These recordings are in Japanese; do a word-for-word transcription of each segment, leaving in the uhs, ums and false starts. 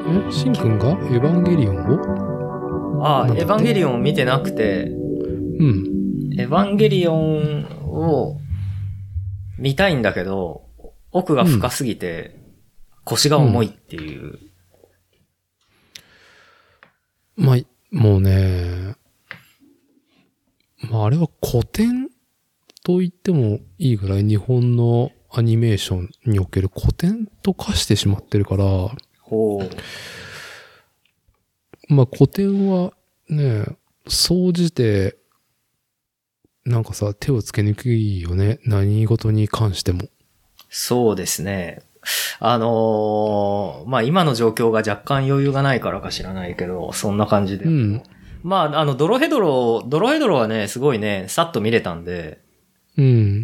えシンくんがエヴァンゲリオンをああ、エヴァンゲリオンを見てなくて、 うん。 エヴァンゲリオンを見たいんだけど、奥が深すぎて腰が重いっていう。 うん、まあ、もうね、まああれは古典と言ってもいいぐらい日本のアニメーションにおける古典と化してしまってるから、 ほう。 まあ古典はね、総じてなんかさ、手をつけにくいよね。何事に関しても。 そうですね。あのー、まあ、今の状況が若干余裕がないからか知らないけど、そんな感じで。 うん。 まあ、あの、ドロヘドロ、ドロヘドロはね、すごいね、さっと見れたんで、 うん。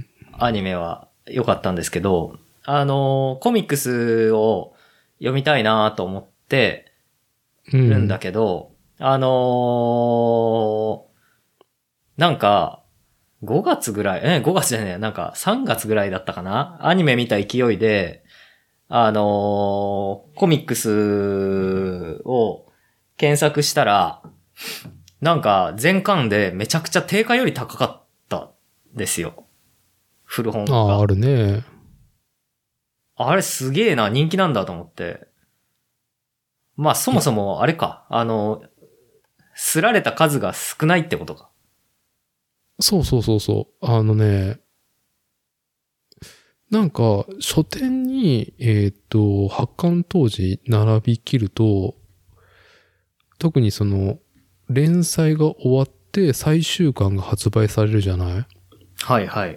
アニメは良かったんですけど、あのー、コミックスを読みたいなと思ってるんだけど、うん、あのー、なんか、ごがつぐらい、え、ごがつじゃねえ、なんかさんがつぐらいだったかな？アニメ見た勢いで、あのー、コミックスを検索したら、なんか全巻でめちゃくちゃ定価より高かったんですよ。古本が。 ああ、あるね。 あれすげえな、人気なんだと思って。まあそもそもあれか、あの、すられた数が少ないってことか。 そうそうそうそう。あのね、なんか書店に、えっと、発刊当時並びきると、特にその、連載が終わって最終巻が発売されるじゃない？ はいはい。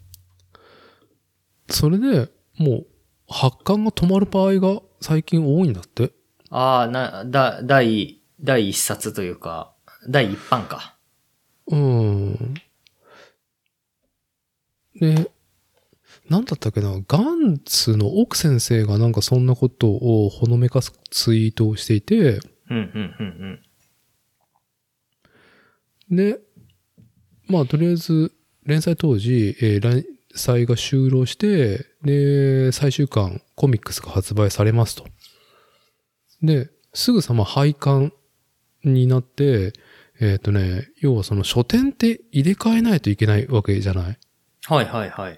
それでもう発刊が止まる場合が最近多いんだって。 ああ、な、だ、第、第一冊というか、第一版か。 うん。で、なんだったっけな、ガンツの奥先生がなんかそんなことをほのめかすツイートをしていて、 うん、うん、うん、 うん。で、まあとりあえず連載当時、えー、連載が終了して、で、最終巻コミックスが発売されますと。で、すぐさま廃刊になって、えっとね、要はその書店って入れ替えないといけないわけじゃない？ はいはいはい。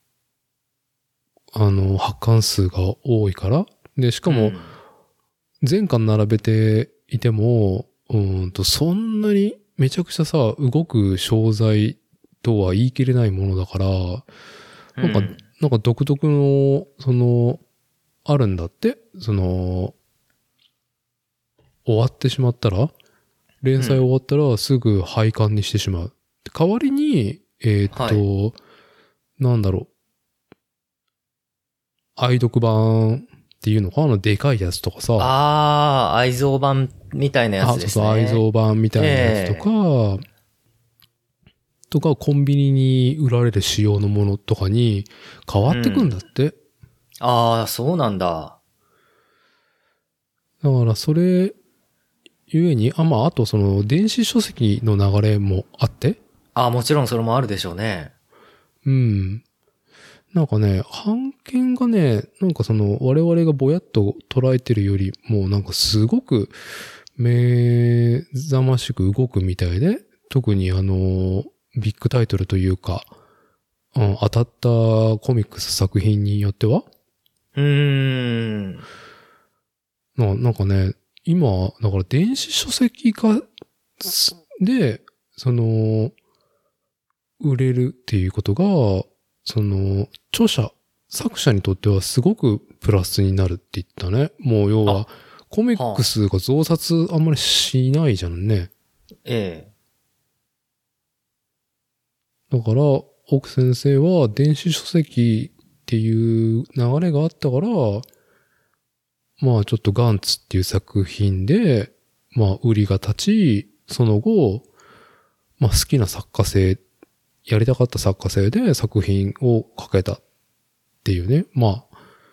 あの、発刊数が多いから。で、しかも、全巻並べていても、うーんと、そんなにめちゃくちゃさ、動く商材とは言い切れないものだから、なんか、うん、なんか独特の、その、あるんだって。その、終わってしまったら、連載終わったらすぐ廃刊にしてしまう。代わりに、えー、っと、はい、なんだろう。愛読版っていうのかな、でかいやつとかさ。 ああ、愛蔵版みたいなやつですね。 あ、そうそう、愛蔵版みたいなやつとか、えー、とかコンビニに売られる仕様のものとかに変わってくんだって。うん、 ああ、そうなんだ。 だからそれゆえに、あ、まあ、あとその電子書籍の流れもあって。 ああ、もちろんそれもあるでしょうね。 うん。なんかね、版権がね、なんかその我々がぼやっと捉えてるよりもなんかすごく目覚ましく動くみたいで、特にあの、ビッグタイトルというか、うん、当たったコミックス作品によってはうーん。 な、なんかね、今、だから電子書籍化で、その、売れるっていうことが、その、著者、作者にとってはすごくプラスになるって言ったね。もう要は、コミックスが増刷あんまりしないじゃんね。 ええ。 だから、奥先生は電子書籍っていう流れがあったから、まあちょっとガンツっていう作品で、まあ売りが立ち、その後、まあ好きな作家性、やりたかった作家性で作品を書けたっていうね。まあ、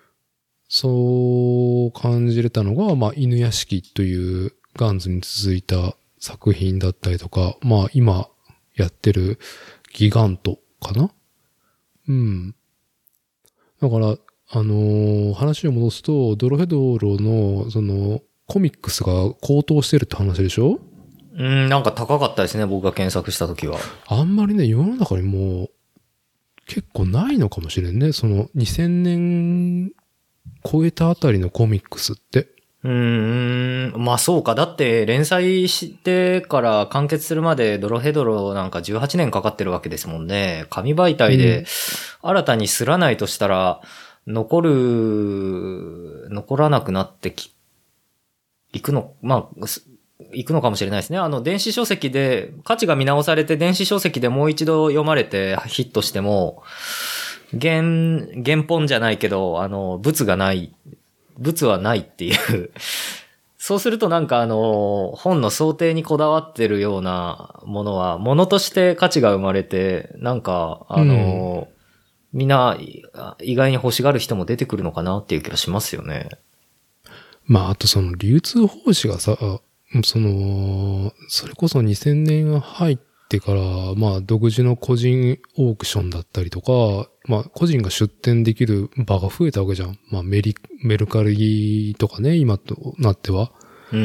そう感じれたのが、まあ犬屋敷というガンズに続いた作品だったりとか、まあ今やってるギガントかな？うん。だから、 あのー、話を戻すと、ドロヘドロの、その、コミックスが高騰してるって話でしょ？ うん、なんか高かったですね、僕が検索したときは。 あんまりね、世の中にもう、結構ないのかもしれんね。その、にせんねん超えたあたりのコミックスって。 うーん、まあそうか。だって連載してから完結するまでドロヘドロなんかじゅうはちねんかかってるわけですもんね。紙媒体で新たにすらないとしたら、残る、残らなくなってき、いくの、まあ、いくのかもしれないですね。あの、電子書籍で、価値が見直されて電子書籍でもう一度読まれてヒットしても、原、原本じゃないけど、あの、物がない。物はないっていうそうするとなんかあの、本の想定にこだわってるようなものは、ものとして価値が生まれて、なんか、あの、うん、みんな意外に欲しがる人も出てくるのかなっていう気がしますよね。 まあ、あとその流通方式がさ、その、それこそにせんねん入ってから、まあ、独自の個人オークションだったりとか、まあ、個人が出店できる場が増えたわけじゃん。まあ、メリ、メルカリとかね、今となっては。 うん。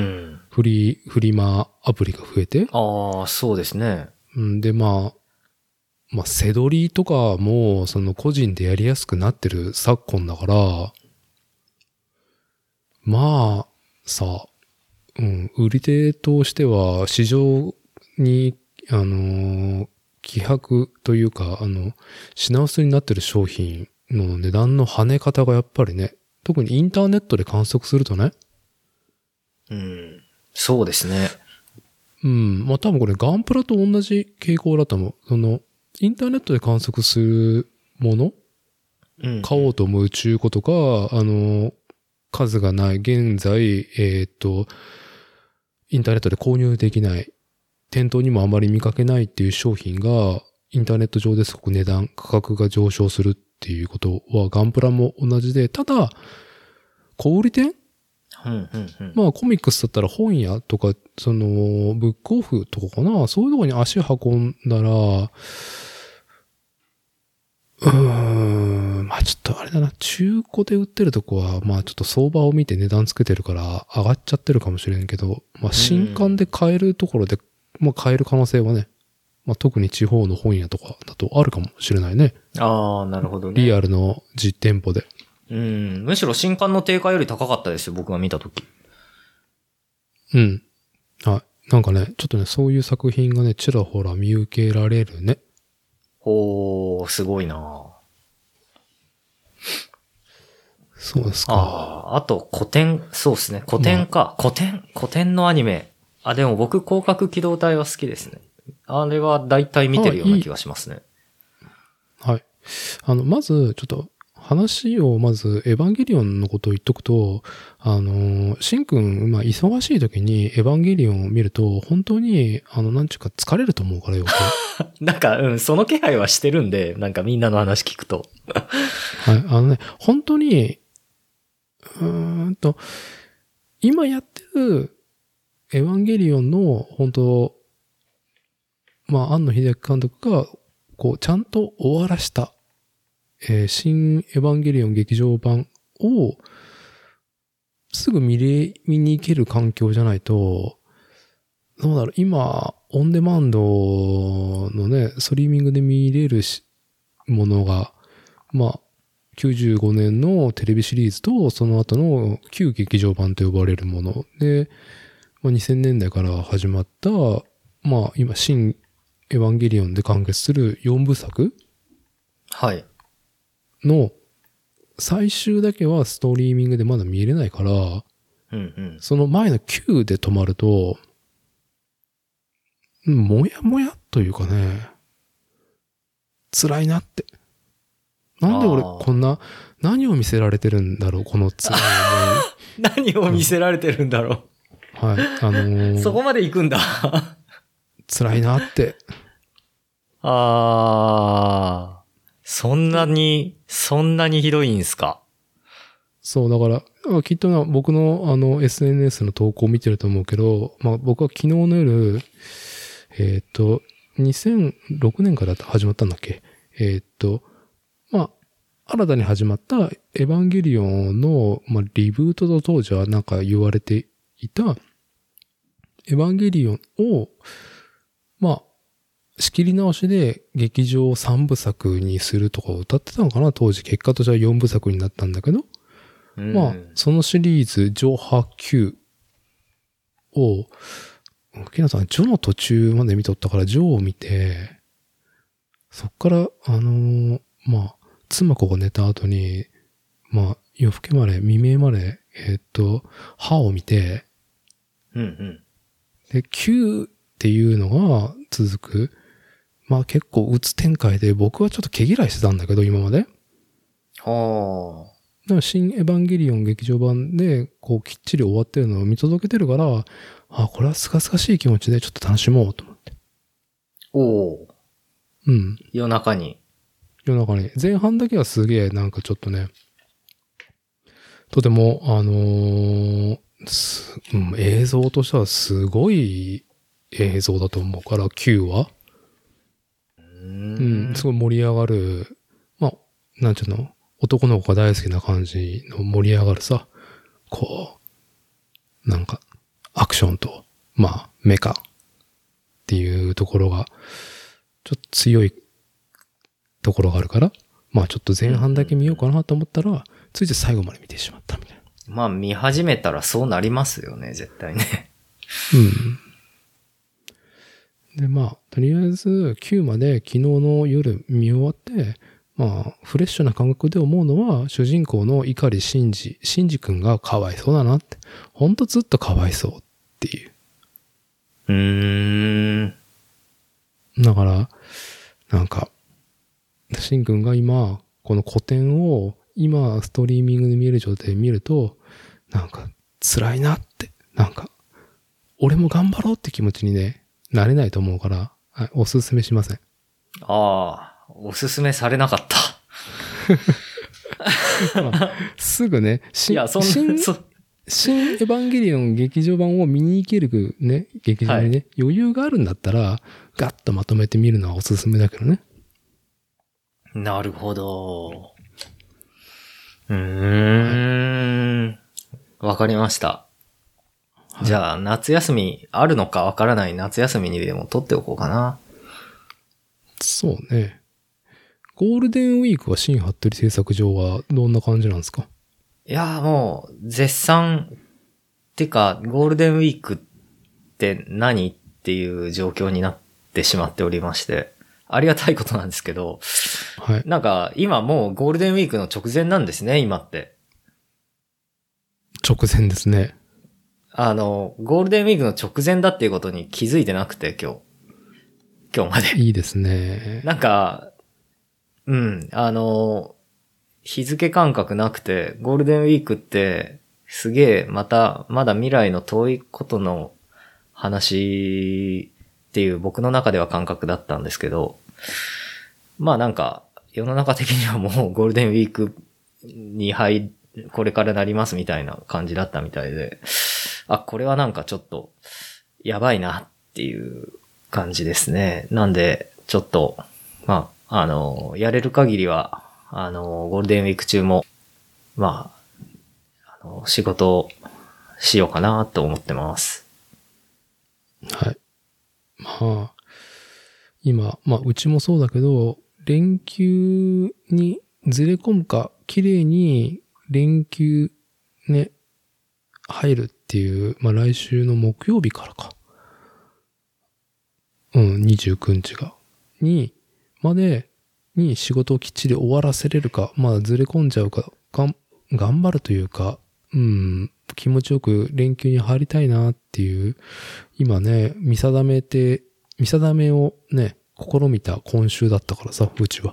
フリー、フリマアプリが増えて。 ああ、そうですね。 んで、まあ、まあ、セドリとかも、その個人でやりやすくなってる昨今だから、まあ、さ、うん、売り手としては、市場に、あのー、希薄というか、あの、品薄になってる商品の値段の跳ね方がやっぱりね、特にインターネットで観測するとね。 うん、そうですね。 うん、まあ多分これガンプラと同じ傾向だと思う。その、インターネットで観測するもの、うん、買おうと思う中古とか、あの、数がない、現在、えっと、インターネットで購入できない、店頭にもあまり見かけないっていう商品が、インターネット上ですごく値段、価格が上昇するっていうことはガンプラも同じで、ただ、小売店、 うんうんうん、 まあコミックスだったら本屋とか、その、ブックオフとかかな、そういうところに足運んだら、うーん、まあちょっとあれだな、中古で売ってるとこは、まあちょっと相場を見て値段つけてるから上がっちゃってるかもしれんけど、まあ新刊で買えるところで、まあ買える可能性はね、まあ特に地方の本屋とかだとあるかもしれないね。 ああ、なるほどね。 リアルの実店舗で。 うん、むしろ新刊の定価より高かったですよ、僕が見たとき。 うん。はい。なんかね、ちょっとね、そういう作品がね、ちらほら見受けられるね。 おー、すごいな。 そうですか。 ああ、あと古典、そうですね。古典か。まあ、古典、古典のアニメ。あ、でも僕、広角機動隊は好きですね。あれは大体見てるような気がしますね。 はい。あの、まず、ちょっと、話をまず、エヴァンゲリオンのことを言っとくと、あの、シンくん、まあ、忙しい時にエヴァンゲリオンを見ると、本当に、あの、なんちゅうか疲れると思うからよ。 なんか、うん、その気配はしてるんで、なんかみんなの話聞くと。 はい、あのね、本当に、うーんと、今やってる、エヴァンゲリオンの、本当まあ、庵野秀明監督が、こう、ちゃんと終わらした、えー、新エヴァンゲリオン劇場版を、すぐ見れ、見に行ける環境じゃないと、どうだろう、今、オンデマンドのね、ストリーミングで見れるしものが、まあ、きゅうじゅうごねんのテレビシリーズと、その後の旧劇場版と呼ばれるもので、まあ、にせんねんだいから始まった、まあ、今、新エヴァンゲリオンで完結するよんぶさくはい。 の最終だけはストリーミングでまだ見れないから、 うんうん、 その前のきゅうで止まると、もやもやというかね、辛いなって。なんで俺こんな、何を見せられてるんだろう、この辛い思い。何を見せられてるんだろう。はい。あのー、 そこまで行くんだ。 辛いなって。 あー、そんなに、そんなにひどいんすか。 そう、だから、きっとな、僕のあの エスエヌエス の投稿を見てると思うけど、まあ僕は昨日の夜、えっと、にせんろくねんから始まったんだっけ？えっと、まあ、 新たに始まったエヴァンゲリオンの、まあ、リブートと当時はなんか言われていたエヴァンゲリオンを、まあ、仕切り直しで劇場さんぶさくにするとかを歌ってたのかな当時。結果としてはよんぶさくになったんだけど、うん、まあ、そのシリーズ、ジョハ Q を、キナさん、ジョの途中まで見とったから、ジョを見て、そっから、あのー、まあ、妻子が寝た後に、まあ、夜更けまで、未明まで、えー、っと、歯を見て、 うんうん。 で、Q っていうのが続く。まあ結構鬱展開で、僕はちょっと毛嫌いしてたんだけど、今まで。 はあ。 だから新エヴァンゲリオン劇場版で、こうきっちり終わってるのを見届けてるから、あ、これはすがすがしい気持ちでちょっと楽しもうと思って。 おお。 うん。 夜中に。 夜中に。前半だけはすげえなんかちょっとね、とても、あのーうん、映像としてはすごい映像だと思うから、Q は。うん、すごい盛り上がる。まあ、なんちゅうの、男の子が大好きな感じの盛り上がるさ、こう、なんか、アクションと、まあ、メカっていうところが、ちょっと強いところがあるから、まあちょっと前半だけ見ようかなと思ったら、ついて最後まで見てしまったみたいな。 まあ見始めたらそうなりますよね、絶対ね。 うん。で、まあ、とりあえずきゅうまで昨日の夜見終わって、まあ、フレッシュな感覚で思うのは、主人公の碇シンジ、シンジ君がかわいそうだなって。ほんとずっとかわいそうっていう。 うーん。 だから、なんか、シン君が今、この古典を今ストリーミングで見える状態で見ると、なんか辛いなって、なんか、俺も頑張ろうって気持ちにね、なれないと思うから、はい、おすすめしません。 ああ、おすすめされなかった。 まあ、すぐね、 いや、そんな、そ新エヴァンゲリオン劇場版を見に行けるね、劇場にね、はい、余裕があるんだったら、ガッとまとめてみるのはおすすめだけどね。 なるほど。うーん。わかりました。はい、じゃあ、夏休みあるのかわからない夏休みにでも撮っておこうかな。 そうね。ゴールデンウィークは新服部製作所はどんな感じなんですか？ いやーもう、絶賛、てか、ゴールデンウィークって何っていう状況になってしまっておりまして、ありがたいことなんですけど、 はい。 なんか、今もうゴールデンウィークの直前なんですね、今って。 直前ですね。 あの、ゴールデンウィークの直前だっていうことに気づいてなくて、今日。今日まで。 いいですね。 なんか、うん、あの、日付感覚なくて、ゴールデンウィークって、すげえ、また、まだ未来の遠いことの話っていう僕の中では感覚だったんですけど、まあなんか、世の中的にはもうゴールデンウィークに入、これからなりますみたいな感じだったみたいで、あ、これはなんかちょっと、やばいなっていう感じですね。なんで、ちょっと、まあ、あの、やれる限りは、あの、ゴールデンウィーク中も、まあ、あの、仕事をしようかなと思ってます。 はい。まあ、今、まあ、うちもそうだけど、連休にずれ込むか、綺麗に連休ね、入るっていう、まあ来週の木曜日からか。うん、にじゅうくにちが。に、まで、に仕事をきっちり終わらせれるか、まあずれ込んじゃうか、がん、頑張るというか、うん、気持ちよく連休に入りたいなっていう、今ね、見定めて、見定めをね、試みた今週だったからさ、うちは。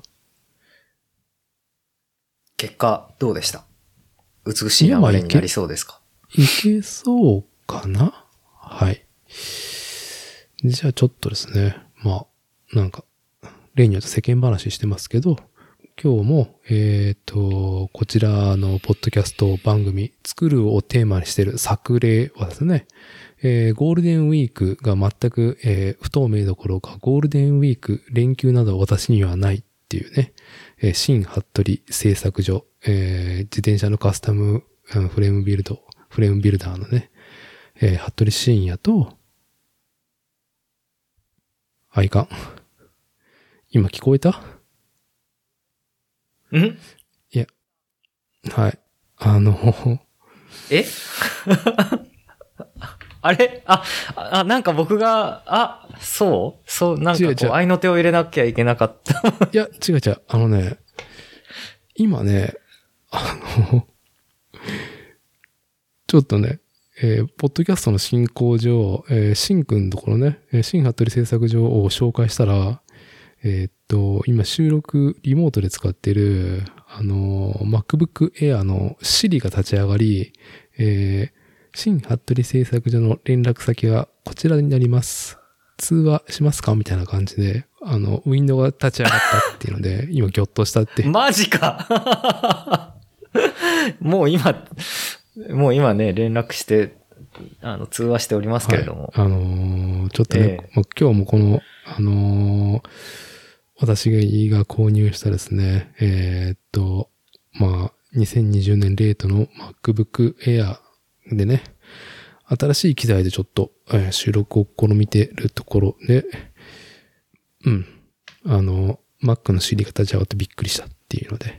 結果、どうでした？美しい流れになりそうですか？ いけそうかな？はい。じゃあちょっとですね、まあ、なんか、例によって世間話してますけど、今日も、えっと、こちらのポッドキャスト番組、作るをテーマにしている作例はですね、えー、ゴールデンウィークが全く、えー、不透明どころか、ゴールデンウィーク連休など私にはないっっていうね、えー、新服部製作所、えー、自転車のカスタムフレームビルド、フレームビルダーのね、えー、服部慎也と、あ、いかん。今聞こえた？ ん？ いや、はい。あの、 えあれあ、あ、なんか僕が、あ、そうそう、なんかこう、合いの手を入れなきゃいけなかった。 いや、違う違う。あのね、今ね、あの、ちょっとね、えー、ポッドキャストの進行上、えー、シンくんのところね、えー、新服部製作所を紹介したら、えー、っと、今収録リモートで使ってる、あの、MacBook Air の Siri が立ち上がり、えー、新服部製作所の連絡先がこちらになります。通話しますかみたいな感じで、あの、ウィンドウが立ち上がったっていうので、今ギョッとしたって。 マジかもう今、もう今ね、連絡して、あの、通話しておりますけれども。 はい、あのー、ちょっとね、えー、今日もこの、あのー、私が購入したですね、えー、っと、まあ、にせんにじゅうねんレートの MacBook Air でね、新しい機材でちょっと、えー、収録を試みてるところで、うん、あの、Mac の Siri が立ち上がってびっくりしたっていうので、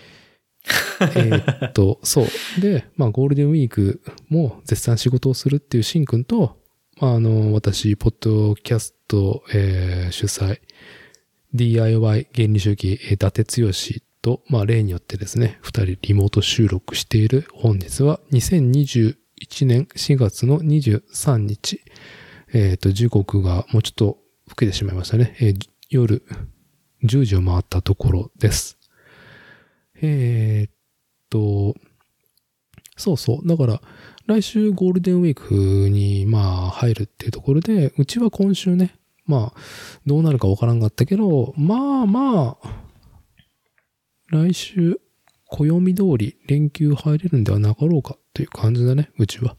えっと、そう。で、まあ、ゴールデンウィークも絶賛仕事をするっていうシンくんと、まあ、あの、私、ポッドキャスト、えー、主催、ディーアイワイ 原理主義、伊達剛と、まあ、例によってですね、二人リモート収録している本日は、にせんにじゅういちねんしがつのにじゅうさんにち、えっと、時刻がもうちょっと更けてしまいましたね。えー、夜じゅうじを回ったところです。えー、っと、そうそう。だから、来週ゴールデンウィークに、まあ、入るっていうところで、うちは今週ね、まあ、どうなるかわからんかったけど、まあまあ、来週、暦通り連休入れるんではなかろうかという感じだね、うちは。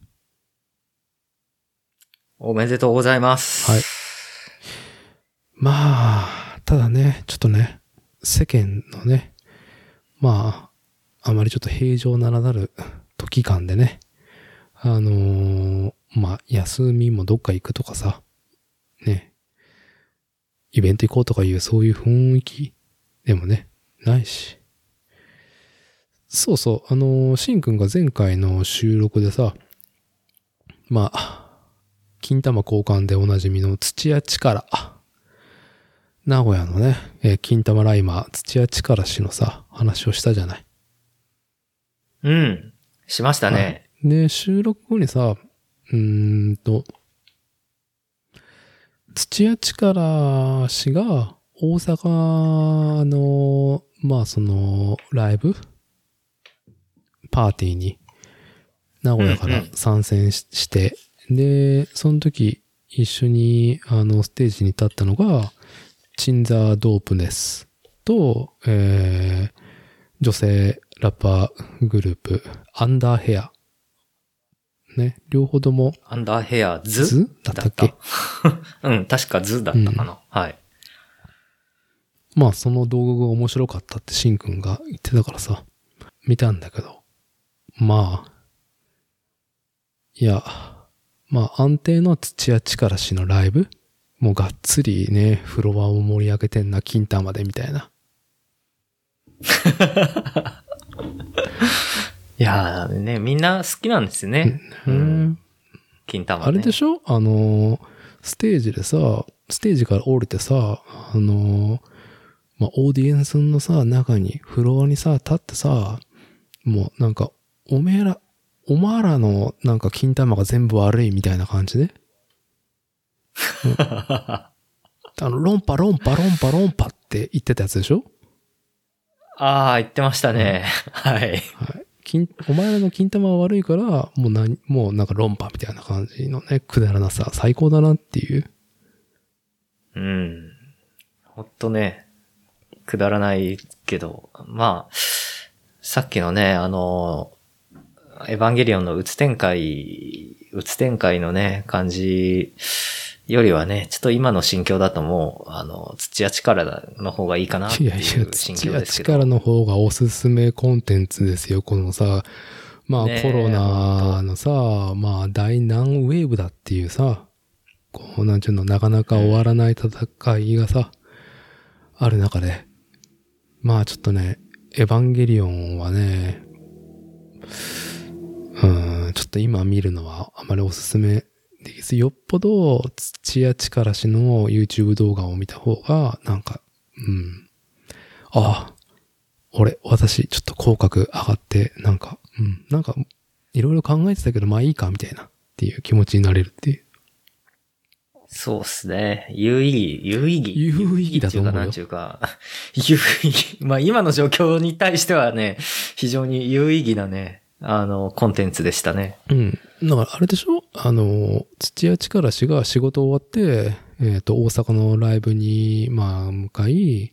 おめでとうございます。 はい。まあ、ただね、ちょっとね、世間のね、まあ、あまりちょっと平常ならなる時間でね、あのー、まあ、休みもどっか行くとかさ、ね、イベント行こうとかいうそういう雰囲気でもね、ないし。そうそう、あのー、シンくんが前回の収録でさ、まあ、金玉交換でおなじみの土屋力。名古屋のね、えー、金玉ライマー、土屋力氏のさ、話をしたじゃない。 うん。しましたね。 はい、で、収録後にさ、うーんと、土屋力氏が大阪の、まあその、ライブパーティーに名古屋から参戦 し,、うんうん、して、で、その時一緒にあのステージに立ったのが、チンザードープネスと、えー、女性ラッパーグループ、アンダーヘア。ね、両方とも。 アンダーヘアズズだったっけうん、確かズだったかな、うん。はい。 まあ、その動画が面白かったってシンくんが言ってたからさ、見たんだけど。まあ、いや、まあ、安定の土屋力氏のライブもうがっつりね、フロアを盛り上げてんな、金玉でみたいな。 いやーね、みんな好きなんですね。うん。金玉ね。 あれでしょあの、ステージでさ、ステージから降りてさ、あの、まあ、オーディエンスのさ、中に、フロアにさ、立ってさ、もうなんか、おめえら、お前らのなんか金玉が全部悪いみたいな感じで。うん、あの、ロンパロンパロンパロンパって言ってたやつでしょ？ ああ、言ってましたね。うん、はい。はい。 金、お前らの金玉は悪いから、もう何、もうなんか論破みたいな感じのね、くだらなさ、最高だなっていう。 うん。ほんとね、くだらないけど、まあ、さっきのね、あの、エヴァンゲリオンのうつ展開、うつ展開のね、感じよりはね、ちょっと今の心境だともう、あの、土屋力の方がいいかなっていいやいや、 う心土屋境ですけど。 力の方がおすすめコンテンツですよ。このさ、まあねえコロナのさ、まあ第何ウェーブだっていうさ、こうなんちゅうの、なかなか終わらない戦いがさ、ある中で、まあちょっとね、エヴァンゲリオンはね、うーん、ちょっと今見るのはあまりおすすめできず、よっぽど土屋力氏の YouTube 動画を見た方が、なんか、うん、ああ、俺、私、ちょっと口角上がって、なんか、うん、なんか、いろいろ考えてたけど、まあいいか、みたいな、っていう気持ちになれるっていう。 そうっすね。有意義、有意義。 有意義だと思うよ。 なんちゅうか、有意義。まあ今の状況に対してはね、非常に有意義なね、あの、コンテンツでしたね。 うん。だからあれでしょ、あの、土屋力氏が仕事終わって、えっと、大阪のライブに、まあ、向かい、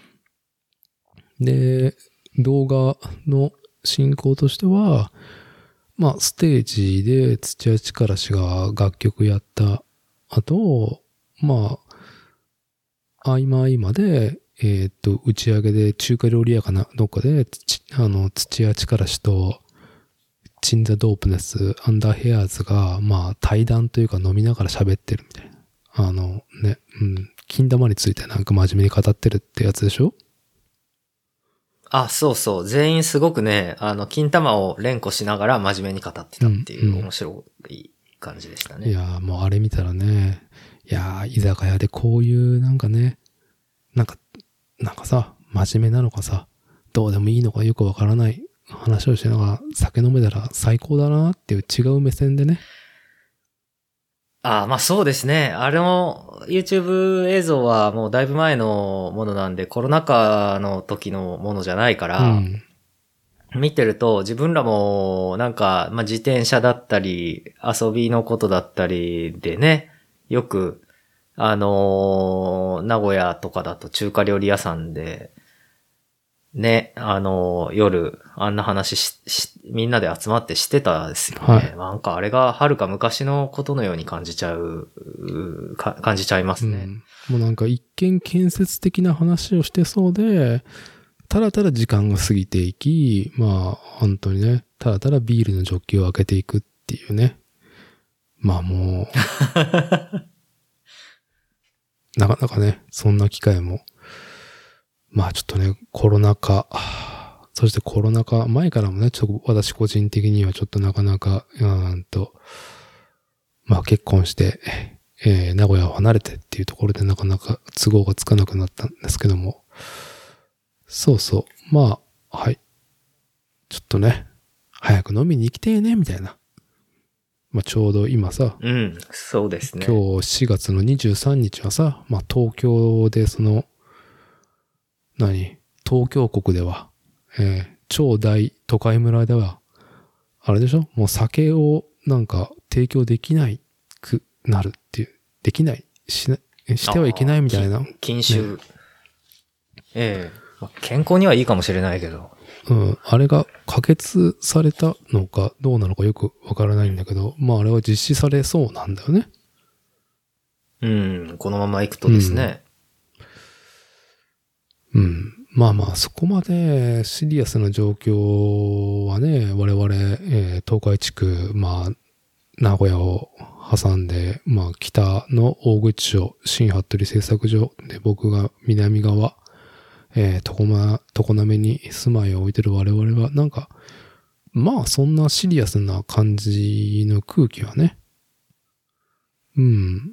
で、動画の進行としては、まあ、ステージで土屋力氏が楽曲やった後、まあ、合間合間で、えっと、打ち上げで中華料理屋かな、どっかで、あの、土屋力氏と、チンザドープネス、アンダーヘアーズが、まあ、対談というか飲みながら喋ってるみたいな。あの、ね、うん、金玉についてなんか真面目に語ってるってやつでしょ？ あ、そうそう。全員すごくね、あの、金玉を連呼しながら真面目に語ってたっていう面白い感じでしたね。 いやーもうあれ見たらね、いやー居酒屋でこういうなんかね、なんか、なんかさ、真面目なのかさ、どうでもいいのかよくわからない話をしながら酒飲めたら最高だなっていう違う目線でね。 ああ、まあそうですね。あれの YouTube 映像はもうだいぶ前のものなんで、コロナ禍の時のものじゃないから、うん、見てると自分らもなんか、まあ自転車だったり、遊びのことだったりでね、よく、あのー、名古屋とかだと中華料理屋さんで、ね、あの、夜、あんな話し、し、みんなで集まってしてたですよね。はい、なんかあれがはるか昔のことのように感じちゃう、か感じちゃいますね、 うん。もうなんか一見建設的な話をしてそうで、ただただ時間が過ぎていき、まあ本当にね、ただただビールのジョッキを開けていくっていうね。まあもう、なかなかね、そんな機会も、まあちょっとね、コロナ禍、そしてコロナ禍前からもね、ちょっと私個人的にはちょっとなかなか、うーんと、まあ結婚して、えー、名古屋を離れてっていうところでなかなか都合がつかなくなったんですけども、そうそう、まあ、はい。ちょっとね、早く飲みに行きてえね、みたいな。まあちょうど今さ、 うん、そうですね。 今日しがつのにじゅうさんにちはさ、まあ東京でその、何東京国では、えー、超大都会村では、あれでしょもう酒をなんか提供できないくなるっていう、できない、しな、してはいけないみたいな。 禁酒。ね、ええー。健康にはいいかもしれないけど。 うん。あれが可決されたのかどうなのかよくわからないんだけど、まああれは実施されそうなんだよね。 うん。このまま行くとですね。 うん。うんまあまあ、そこまでシリアスな状況はね、我々、えー、東海地区、まあ、名古屋を挟んで、まあ、北の大口町、新服部製作所で、僕が南側、えー、常ま、常滑に住まいを置いてる我々は、なんか、まあ、そんなシリアスな感じの空気はね。うん。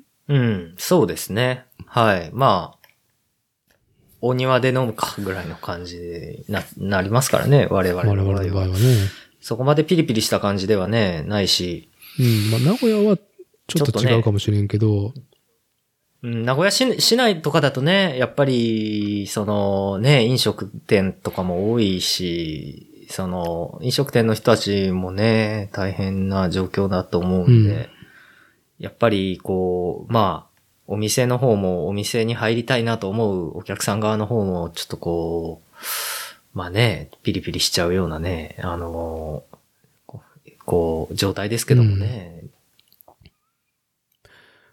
うん、そうですね。はい。まあ、お庭で飲むかぐらいの感じに な, なりますからね、我々の場合は。我々の場合はね。そこまでピリピリした感じではね、ないし。 うん、まあ名古屋はちょっと違うかもしれんけど。 ね、うん、名古屋 市, 市内とかだとね、やっぱり、そのね、飲食店とかも多いし、その、飲食店の人たちもね、大変な状況だと思うんで、うん、やっぱりこう、まあ、お店の方もお店に入りたいなと思うお客さん側の方もちょっとこう、まあね、ピリピリしちゃうようなね、あの、こう、状態ですけどもね。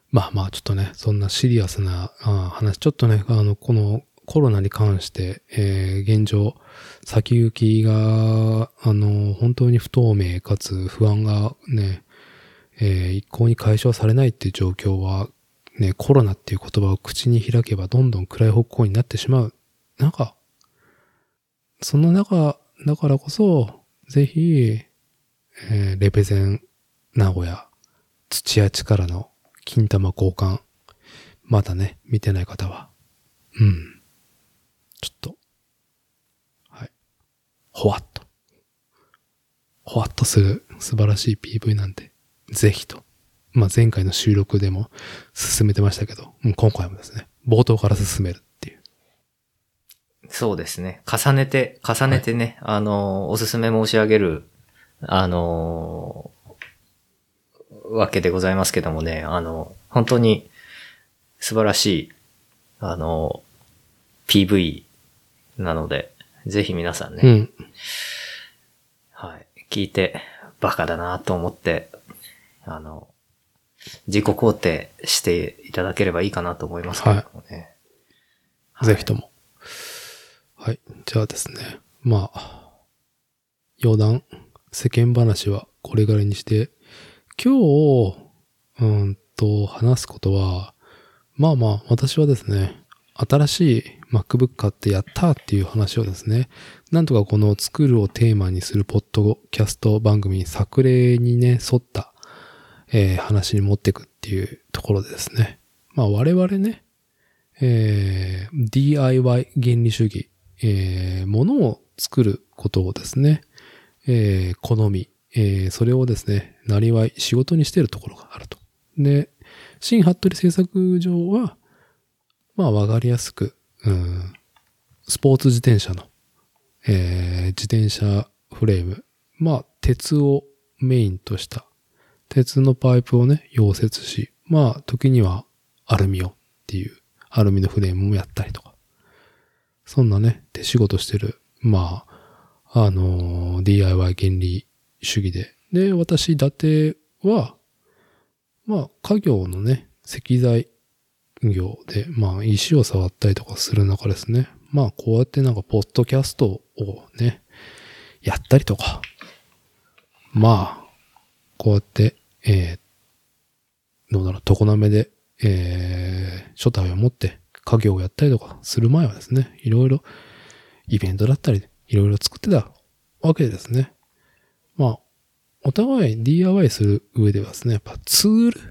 まあまあちょっとね、そんなシリアスなあ話、ちょっとね、あの、このコロナに関して、えー、現状、先行きが、あの、本当に不透明かつ不安がね、えー、一向に解消されないっていう状況は、ね、コロナっていう言葉を口に開けばどんどん暗い方向になってしまう。なんか、その中、だからこそ、ぜひ、えー、レペゼン、名古屋、土屋力の金玉交換、まだね、見てない方は、うん。ちょっと、はい。ほわっと。ほわっとする素晴らしい ピーブイ なんで、ぜひと。まあ、前回の収録でも進めてましたけど、今回もですね、冒頭から進めるっていう。 そうですね。重ねて、重ねてね、はい、あの、おすすめ申し上げる、あの、わけでございますけどもね、あの、本当に素晴らしい、あの、ピーブイ なので、ぜひ皆さんね、 うん、 はい、聞いてバカだなと思って、あの、自己肯定していただければいいかなと思いますけどもね。 はい、ぜひとも。はい。じゃあですね。まあ、余談、世間話はこれぐらいにして、今日、うんと、話すことは、まあまあ、私はですね、新しい MacBook 買ってやったっていう話をですね、なんとかこの作るをテーマにするポッドキャスト番組作例にね、沿った、えー、話に持っていくっていうところでですね。まあ我々ね、えー、ディーアイワイ 原理主義、えー、ものを作ることをですね、えー、好み、えー、それをですね、なりわい、仕事にしているところがあると。で、新服部製作上は、まあわかりやすく、うん、スポーツ自転車の、えー、自転車フレーム、まあ鉄をメインとした鉄のパイプをね、溶接し、まあ、時にはアルミをっていう、アルミのフレームもやったりとか。そんなね、手仕事してる、まあ、あのー、ディーアイワイ 原理主義で。で、私、伊達は、まあ、家業のね、石材業で、まあ、石を触ったりとかする中ですね。まあ、こうやってなんか、ポッドキャストをね、やったりとか。まあ、こうやって、えー、どうだろう、常滑で、えー、初体を持って家業をやったりとかする前はですね、いろいろイベントだったり、いろいろ作ってたわけですね。まあ、お互い ディーアイワイ する上ではですね、やっぱツール、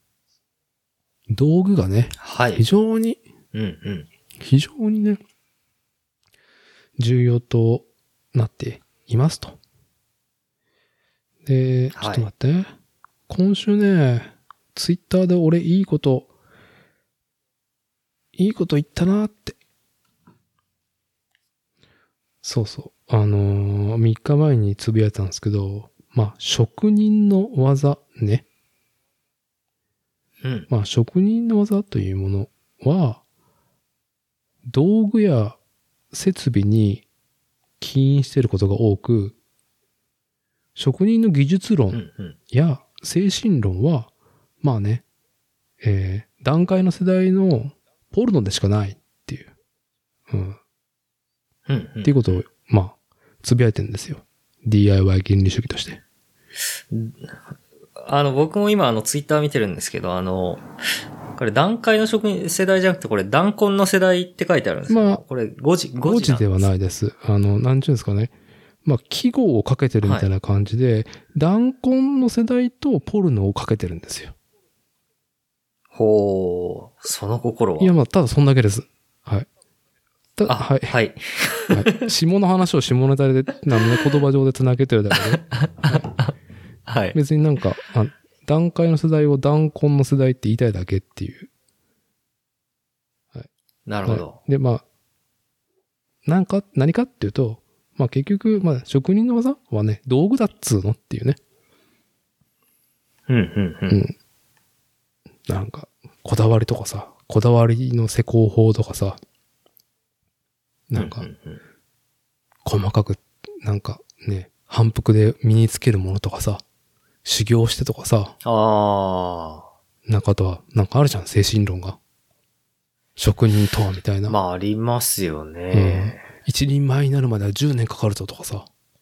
道具がね、 はい、 非常に、 うんうん、 非常にね、重要となっていますと。で、ちょっと待って。はい、今週ね、ツイッターで俺いいこと、いいこと言ったなーって。そうそう。あのー、みっかまえにつぶやいたんですけど、まあ、職人の技ね。 うん。 まあ、職人の技というものは、道具や設備に起因していることが多く、職人の技術論や精神論は、まあね、えー、段階の世代のポルノでしかないっていう、うん。 うんうん、 っていうことを、まあ、つぶやいてるんですよ。ディーアイワイ 原理主義として。 あの、僕も今、あの、ツイッター見てるんですけど、あの、これ段階の職人世代じゃなくて、これ弾痕の世代って書いてあるんですよ。まあ、これごじ、ごじ。 ごじではないです。あの、なんちゅうんですかね。まあ、記号をかけてるみたいな感じで、はい、弾痕の世代とポルノをかけてるんですよ。 ほう、その心は。 いや、まあ、ただそんだけです。はい。たあ、はい。 はい。はい、下の話を下ネタで、なんね、言葉上で繋げてるだけで。はい。 はい、 別になんか、あ、段階の世代を弾痕の世代って言いたいだけっていう。 はい。なるほど。 はい、で、まあ、なんか、何かっていうと、まあ結局、まあ職人の技はね、道具だっつうのっていうね。 うん、うん、うん。うん。 なんか、こだわりとかさ、こだわりの施工法とかさ、なんか、細かく、なんかね、反復で身につけるものとかさ、修行してとかさ、 ああ。 中とは、なんかあるじゃん、精神論が。職人とはみたいな。 まあ、ありますよね。 うん、一人前になるまではじゅうねんかかるぞとかさ。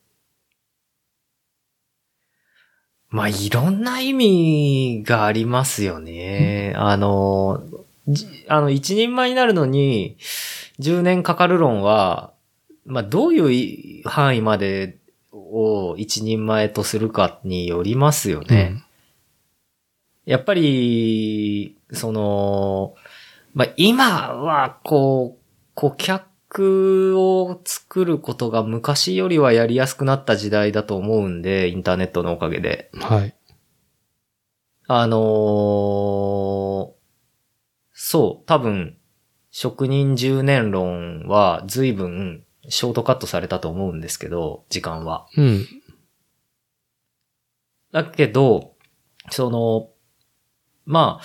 まあ、いろんな意味がありますよね。あの、あの、一人前になるのに、じゅうねんかかる論は、まあ、どういう範囲までを一人前とするかによりますよね。うん、やっぱり、その、まあ、今は、こう、顧客を作ることが昔よりはやりやすくなった時代だと思うんで、インターネットのおかげで。 はい。 あのー、そう、多分、職人じゅうねん論は随分ショートカットされたと思うんですけど、時間は。 うん。 だけど、その、まあ、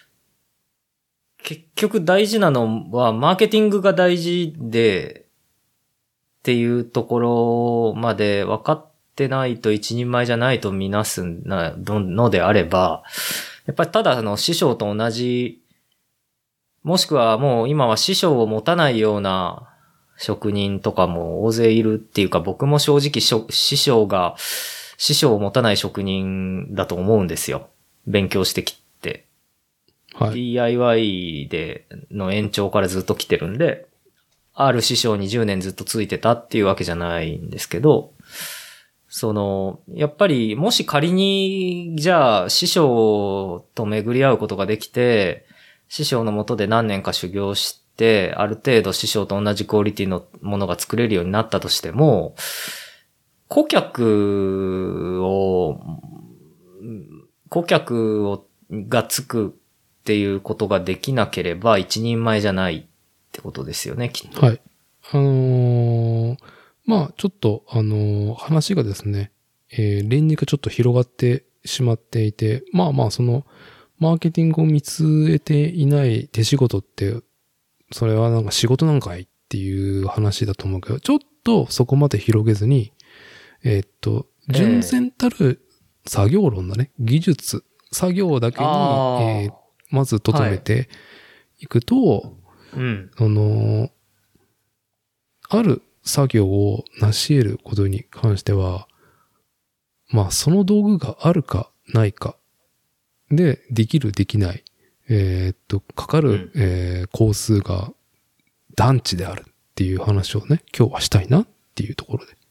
結局大事なのは、マーケティングが大事で、っていうところまで分かってないと一人前じゃないとみなすのであれば、やっぱりただあの師匠と同じ、もしくはもう今は師匠を持たないような職人とかも大勢いるっていうか、僕も正直師匠が、師匠を持たない職人だと思うんですよ。勉強してきて。はい、ディーアイワイ での延長からずっと来てるんで、ある師匠にじゅうねんずっとついてたっていうわけじゃないんですけど、その、やっぱりもし仮に、じゃあ師匠と巡り合うことができて、師匠の下で何年か修行して、ある程度師匠と同じクオリティのものが作れるようになったとしても、顧客を、顧客をがつくっていうことができなければ一人前じゃないってことですよね、きっと。 はい。あのー、まあちょっと、あのー、話がですね、えー、レンジがちょっと広がってしまっていて、まあまあその、マーケティングを見据えていない手仕事って、それはなんか仕事なんかいっていう話だと思うけど、ちょっとそこまで広げずに、えー、っと、純然たる作業論だね。えー、技術、作業だけに、えー、まず留めていくと、はい、 うん、 あの、ある作業を成し得ることに関しては、まあその道具があるかないかでできるできない、えー、っと、かかる、うん、えー、工数が団地であるっていう話をね、今日はしたいなっていうところで。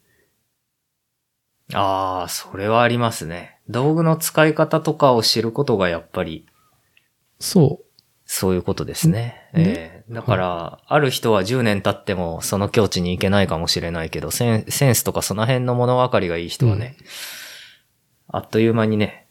ああ、それはありますね。道具の使い方とかを知ることがやっぱり。 そう。 そういうことですね。えー、だから、はい、ある人はじゅうねん経ってもその境地に行けないかもしれないけど、セン、センスとかその辺の物分かりがいい人はね、うん、あっという間にね、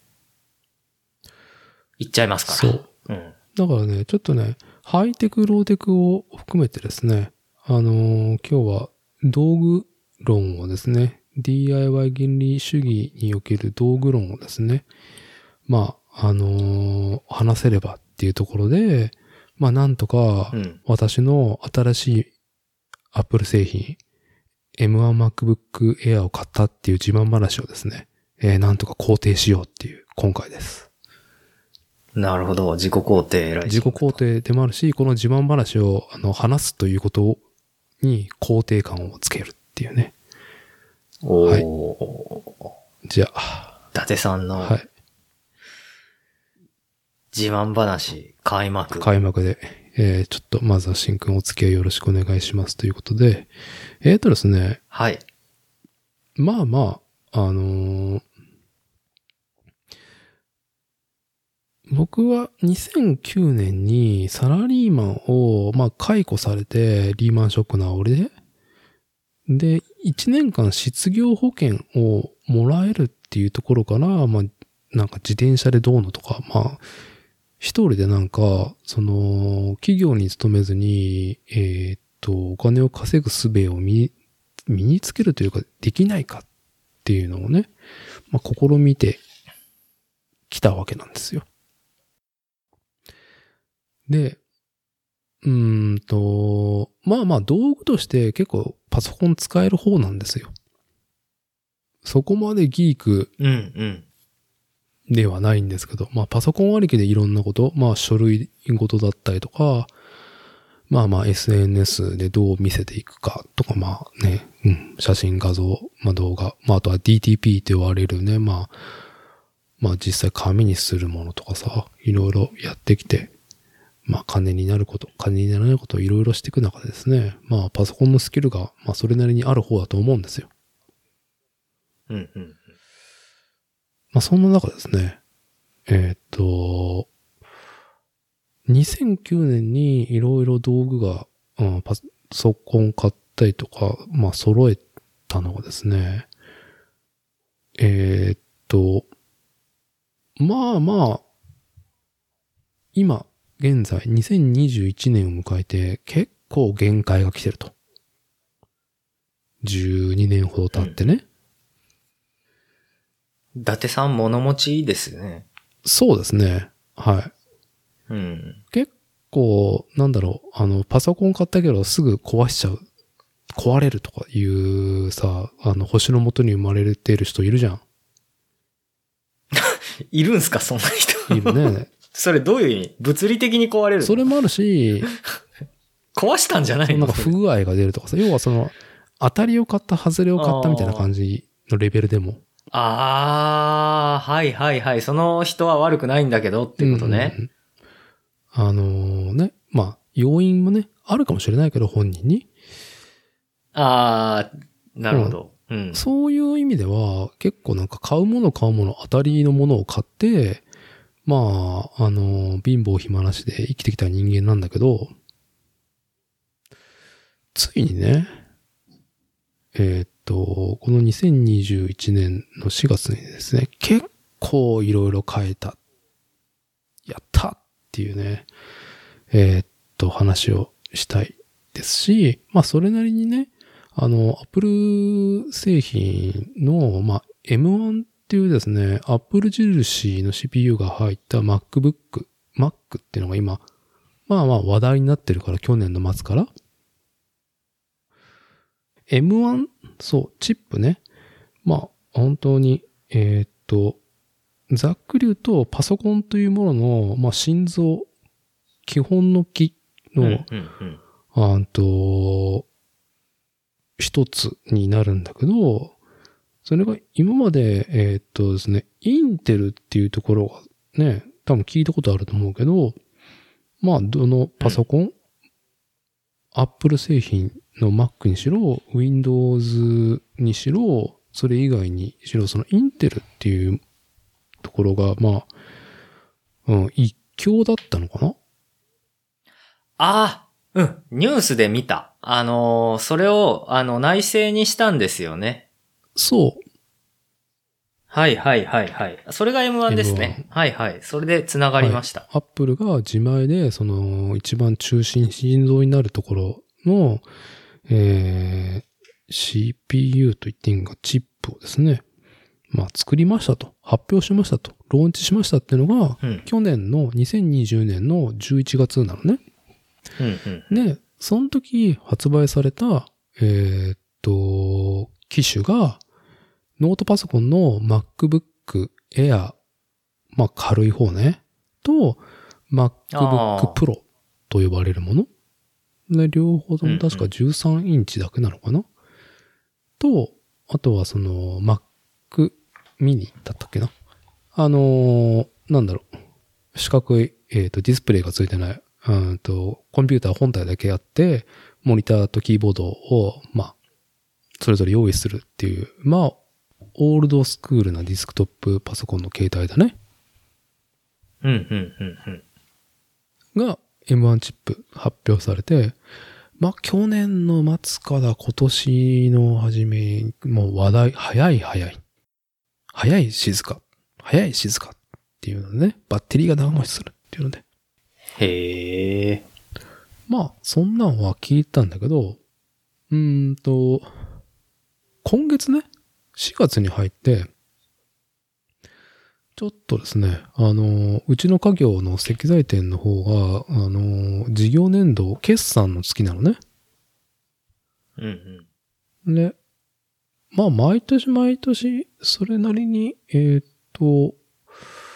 行っちゃいますから。 そう。うん、だからね、ちょっとね、ハイテク、ローテクを含めてですね、あのー、今日は道具論をですね、ディーアイワイ 原理主義における道具論をですね、まあ、あのー、話せればっていうところで、まあなんとか、私の新しい Apple 製品、エムワン MacBook Air を買ったっていう自慢話をですね、えー、なんとか肯定しようっていう今回です。 なるほど。自己肯定偉い。 自己肯定でもあるし、この自慢話をあの話すということに肯定感をつけるっていうね。 おー。 はい、じゃあ。 伊達さんの。 はい。 自慢話、開幕。 開幕で、えー、ちょっとまずはしんくんお付き合いよろしくお願いしますということで、えーとですね。 はい。 まあまあ、あのー、僕はにせんきゅうねんにサラリーマンを、まあ解雇されて、リーマンショックの煽りで、で、いちねんかん失業保険をもらえるっていうところから、まあ、なんか自転車でどうのとか、まあ、一人でなんか、その、企業に勤めずに、えー、っと、お金を稼ぐ術を身、身につけるというか、できないかっていうのをね、まあ、試みてきたわけなんですよ。で、うーんと、まあまあ道具として結構パソコン使える方なんですよ。そこまでギークではないんですけど、まあパソコンありきでいろんなこと、まあ書類事だったりとか、まあまあ エスエヌエス でどう見せていくかとか、まあね、うん、写真画像、まあ動画、まああとは ディーティーピー って言われるね、まあ、まあ実際紙にするものとかさ、いろいろやってきて、まあ金になること、金にならないことをいろいろしていく中でですね、まあパソコンのスキルが、まあそれなりにある方だと思うんですよ。 うんうん。 まあそんな中ですね、えーっと、にせんきゅうねんにいろいろ道具が、うん、パソコン買ったりとか、まあ揃えたのがですね、えーっと、まあまあ、今、現在、にせんにじゅういちねんを迎えて、結構限界が来てると。じゅうにねんほど経ってね。 伊達さん物持ちいいですね。 そうですね。はい。 うん。 結構、なんだろう、あの、パソコン買ったけどすぐ壊しちゃう。壊れるとかいうさ、あの、星の元に生まれてる人いるじゃん。 いるんすか、そんな人。 いるね。 それどういう意味？物理的に壊れるの？ それもあるし、 壊したんじゃないの？ なんか不具合が出るとかさ、要はその、当たりを買った、外れを買ったみたいな感じのレベルでも。 ああ、はいはいはい。その人は悪くないんだけどっていうことね。 うんうんうん、あのー、ね、まあ、要因もね、あるかもしれないけど、本人に。 ああ、なるほど、うん。 そういう意味では、結構なんか買うもの買うもの、当たりのものを買って、まあ、あのー、貧乏暇なしで生きてきた人間なんだけど、ついにね、えー、っと、このにせんにじゅういちねんのしがつにですね、結構いろいろ変えた。やったっていうね、えー、っと、話をしたいですし、まあ、それなりにね、あの、Apple 製品の、まあ、エムワン っていうですね、Apple 印の シーピーユー が入った MacBook、Mac っていうのが今、まあまあ話題になってるから、去年の末から。エムワン、そう、チップね。まあ、本当に、えー、っと、ざっくり言うと、パソコンというものの、まあ、心臓、基本の木の、 うんうんうん、 あと、一つになるんだけど、それが今まで、えー、っとですね、インテルっていうところがね、多分聞いたことあると思うけど、まあ、どのパソコン、うん、Apple 製品の Mac にしろ、Windows にしろ、それ以外にしろ、そのインテルっていうところが、まあ、うん、一強だったのかな？ ああ、うん、ニュースで見た。あのー、それを、あの、内製にしたんですよね。 そう。 はいはいはいはい。それが エムワン ですね。はいはい。それで繋がりました。 はい、Apple が自前で、その、一番中心、心臓になるところの、えー、シーピーユー と言っていいんか、チップをですね、まあ作りましたと。発表しましたと。ローンチしましたっていうのが、うん、去年のにせんにじゅうねんのじゅういちがつなのね。 うんうん、 で、その時発売された、えー、っと、機種が、ノートパソコンの MacBook Air、まあ軽い方ね、と MacBook Pro と呼ばれるもの。で、両方とも確かじゅうさんインチだけなのかな、うんうん、と、あとはその Mac Mini だったっけな。あのー、なんだろう。四角い、えっと、ディスプレイがついてない、うんと、コンピューター本体だけあって、モニターとキーボードを、まあ、それぞれ用意するっていう、まあ、オールドスクールなディスクトップパソコンの形態だね。 うん、うん、うん、 うん。が、エムワン チップ発表されて、まあ、去年の末から今年の初め、もう話題、早い早い。早い静か。早い静かっていうのでね、バッテリーが長持ちするっていうので。 へえ。 まあ、そんなんは聞いたんだけど、うーんと、今月ね、しがつに入って、ちょっとですね、あの、うちの家業の石材店の方が、あの、事業年度決算の月なのね。 うんうん。で、まあ、毎年毎年、それなりに、えー、っと、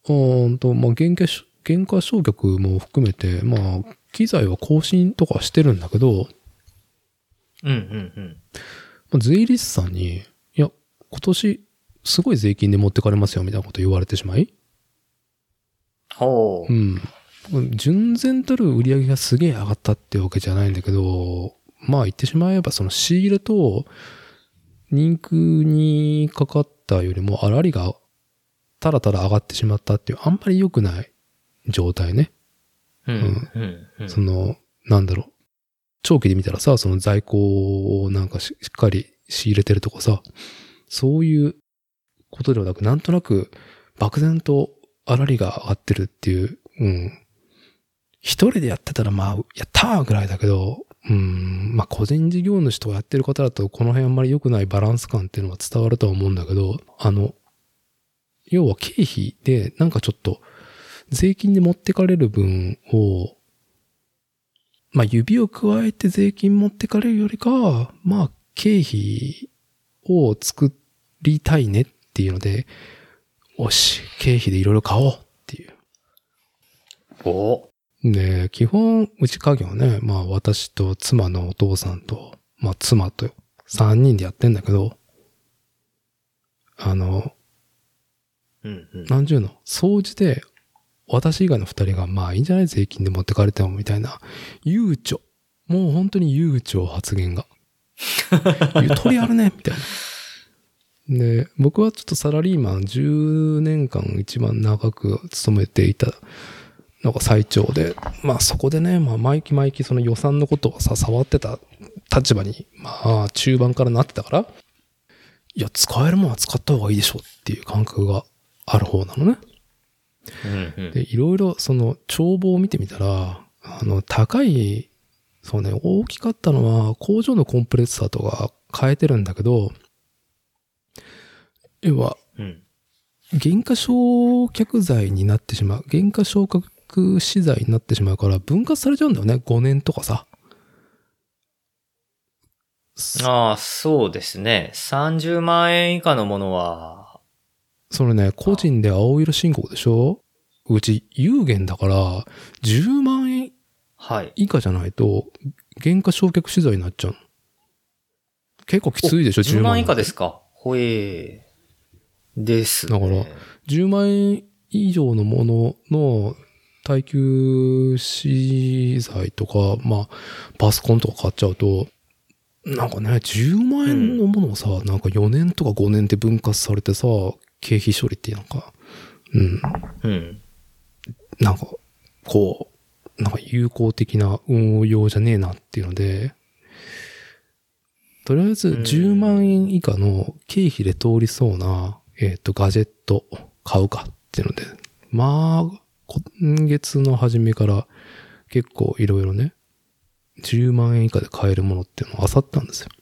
ーんと、まあ、原価、原価償却も含めて、まあ、機材は更新とかしてるんだけど、 うんうんうん。 まあ、税理士さんに、いや、今年、すごい税金で持ってかれますよ、みたいなこと言われてしまい。 ほう。 うん。純然たる売り上げがすげえ上がったってわけじゃないんだけど、まあ言ってしまえば、その仕入れと、人空にかかったよりも、あらりが、たらたら上がってしまったっていう、あんまり良くない状態ね。 うん。うん。うん、 その、なんだろう。長期で見たらさ、その在庫をなんか し, しっかり仕入れてるとかさ、そういうことではなく、なんとなく漠然とあらりが上がってるっていう、うん。一人でやってたらまあ、やったーぐらいだけど、うん、まあ個人事業主とかやってる方だとこの辺あんまり良くないバランス感っていうのは伝わるとは思うんだけど、あの、要は経費でなんかちょっと税金で持ってかれる分を、まあ指を加えて税金持ってかれるよりかは、まあ経費を作りたいねっていうので、よし、経費でいろいろ買おうっていう。 おで、基本、うち家業ね、まあ私と妻のお父さんと、まあ妻とさんにんでやってんだけど、あの、 うんうん。 なんちゅうの、掃除で、私以外の二人が、まあいいんじゃない税金で持ってかれてもみたいな、悠長。もう本当に悠長発言が。ゆとりあるね、みたいな。で、僕はちょっとサラリーマンじゅうねんかん一番長く勤めていたのが最長で、まあそこでね、まあ毎期毎期その予算のことをさ、触ってた立場に、まあ中盤からなってたから、いや、使えるものは使った方がいいでしょっていう感覚がある方なのね。 うんうん、 で、いろいろその帳簿を見てみたら、あの、高い、そうね、大きかったのは工場のコンプレッサーとか変えてるんだけど、要は、 うん、 減価償却剤になってしまう。減価償却資材になってしまうから分割されちゃうんだよね。ごねんとかさ。 ああ、そうですね。さんじゅうまんえん以下のものは。 それね、個人で青色申告でしょ？うち有限だから、じゅうまんえん以下じゃないと、減価償却資材になっちゃうの。結構きついでしょ、 じゅうまん以下ですか。ほえー。ですね。 だから、じゅうまんえん以上のものの耐久資材とか、まあ、パソコンとか買っちゃうと、なんかね、じゅうまんえんのものをさ、うん、なんかよねんとかごねんって分割されてさ、経費処理ってなんか、うん。 うん。 なんか、こう、なんか有効的な運用じゃねえなっていうので、とりあえずじゅうまんえん以下の経費で通りそうな、えっと、ガジェット買うかっていうので、まあ、今月の初めから結構いろいろね、じゅうまんえん以下で買えるものっていうのを漁ったんですよ。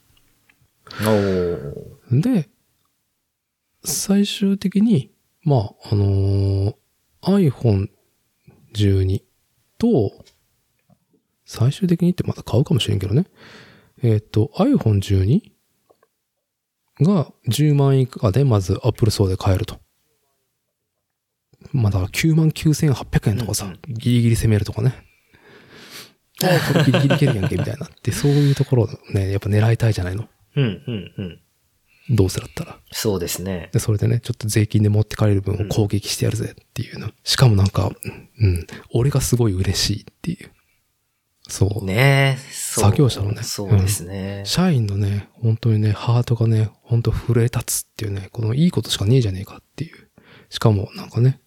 おで、最終的に、まあ、あのー、アイフォンじゅうに と、最終的にってまた買うかもしれんけどね。えっと、アイフォンじゅうに がじゅうまんえん以下でまず Apple Store で買えると。まあだからきゅうまんきゅうせんはっぴゃくえんとかさ、うんうん、ギリギリ攻めるとかね。ああ、これギリギリいけるやんけみたいなって、そういうところね、やっぱ狙いたいじゃないの。 うんうんうん。 どうせだったら。 そうですね。 で、それでね、ちょっと税金で持ってかれる分を攻撃してやるぜっていうの。うん、しかもなんか、うん、俺がすごい嬉しいっていう。そう。 ねえ、 作業者のね。 そうですね、 うん。社員のね、本当にね、ハートがね、本当震え立つっていうね、このいいことしかねえじゃねえかっていう。しかもなんかね、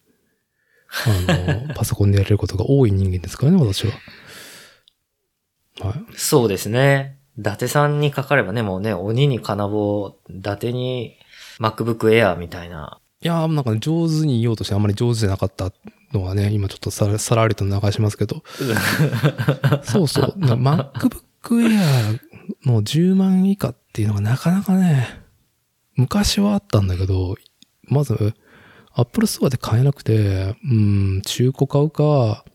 あの、パソコンでやれることが多い人間ですからね、私は。 はい。そうですね。伊達さんにかかればね、もうね、鬼に金棒、伊達に MacBook Air みたいな。 いやー、なんか、ね、上手に言おうとしてあんまり上手じゃなかったのはね、今ちょっとさらさらりと流しますけど。そうそう。MacBook Air のじゅうまん以下っていうのがなかなかね、昔はあったんだけど、まず、Apple Store で買えなくて、うん、中古買うか、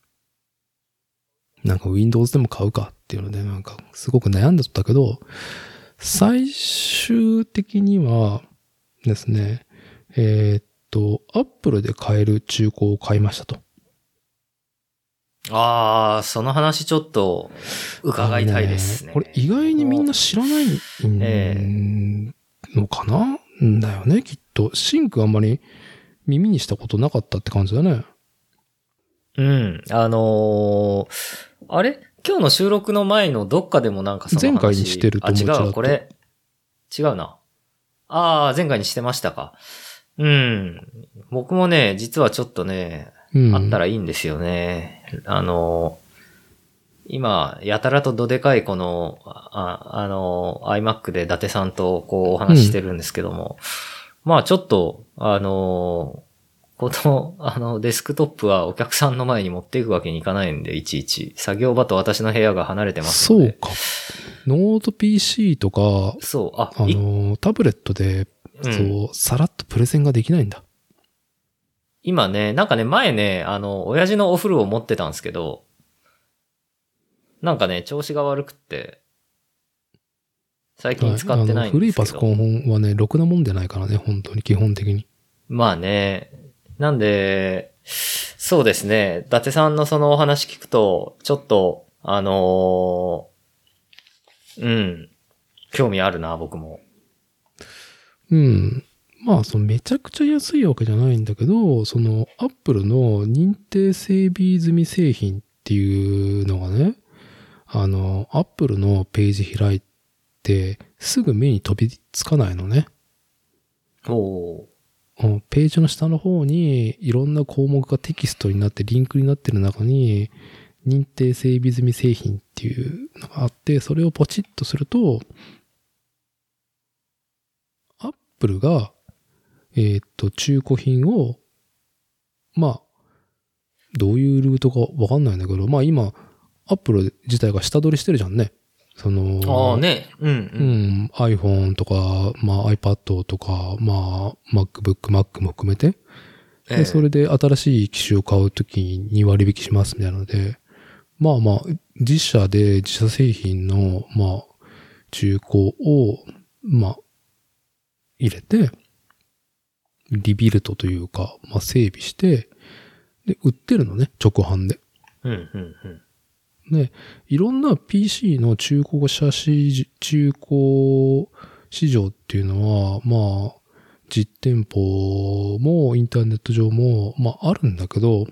なんか Windows でも買うかっていうので、なんかすごく悩んでたけど、最終的にはですね、えー、っと、アップルで買える中古を買いましたと。 ああ、その話ちょっと伺いたいですね。 これ意外にみんな知らないのかな、えー、んだよね、きっと。シンクあんまり耳にしたことなかったって感じだね。 うん。あのー、あれ今日の収録の前のどっかでもなんかその話。 前回にしてると思う。 あ、違う、これ。違うな。ああ、前回にしてましたか。うん。僕もね、実はちょっとね、うん、あったらいいんですよね。あの、今、やたらとどでかいこの、あ, あの、iMac で伊達さんとこうお話ししてるんですけども、うん、まあちょっと、あの、この、あの、デスクトップはお客さんの前に持っていくわけにいかないんで、いちいち。作業場と私の部屋が離れてますので。 そうか。ノート ピーシー とか、 そう、あ、 あの、タブレットで、そう、うん、さらっとプレゼンができないんだ。 今ね、なんかね、前ね、あの、親父のお風呂を持ってたんですけど、なんかね、調子が悪くって、最近使ってないんですけど。 古いパソコンはね、ろくなもんでないからね、本当に、基本的に。 まあね、なんで、そうですね、伊達さんのそのお話聞くと、ちょっと、あのー、うん、興味あるな、僕も。 うん。まあ、そのめちゃくちゃ安いわけじゃないんだけど、その、アップルの認定整備済み製品っていうのがね、あの、アップルのページ開いて、すぐ目に飛びつかないのね。 おー。 ページの下の方にいろんな項目がテキストになってリンクになってる中に認定整備済み製品っていうのがあって、それをポチッとすると、アップルが、えっと、中古品を、まあ、どういうルートかわかんないんだけど、まあ今、アップル自体が下取りしてるじゃんね。その、 ああね。うん、うん。 うん。iPhone とか、まあ iPad とか、まあ MacBook、Mac も含めて。で、ええ、それで新しい機種を買うときに割引しますみたいなので、まあまあ、自社で自社製品の、まあ、中古を、まあ、入れて、リビルトというか、まあ整備して、で、売ってるのね、直販で。 うん、うん、うん。 で、いろんな ピーシー の中古車市、中古市場っていうのは、まあ、実店舗もインターネット上も、まああるんだけど、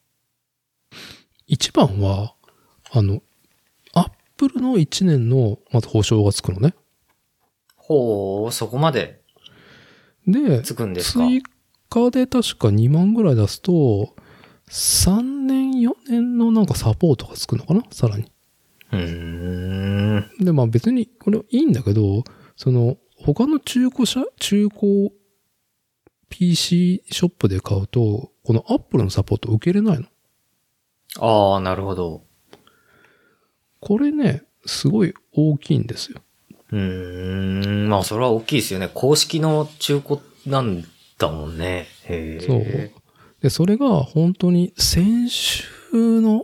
一番は、あの、アップルのいちねんの、まず保証がつくのね。 ほう、そこまで。 で、 つくんですか。 追加で確かにまんぐらい出すと、さんねんよねんのなんかサポートがつくのかなさらに。 うーん。 で、まあ別にこれいいんだけど、その他の中古車、中古 ピーシー ショップで買うと、このアップルのサポート受けれないの。 ああ、なるほど。 これね、すごい大きいんですよ。 うーん。まあそれは大きいですよね。公式の中古なんだもんね。へえ。 そう。で、それが本当に先週の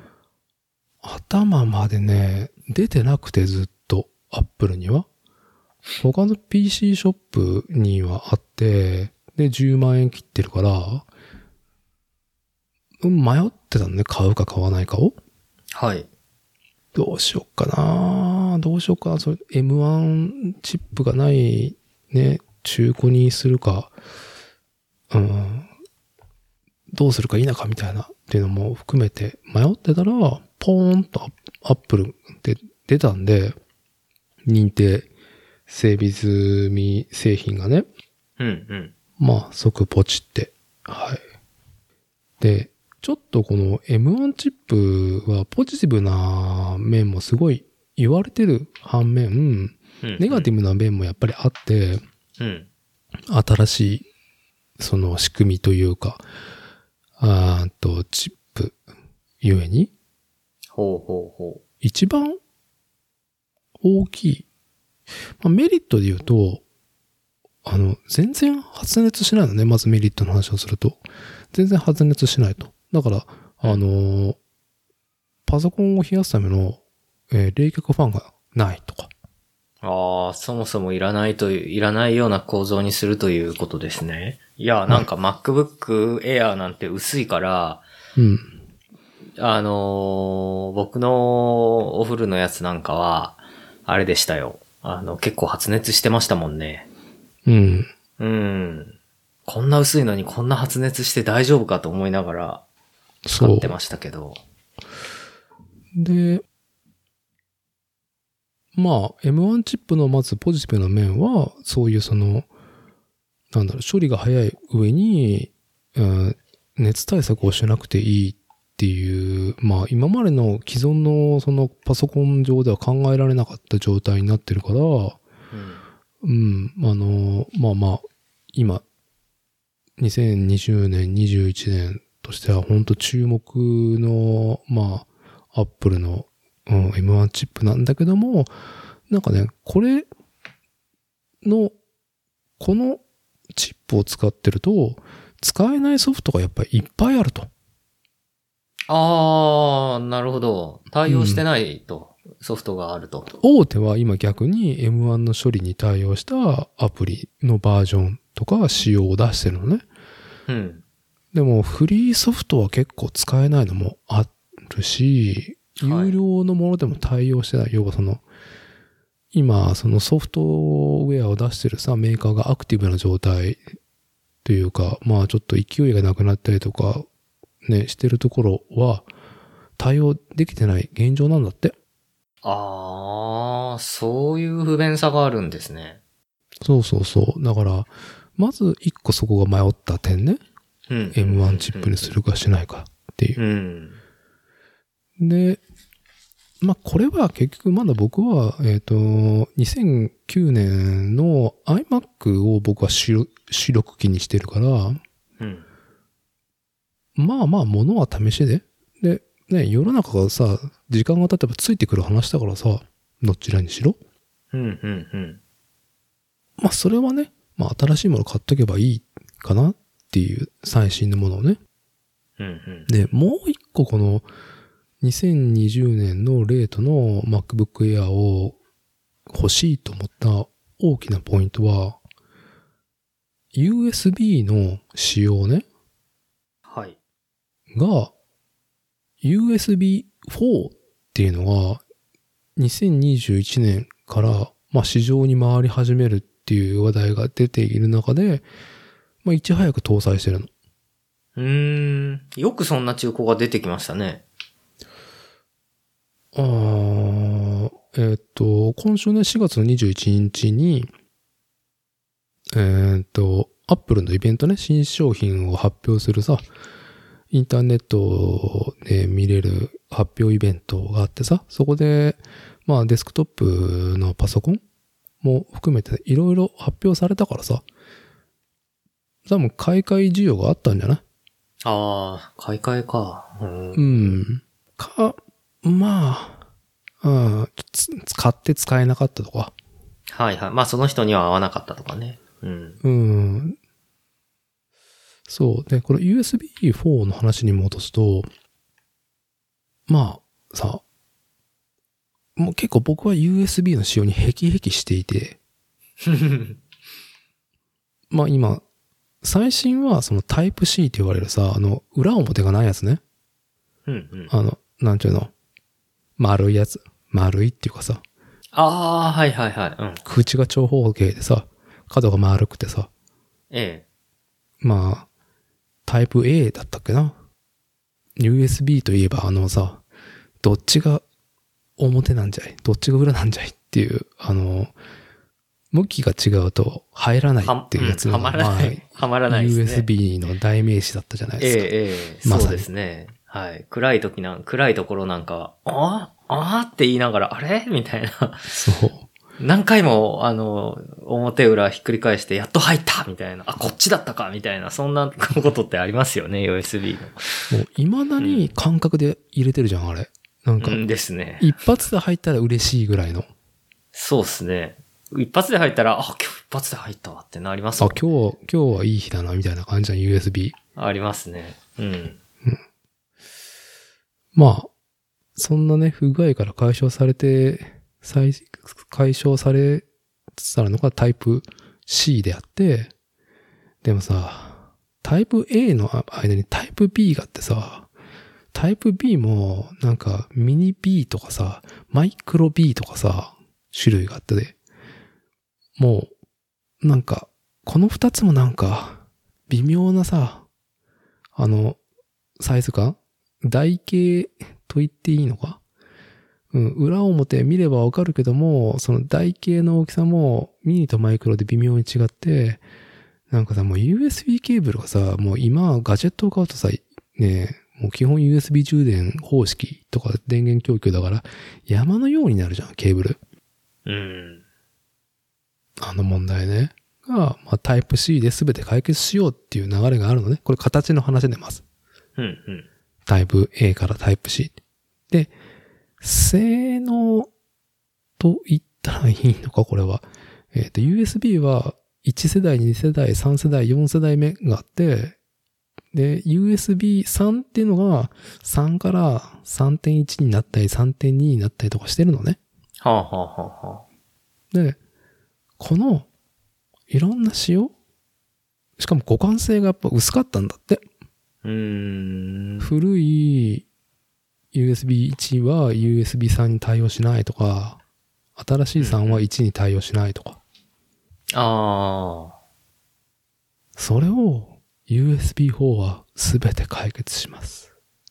頭までね、出てなくてずっと、アップルには。他の ピーシー ショップにはあって、で、じゅうまんえん切ってるから、うん、迷ってたのね、買うか買わないかを。 はい。 どうしよっかなどうしよっかなそれ、エムワン チップがないね、中古にするか、うん、どうするか否かみたいなっていうのも含めて迷ってたら、ポーンとアップルで出たんで、認定整備済み製品がね。 うんうん。 まあ、即ポチって。はい。で、ちょっとこの エムワン チップはポジティブな面もすごい言われてる反面、うんうん、ネガティブな面もやっぱりあって、 うん、 新しいその仕組みというか、あーとチップゆえに、 ほうほうほう。 一番大きい、まあ、メリットで言うと、あの、全然発熱しないのね。まずメリットの話をすると。全然発熱しないと。だから、あのー、パソコンを冷やすための、えー、冷却ファンがないとか。 ああ、そもそもいらないという、いらないような構造にするということですね。いや、なんか MacBook Air なんて薄いから、 うん。 あのー、僕のお風呂のやつなんかは、あれでしたよ。あの、結構発熱してましたもんね。 うん。 うん。こんな薄いのにこんな発熱して大丈夫かと思いながら使ってましたけど。 で、まあ、エムワン チップのまずポジティブな面は、そういうその、なんだろう、処理が早い上に、うん、熱対策をしなくていいっていう、まあ今までの既存のそのパソコン上では考えられなかった状態になってるから、うん、うん、あの、まあまあ、今、にせんにじゅうねん、にじゅういちねんとしては本当注目の、まあ、アップルの、うん、エムワン チップなんだけども、なんかね、これの、このチップを使ってると、使えないソフトがやっぱりいっぱいあると。 あー、なるほど。対応してないと、うん、ソフトがあると。 大手は今逆に エムワン の処理に対応したアプリのバージョンとか仕様を出してるのね。 うん。 でもフリーソフトは結構使えないのもあるし、有料のものでも対応してない。はい、要はその、今そのソフトウェアを出してるさ、メーカーがアクティブな状態というか、まあちょっと勢いがなくなったりとか、ね、してるところは対応できてない現状なんだって。 ああ、そういう不便さがあるんですね。 そうそうそう。だから、まず一個そこが迷った点ね。うん、エムワン チップにするかしないかっていう。うん、で、まあこれは結局まだ僕は、えっと、にせんきゅうねんの iMac を僕は主力機にしてるから、うん、まあまあ物は試しで。で、ね、世の中がさ、時間が経てばついてくる話だからさ、どちらにしろ。 うんうんうん。 まあそれはね、まあ新しいもの買っとけばいいかなっていう最新のものをね。 うんうん、 で、もう一個このにせんにじゅうねんのレートの MacBook Air を欲しいと思った大きなポイントは、ユーエスビー の仕様ね。 はい。 が、ユーエスビーフォー っていうのが、にせんにじゅういちねんから、まあ、市場に回り始めるっていう話題が出ている中で、まあ、いち早く搭載してるの。 うーん。よくそんな中古が出てきましたね。 あー、えー、っと、今週ね、しがつのにじゅういちにちに、えー、っと、アップルのイベントね、新商品を発表するさ、インターネットで見れる発表イベントがあってさ、そこで、まあデスクトップのパソコンも含めていろいろ発表されたからさ、多分買い替え需要があったんじゃない？ ああ、買い替えか。うん。 うん。か、まあ、うん、使って使えなかったとか。 はいはい。まあその人には合わなかったとかね。うん。 うん。そう。で、これ ユーエスビーフォー の話に戻すと、まあ、さ、もう結構僕は ユーエスビー の仕様にヘキヘキしていて、まあ今、最新はそのタイプ C って言われるさ、あの、裏表がないやつね。 うんうん。 あの、なんていうの、丸いやつ。丸いっていうかさ。 ああ、はいはいはい。うん。 口が長方形でさ、角が丸くてさ。 ええ。 まあ、タイプ A だったっけな。ユーエスビー といえばあのさ、どっちが表なんじゃい、どっちが裏なんじゃいっていう、あの、向きが違うと入らないっていうやつが、 はまらない。はまらないですね。 ユーエスビー の代名詞だったじゃないですか。 ええ、ええ、まそうですね。はい。暗い時なん、暗いところなんか、ああああって言いながら、あれみたいな。 そう。 何回も、あの、表裏ひっくり返して、やっと入ったみたいな。あ、こっちだったかみたいな。そんなことってありますよね、ユーエスビー の。 もう、未だに感覚で入れてるじゃん、あれ。なんか。 うんですね。 一発で入ったら嬉しいぐらいの。 そうっすね。一発で入ったら、あ、今日一発で入ったわってなりますもんね。 あ、今日、今日はいい日だな、みたいな感じの ユーエスビー。 ありますね。うん。うん、 まあ、そんなね、不具合から解消されて、 再解消されつつあるのがタイプ C であって、でもさ、タイプ A の間にタイプ B があってさ、タイプ B もなんかミニ B とかさ、マイクロ B とかさ、種類があってで、もうなんかこの二つもなんか微妙なさ、あのサイズ感、台形と言っていいのか、うん、裏表見ればわかるけども、その台形の大きさもミニとマイクロで微妙に違って、なんかさ、もう ユーエスビー ケーブルがさ、もう今ガジェットを買うとさ、ね、もう基本 ユーエスビー 充電方式とか電源供給だから山のようになるじゃん、ケーブル。 うん。 あの問題ね。が、まあ、タイプ C で全て解決しようっていう流れがあるのね。これ形の話でます。 うんうん。 タイプ A からタイプ C。で、性能と言ったらいいのか、これは。えっと、ユーエスビー はいち世代、に世代、さん世代、よん世代目があって、で、ユーエスビースリー っていうのがさんから さんてんいち になったり さんてんに になったりとかしてるのね。 はあはあはあはあ。 で、このいろんな仕様、しかも互換性がやっぱ薄かったんだって。 うーん。 古い ユーエスビーワン は ユーエスビースリー に対応しないとか、新しいさんはいちに対応しないとか。 ああ。 それを ユーエスビーフォー はすべて解決します。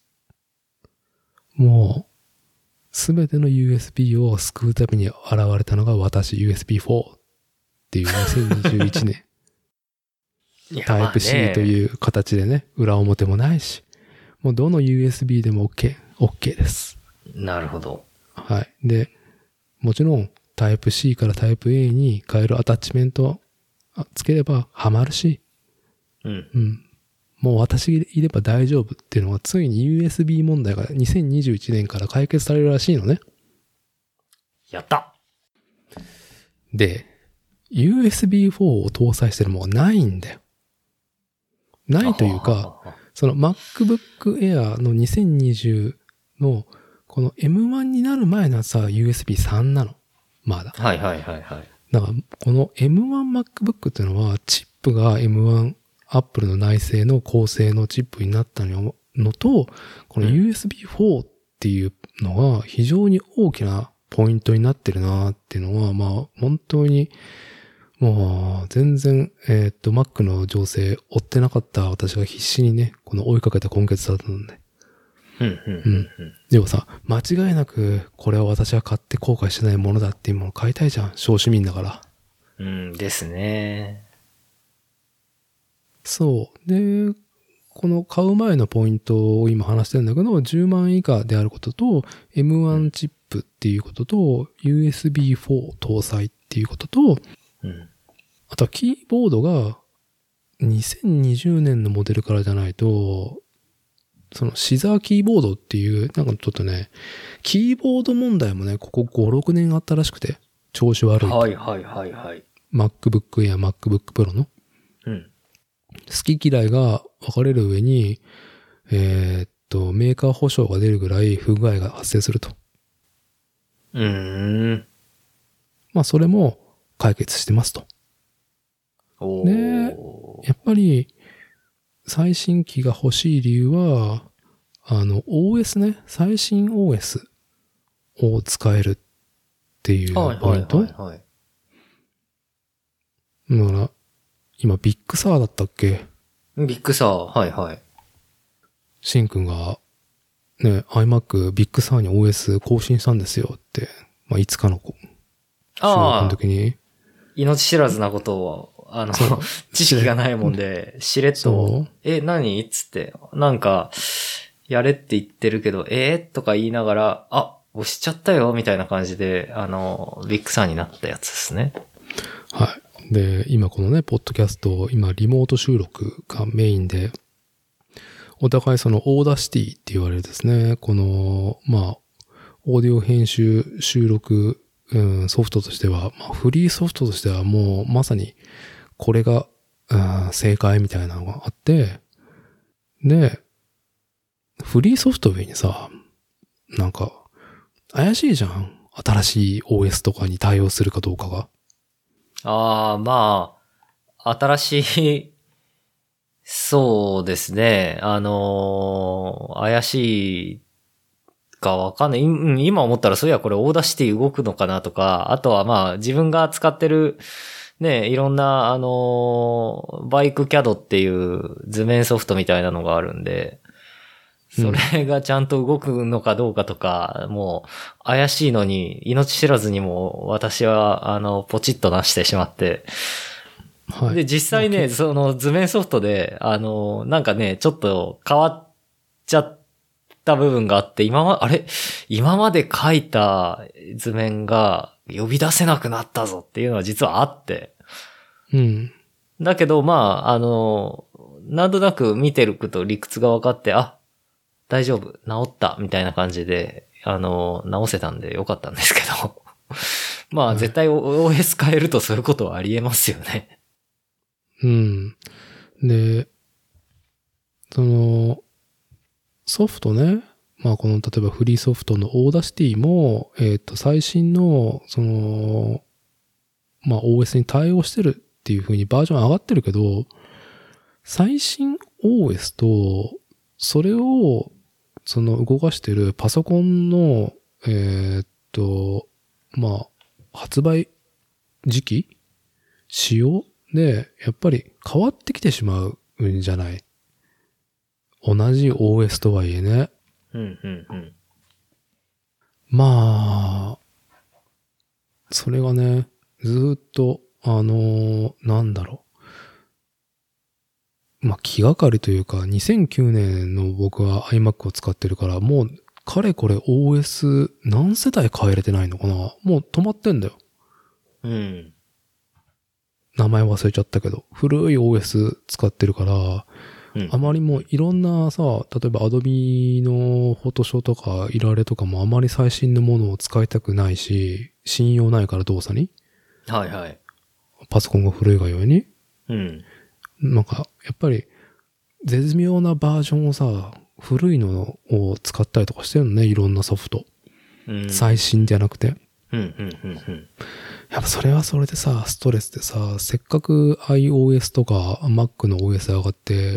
もう、すべての ユーエスビー を救うために現れたのが私 ユーエスビーフォー っていうにせんにじゅういちねん。タイプ C という形でね、裏表もないし、もうどの ユーエスビー でも OK、OK です。 なるほど。 はい。で、もちろんタイプ C からタイプ A に変えるアタッチメントつければハマるし、 うん。 うん。もう私いれば大丈夫っていうのはついに ユーエスビー 問題がにせんにじゅういちねんから解決されるらしいのね。 やったで、ユーエスビーフォー を搭載してるものがないんだよ。ないというか、その MacBook Air のにせんにじゅうのこの エムワン になる前のさ ユーエスビースリー なの。まだ。 はいはいはいはい。 だからこの エムワン MacBook っていうのはチップが エムワン Apple の内製の高性能チップになったのと、この ユーエスビーフォー っていうのが非常に大きなポイントになってるなっていうのは、まあ本当にもう全然、えっと Mac の情勢追ってなかった私が必死にね、この追いかけた今月だったので。 うんうんうんうん。 でもさ、間違いなくこれは私は買って後悔しないものだっていうものを買いたいじゃん。小市民だから。 うんですね。 そう。で、この買う前のポイントを今話してるんだけど、じゅうまん以下であることと、エムワン チップっていうことと、ユーエスビーフォー 搭載っていうことと、 うん、 あとはキーボードがにせんにじゅうねんのモデルからじゃないと、そのシザーキーボードっていう、なんかちょっとね、キーボード問題もね、ここご、ろくねんあったらしくて、調子悪い。 はいはいはいはい。 MacBook Air、MacBook Pro の。 うん。 好き嫌いが分かれる上に、えー、っと、メーカー保証が出るぐらい不具合が発生すると。 うーん。 まあ、それも解決してますと。 おで、やっぱり、最新機が欲しい理由は、あの、オーエス ね、最新 オーエス を使えるっていうポイント。 はいはいはい、はい。 だから、今、ビッグサーだったっけ？ ビッグサー、はいはい。 シンくんが、ね、iMac ビッグサーに オーエス 更新したんですよって、まあ、いつかの収録の時に。 命知らずなことを、あの、知識がないもんで、しれっと、え、何っつって、なんか、やれって言ってるけど、えー、とか言いながら、あ、押しちゃったよ、みたいな感じで、あの、ビッグサーになったやつですね。 はい。で、今このね、ポッドキャスト、今リモート収録がメインで、お互いそのオーダーシティって言われるですね、この、まあ、オーディオ編集、収録、うん、ソフトとしては、まあ、フリーソフトとしてはもうまさにこれが、うん、正解みたいなのがあって、で、フリーソフト上にさ、なんか、怪しいじゃん。 新しい オーエス とかに対応するかどうかが。 ああ、まあ、新しい、そうですね。あのー怪しいかわかんない。うん今思ったらそういやこれオーダーシティ動くのかなとか、あとはまあ自分が使ってるね、いろんなあのーバイクキャドっていう図面ソフトみたいなのがあるんで、それがちゃんと動くのかどうかとか、もう怪しいのに命知らずにも私はあのポチッとなしてしまって、 はい。 で、実際ね、その図面ソフトで、あの、なんかね、ちょっと変わっちゃった部分があって、今ま、あれ今まで書いた図面が呼び出せなくなったぞっていうのは実はあって。 うん。 だけど、まあ、あの、なんとなく見てると理屈が分かって、あ、大丈夫、治った、みたいな感じで、あの、直せたんでよかったんですけど。まあ、 はい、 絶対 オーエス 変えるとそういうことはありえますよね。 うん。で、その、ソフトね。まあこの、例えばフリーソフトのオーダーシティも、えっと、最新の、その、まあ オーエス に対応してるっていう風にバージョン上がってるけど、最新 オーエス と、それを、その動かしてるパソコンの、えっと、まあ、発売時期仕様で、やっぱり変わってきてしまうんじゃない。同じ オーエス とはいえね。 うん、うん、うん。 まあ、それがね、ずーっと、あのーなんだろう。まあ、気がかりというか、にせんきゅうねんの僕は iMac を使ってるから、もう、かれこれ オーエス 何世代変えれてないのかな。もう止まってんだよ。 うん。 名前忘れちゃったけど、古い オーエス 使ってるから、 うん、 あまりもういろんなさ、例えば Adobe の Photoshop とかいられとかもあまり最新のものを使いたくないし、信用ないから動作に。 はいはい。 パソコンが古いがゆえに。 うん。 なんか、やっぱり、絶妙なバージョンをさ、古いのを使ったりとかしてるのね、いろんなソフト。 うん、 最新じゃなくて。 うん、うん、うん、うん。 やっぱそれはそれでさ、ストレスでさ、せっかく iOS とか Mac の オーエス 上がって、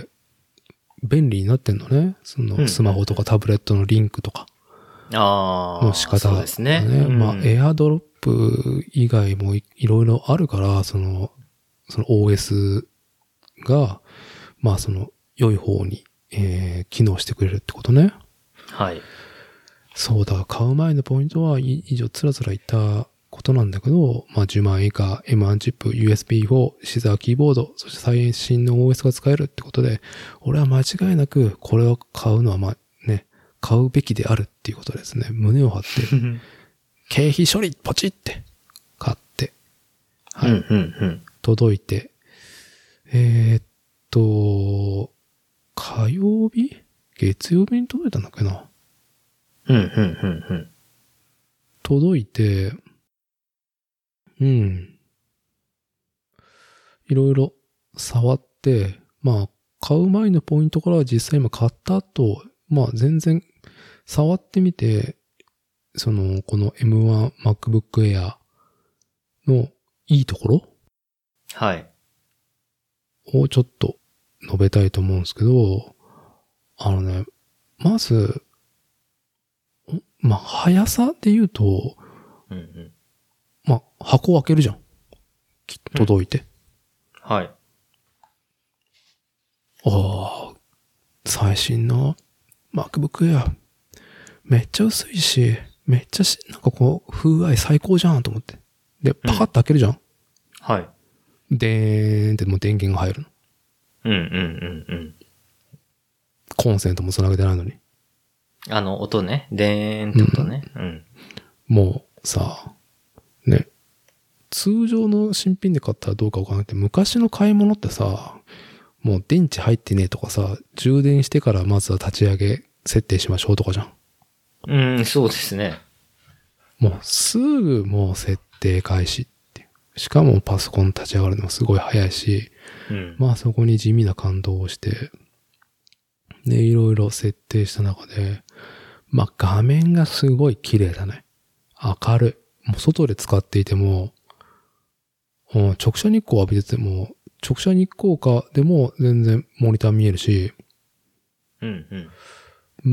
便利になってんのね。そのスマホとかタブレットのリンクとかああ。 の仕方、ね。 そうですね。うん、 まあ、エアドロップ以外も い, いろいろあるから、その、その オーエス が、まあその、良い方に、えー、機能してくれるってことね。 はい。 そうだ、買う前のポイントは以上つらつら言ったことなんだけど、まあじゅうまんえん以下、エムワン チップ、ユーエスビーフォー、シザーキーボード、そして最新の オーエス が使えるってことで、俺は間違いなくこれを買うのはまあね、買うべきであるっていうことですね。胸を張って、経費処理ポチって買って、 はい。うんうんうん、 届いて、えー、っと、火曜日月曜日に届いたんだっけな。 うんうんうんうん。 届いて、うん。いろいろ触って、まあ、買う前のポイントからは実際今買った後、まあ全然触ってみて、その、この エムワン MacBook Air のいいところはい。 をちょっと述べたいと思うんですけど、あのね、まず、まあ、速さで言うと、 うんうん、 まあ、箱を開けるじゃん。届いて。 うん、はい。 ああ、最新の MacBook Air、めっちゃ薄いし、めっちゃし、なんかこう、風合い最高じゃんと思って。で、パカッと開けるじゃん。うん、 はい。 でーんってもう電源が入るの。 うんうんうんうん。 コンセントも繋げてないのに。 あの、音ね。でーんって音ね。うん。うん、 もうさ、ね。通常の新品で買ったらどうかわからなくて、昔の買い物ってさ、もう電池入ってねえとかさ、充電してからまずは立ち上げ設定しましょうとかじゃん。 うん、そうですね。 もうすぐもう設定開始っていう。しかもパソコン立ち上がるのもすごい早いし、うん、まあそこに地味な感動をして、で、いろいろ設定した中で、まあ画面がすごい綺麗だね。 明るい。もう外で使っていても、うん、直射日光浴びてても、直射日光下でも全然モニター見えるし、 うんうん。 うん。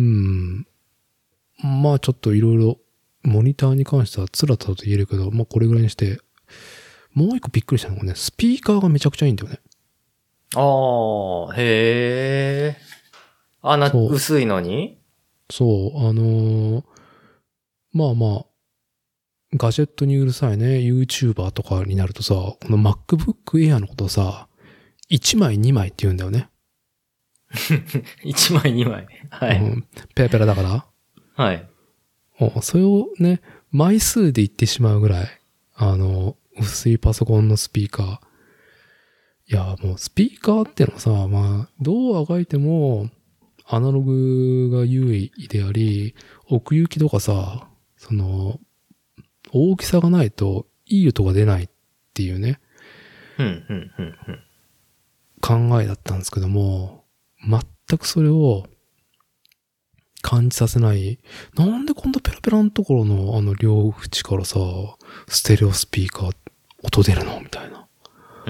まあちょっといろいろ、モニターに関してはつらつらと言えるけど、まあこれぐらいにして、もう一個びっくりしたのがね、スピーカーがめちゃくちゃいいんだよね。 ああ、へえ。あんな薄いのに？ そう、あのー、まあまあ、ガジェットにうるさいね、YouTuber とかになるとさ、この MacBook Air のことをさ、いちまいにまいって言うんだよね。 いちまいにまい。はい。 うん、ペラペラだから。 はい。 それをね、枚数で言ってしまうぐらい、あの、薄いパソコンのスピーカー。いや、もうスピーカーってのはさ、まあ、どうあがいても、アナログが優位であり、奥行きとかさ、その、大きさがないといい音が出ないっていうね、 うんうんうんうん、 考えだったんですけども、全くそれを感じさせない。なんでこんなペラペラのところのあの両縁からさ、ステレオスピーカー音出るのみたいな。 うん、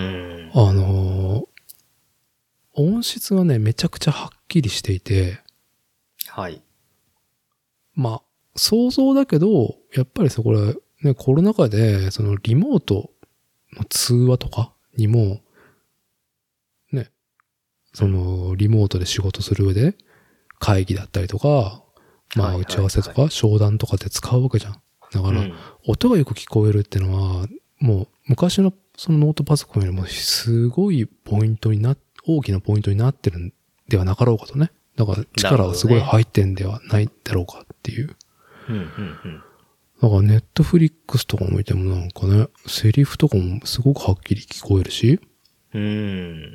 あの、音質がね、めちゃくちゃはっきりしていて、 はい。 まあ、想像だけど、やっぱりそこら、ね、コロナ禍で、そのリモートの通話とかにも、ね、そのリモートで仕事する上で、会議だったりとか、まあ打ち合わせとか商談とかで使うわけじゃん。だから、音がよく聞こえるってのは、もう昔のそのノートパソコンよりもすごいポイントにな、大きなポイントになってるんではなかろうかとね。だから力がすごい入ってんではないだろうかっていう。 うんうんうん。 だからネットフリックスとか見てもなんかね、セリフとかもすごくはっきり聞こえるし。 うん。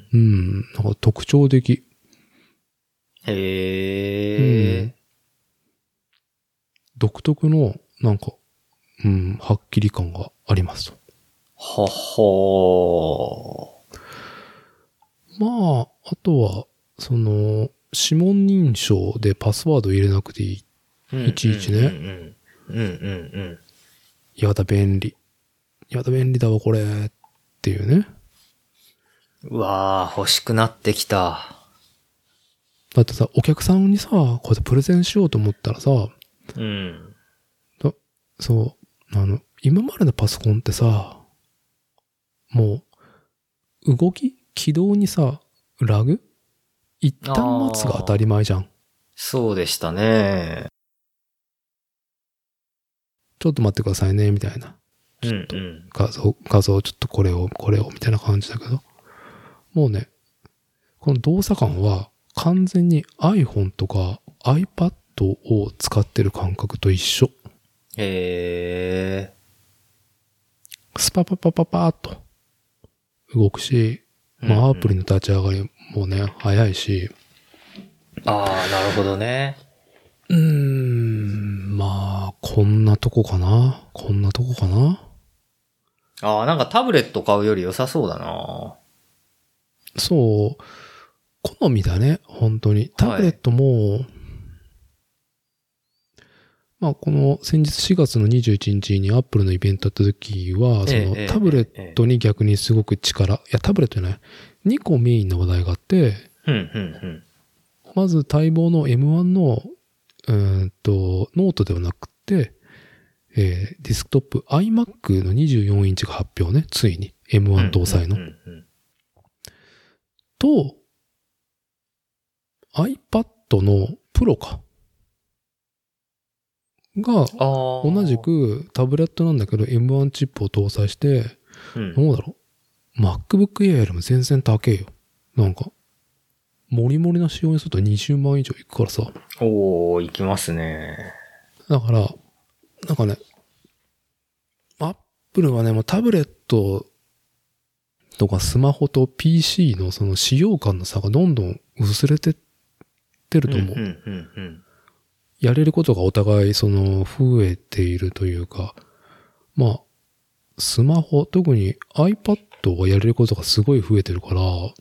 うん。なんか特徴的。 へー。うん。 独特の、なんか、うん、はっきり感がありますと。 ははー。まあ、あとは、その、指紋認証でパスワード入れなくていい。うん、いちいちね。うんうんうん。うんうんうん。 やだ、便利。やだ、便利だわ、これ。っていうね。 うわー、欲しくなってきた。 だってさ、お客さんにさ、こうやってプレゼンしようと思ったらさ、 うん。 だそう、あの、今までのパソコンってさ、もう、動き起動にさ、ラグ一旦待つが当たり前じゃん。 そうでしたね。 ちょっと待ってくださいね、みたいな。ちょっと画像、画像、ちょっとこれを、これを、みたいな感じだけど。もうね、この動作感は完全に iPhone とか iPad を使ってる感覚と一緒。 へー。スパパパパパーっと動くし、まあアプリの立ち上がりもね、早いし。 ああ、なるほどね。 うーん、まあ、こんなとこかな。こんなとこかな。 ああ、なんかタブレット買うより良さそうだな。 そう。好みだね、本当に。タブレットも、はい、まあ、この先日しがつのにじゅういちにちに Apple のイベントやった時は、そのタブレットに逆にすごく力、いやタブレットじゃない、にこメインの話題があって、 うんうんうん、 まず待望の エムワン の、うーんと、ノートではなくて、えー、ディスクトップ iMac のにじゅうよんインチが発表ね、ついに エムワン 搭載の。と、iPad の Pro か。が、同じくタブレットなんだけど エムワン チップを搭載して、うん、どうだろう ?MacBook Air よりも全然高えよ。なんか、モリモリな仕様にするとにじゅうまん以上いくからさ。 おー、いきますね。 だから、なんかね、Apple はね、もうタブレットとかスマホと ピーシー のその使用感の差がどんどん薄れてってると思う。うんうんうんうん、やれることがお互いその増えているというか、まあ、スマホ、特に iPad がやれることがすごい増えてるから、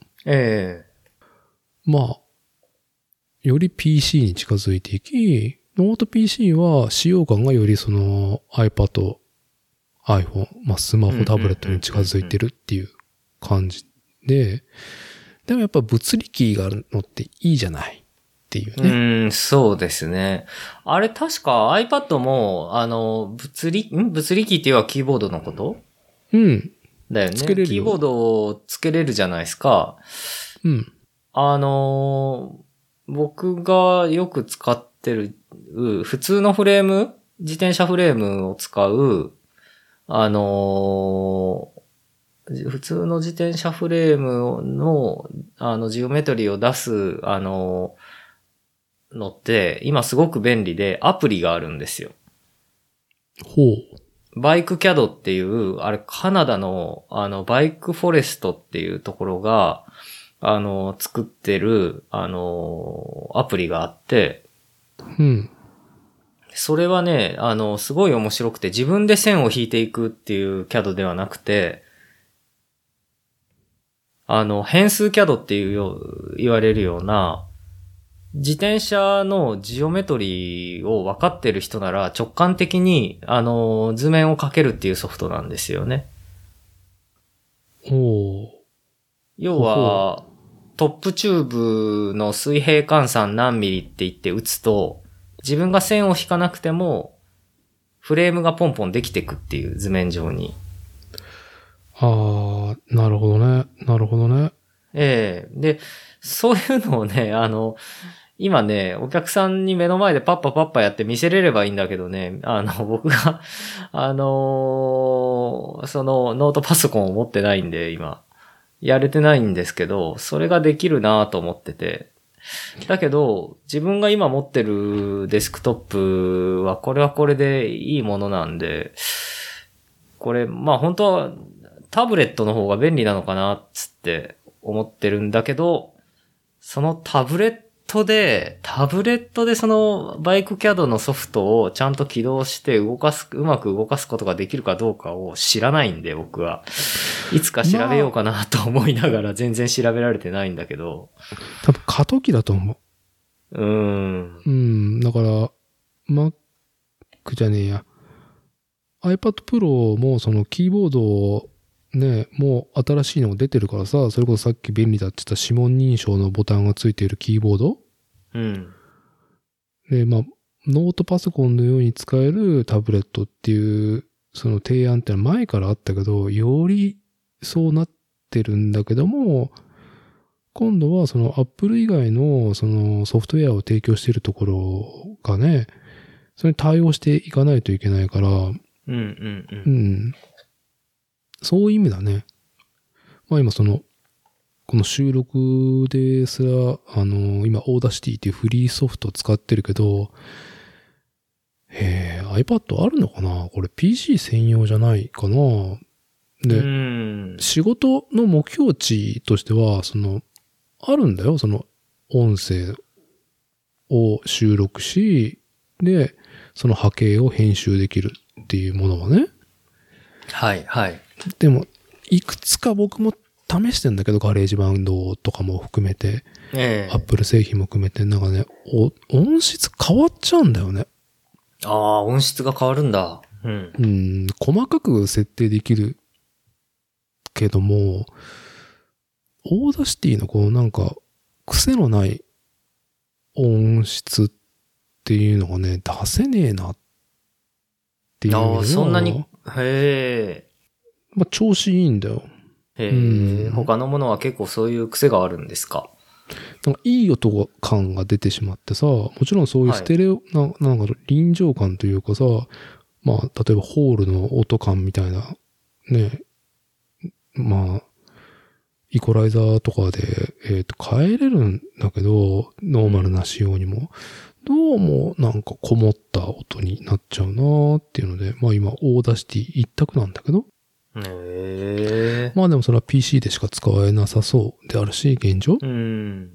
ええー、まあ、より ピーシー に近づいていき、 ノート ピーシー は使用感がよりその iPad、iPhone、まあスマホ、タブレットに近づいてるっていう感じで、でもやっぱ物理キーがあるのっていいじゃないっていうね。 うん、そうですね。あれ確か iPad も、あの、物理、ん物理キーっていうのはキーボードのことうん。 だよね。 つけれるよ。 キーボードをつけれるじゃないですか。 うん。 あの、僕がよく使ってる、普通のフレーム、自転車フレームを使う、あの、普通の自転車フレームの、あの、ジオメトリーを出す、あの、のって、今すごく便利で、アプリがあるんですよ。 ほう。 バイクキャドっていう、あれカナダの、あの、バイクフォレストっていうところが、あの、作ってる、あの、アプリがあって、 うん。 それはね、あの、すごい面白くて、自分で線を引いていくっていうキャドではなくて、あの、変数キャドっていうよう、言われるような、自転車のジオメトリーを分かってる人なら直感的に、あの、図面を描けるっていうソフトなんですよね。 ほう。 要は、トップチューブの水平換算何ミリって言って打つと、自分が線を引かなくても、フレームがポンポンできてくっていう図面上に。 ああ、なるほどね。なるほどね。 ええで、そういうのをね、あの、今ね、お客さんに目の前でパッパパッパやって見せれればいいんだけどね、あの、僕が、あのーそのノートパソコンを持ってないんで、今。やれてないんですけど、それができるなと思ってて。だけど、自分が今持ってるデスクトップは、これはこれでいいものなんで、これ、まあ本当はタブレットの方が便利なのかな、つって思ってるんだけど、そのタブレットで、タブレットでそのバイクキャドのソフトをちゃんと起動して動かす、うまく動かすことができるかどうかを知らないんで、僕は。いつか調べようかなと思いながら全然調べられてないんだけど。 多分過渡期だと思う。うーん。 う。うん。だから、Mac じゃねえや。iPad Pro もそのキーボードをね、もう新しいのが出てるからさ、それこそさっき便利だって言った指紋認証のボタンがついているキーボード。 うん。 で、まあ、ノートパソコンのように使えるタブレットっていう、その提案ってのは前からあったけど、よりそうなってるんだけども、今度はその Apple 以外のそのソフトウェアを提供しているところがね、それに対応していかないといけないから、 うんうんうん。 うん。そういう意味だね。まあ今その、この収録ですら、あの、今、オーダーシティっていうフリーソフトを使ってるけど、へえ、iPad あるのかなこれ ピーシー 専用じゃないかなで、 うん。 仕事の目標値としては、その、あるんだよ。その、音声を収録し、で、その波形を編集できるっていうものはね。 はいはい。 でも、いくつか僕も試してんだけど、ガレージバンドとかも含めて、 ええ。 アップル製品も含めて、なんかね、お音質変わっちゃうんだよね。 ああ、音質が変わるんだ。うん。 うん、細かく設定できるけども、オーダーシティのこうなんか、癖のない音質っていうのがね、出せねえなっていう意味では。 ああ、そんなに、へえ。 まあ、調子いいんだよ。 へえ、 うん他のものは結構そういう癖があるんですか？ なんかいい音感が出てしまってさ、もちろんそういうステレオ、はい、ななんか臨場感というかさ、まあ、例えばホールの音感みたいな、ね、まあ、イコライザーとかで、えっと、変えれるんだけど、ノーマルな仕様にも、どうもなんかこもった音になっちゃうなーっていうので、まあ今、オーダーシティ一択なんだけど、 へえ。 まあでもそれは ピーシー でしか使えなさそうであるし、現状。 うん。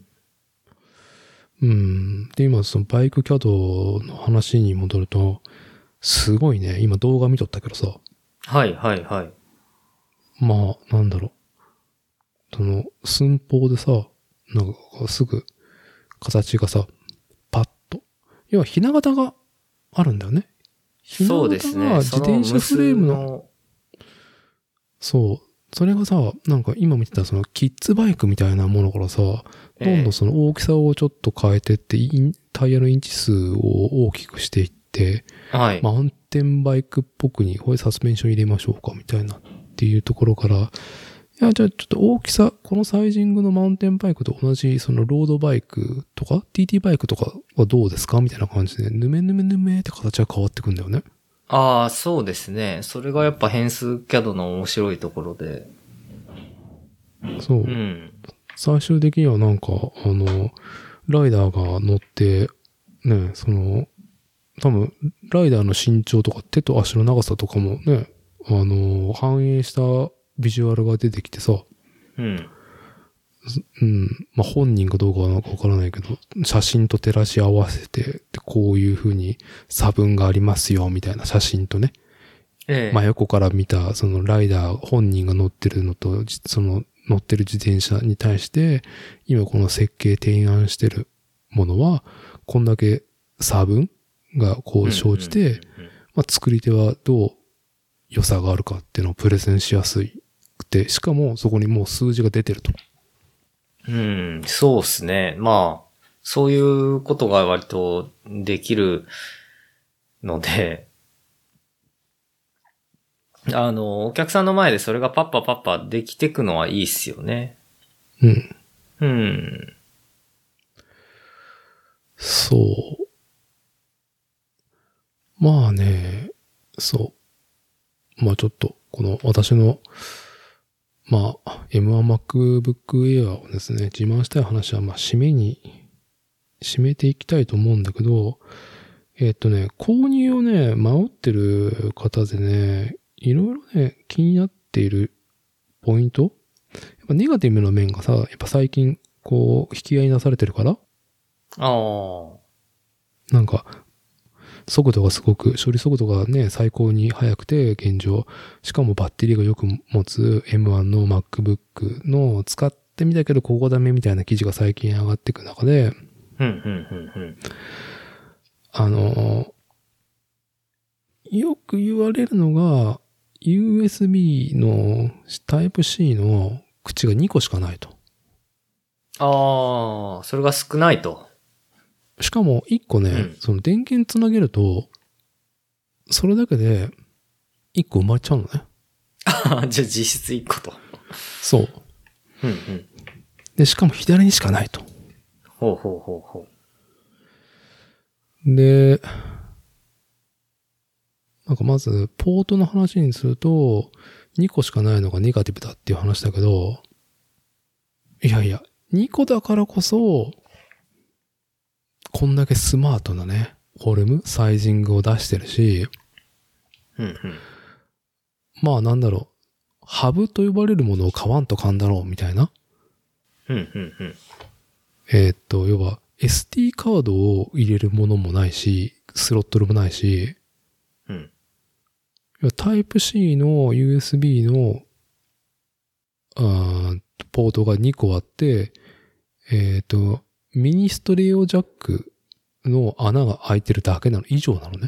うん。で、今そのバイクキャドの話に戻ると、すごいね、今動画見とったけどさ。 はいはいはい。 まあ、なんだろう。その、寸法でさ、なんかすぐ形がさ、パッと。 要はひな形があるんだよね。 そうですね。 自転車フレームの、そう。それがさ、なんか今見てたそのキッズバイクみたいなものからさ、どんどんその大きさをちょっと変えてって、タイヤのインチ数を大きくしていって、 はい。 マウンテンバイクっぽくに、これサスペンション入れましょうかみたいなっていうところから、いや、じゃあちょっと大きさ、このサイジングのマウンテンバイクと同じそのロードバイクとか ティーティー バイクとかはどうですかみたいな感じで、ぬめぬめぬめって形が変わってくんだよね。 ああ、そうですね。それがやっぱ変数キャドの面白いところで。 そう。 うん。 最終的にはなんか、あの、ライダーが乗って、ね、その、多分、ライダーの身長とか手と足の長さとかもね、あの、反映したビジュアルが出てきてさ、 うん。 うん。まあ、本人かどうかはなんかわからないけど、写真と照らし合わせて、でこういう風に差分がありますよ、みたいな写真とね。 ええ。 真横から見た、そのライダー本人が乗ってるのと、その乗ってる自転車に対して、今この設計提案してるものは、こんだけ差分がこう生じて、まあ、作り手はどう良さがあるかっていうのをプレゼンしやすくて、しかもそこにもう数字が出てると。 うん、そうですね。まあ、そういうことが割とできるので、あの、お客さんの前でそれがパッパパッパできてくのはいいっすよね。 うん。 うん。 そう。まあね、そう。まあちょっと、この私の、まあ、エムワン MacBook Air をですね、自慢したい話は、まあ、締めに、締めていきたいと思うんだけど、えっとね、購入をね、迷ってる方でね、いろいろね、気になっているポイントやっぱネガティブな面がさ、やっぱ最近、こう、引き合いに出されてるからああ。 なんか、速度がすごく、処理速度がね、最高に速くて、現状。しかもバッテリーがよく持つ エムワン の MacBook の使ってみたけど、ここダメみたいな記事が最近上がっていく中で、 うん、うん、うん、うん。 あの、よく言われるのが、ユーエスビー の タイプシー の口がにこしかないと。 ああ、それが少ないと。 しかもいっこね、うん、その電源つなげると、それだけでいっこ生まれちゃうのね。 ああ、じゃあ実質いっこと。 そう。 うんうん。 で、しかも左にしかないと。 ほうほうほうほう。で、なんかまず、ポートの話にすると、にこしかないのがネガティブだっていう話だけど、いやいや、にこだからこそ、こんだけスマートなね、フォルム、サイジングを出してるし、 うんうん、 まあなんだろう、ハブと呼ばれるものを買わんとかんだろうみたいな。 うんうんうん、 えー、っと、要は エスディー カードを入れるものもないし、スロットルもないし、 うん、 タイプ C の ユーエスビー のあポートがにこあって、えー、っと、ミニストレオジャックの穴が開いてるだけなの以上なのね。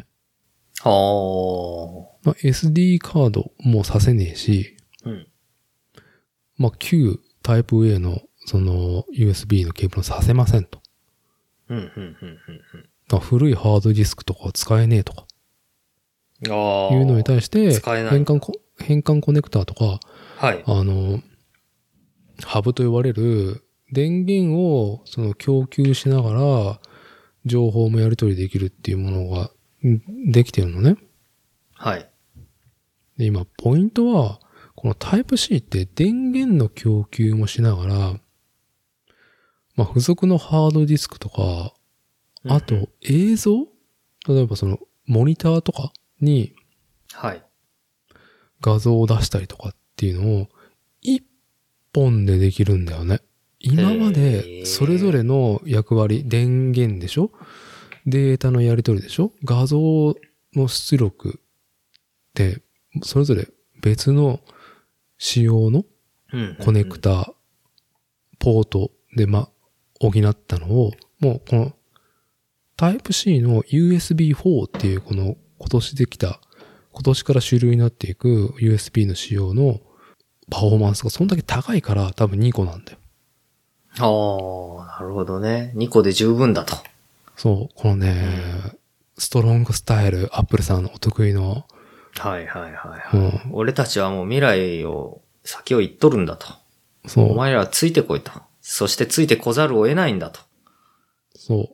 はあ。まあ、エスディー カードもさせねえし、 うん、 まあ、旧タイプ A のその ユーエスビー のケーブルをさせませんと。 うんうんうんうんうん、古いハードディスクとか使えねえとか。 あいうのに対して、変換コ、変換コネクターとか、 はい。 あの、ハブと呼ばれる電源をその供給しながら情報もやり取りできるっていうものができてるのね。 はい。 で、今、ポイントは、このタイプ C って電源の供給もしながら、まあ、付属のハードディスクとか、あと映像、うんうん、例えばそのモニターとかに、 はい。 画像を出したりとかっていうのを、一本でできるんだよね。今まで、それぞれの役割、電源でしょ？データのやり取りでしょ？画像の出力って、それぞれ別の仕様のコネクター、ポートでま、補ったのを、もうこのタイプ C の ユーエスビーフォー っていうこの今年できた、今年から主流になっていく ユーエスビー の仕様のパフォーマンスがそんだけ高いから多分にこなんだよ。 ああ、なるほどね。にこで十分だと。 そう、このね、うん、ストロングスタイル、アップルさんのお得意の。 はいはいはいはい。うん、俺たちはもう未来を、先を言っとるんだと。 そう。 お前らはついてこいと。そしてついてこざるを得ないんだと。 そう。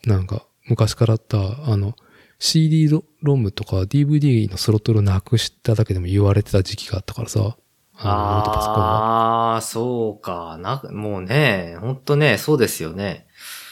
なんか、昔からあった、あの、シーディー ロムとか ディーブイディー のスロットルなくしただけでも言われてた時期があったからさ。 ああ、そうか。な、もうね、ほんとね、そうですよね。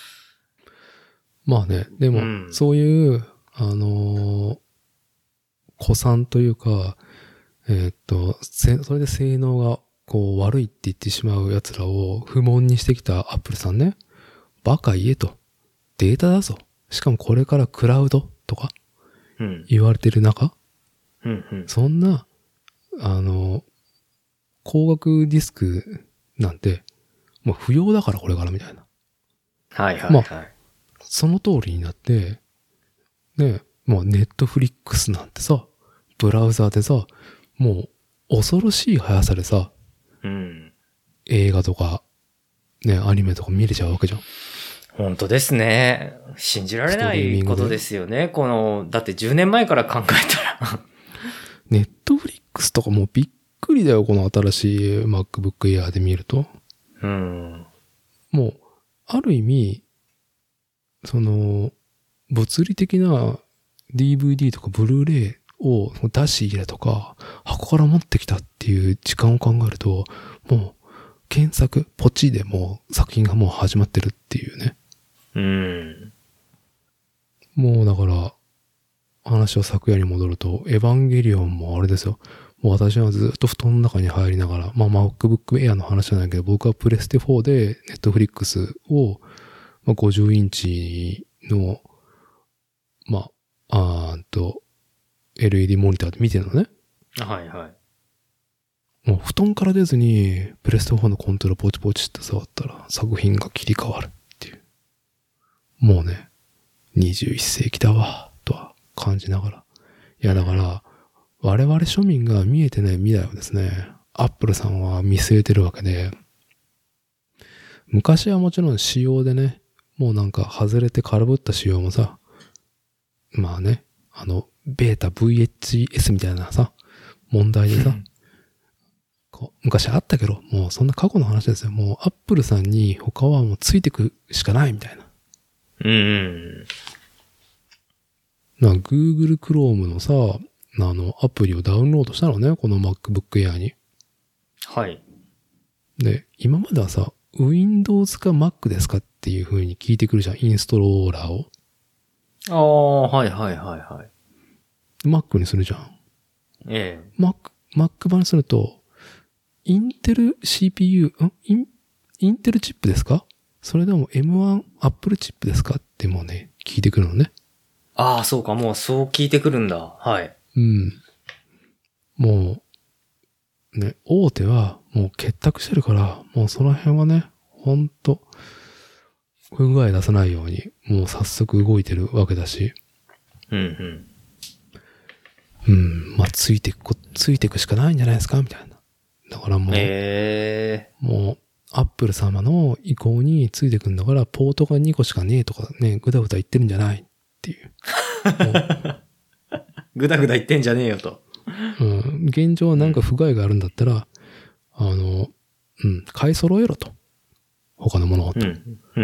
まあね、でも、うん、そういう、あのー、古参というか、えー、っと、それで性能がこう悪いって言ってしまう奴らを不問にしてきたアップルさんね。バカ言えと。データだぞ。しかもこれからクラウドとか言われてる中、 うんうん、 そんな、あの、光学ディスクなんて、もう不要だからこれからみたいな。 はいはいはい。まあ、 その通りになって、ね、もうネットフリックスなんてさ、ブラウザーでさ、もう恐ろしい速さでさ、 うん、 映画とか、ね、アニメとか見れちゃうわけじゃん。 本当ですね。信じられないことですよね。この、だってじゅうねんまえから考えたら。 ネットフリックスとかもうびっくりだよ、この新しい MacBook Air で見ると。 うん。 もう、ある意味、その、物理的な ディーブイディー とかブルーレイを出し入れとか、箱から持ってきたっていう時間を考えると、もう、検索、ポチでもう作品がもう始まってるっていうね。 うん。 もうだから、話を昨夜に戻ると、エヴァンゲリオンもあれですよ。もう私はずっと布団の中に入りながら、まあ MacBook Air の話じゃないけど、僕はプレステフォーで Netflix を、まあ、ごじゅうインチの、まあ、あーと、エルイーディー モニターで見てるのね。 はいはい。 もう布団から出ずに、プレステフォーのコントロールポチポチって触ったら作品が切り替わるっていう。もうね、にじゅういっ世紀だわ、とは感じながら。いやだから、我々庶民が見えてない未来をですね、アップルさんは見据えてるわけで、昔はもちろん仕様でね、もうなんか外れて空振った仕様もさ、まあね、あの、ベータ ブイエイチエス みたいなさ、問題でさ、こう昔あったけど、もうそんな過去の話ですよ。もうアップルさんに他はもうついてくしかないみたいな。 うん。 なんか Google Chrome のさ、あの、アプリをダウンロードしたのね、この MacBook Air に。 はい。 で、今まではさ、Windows か Mac ですかっていう風に聞いてくるじゃん、インストローラーを。 ああ、はいはいはいはい。 Mac にするじゃん。 ええ。 Mac、Mac 版にすると、インテル シーピーユー、んイン、インテルチップですか？それでも エムワン Apple チップですかってもうね、聞いてくるのね。 ああ、そうか、もうそう聞いてくるんだ。はい。 うん。もう、ね、大手はもう結託してるから、もうその辺はね、ほんと、不具合出さないように、もう早速動いてるわけだし。 うんうん。 うん、まあ、ついてく、ついてくしかないんじゃないですかみたいな。だからもう、 えー、 もう、アップル様の意向についてくんだから、ポートがにこしかねえとかね、ぐだぐだ言ってるんじゃないっていう。 ぐだぐだ言ってんじゃねえよと。 うん、現状はなんか不具合があるんだったら、あの、うん、買い揃えろと。他のものをと。 うん、うん、うん。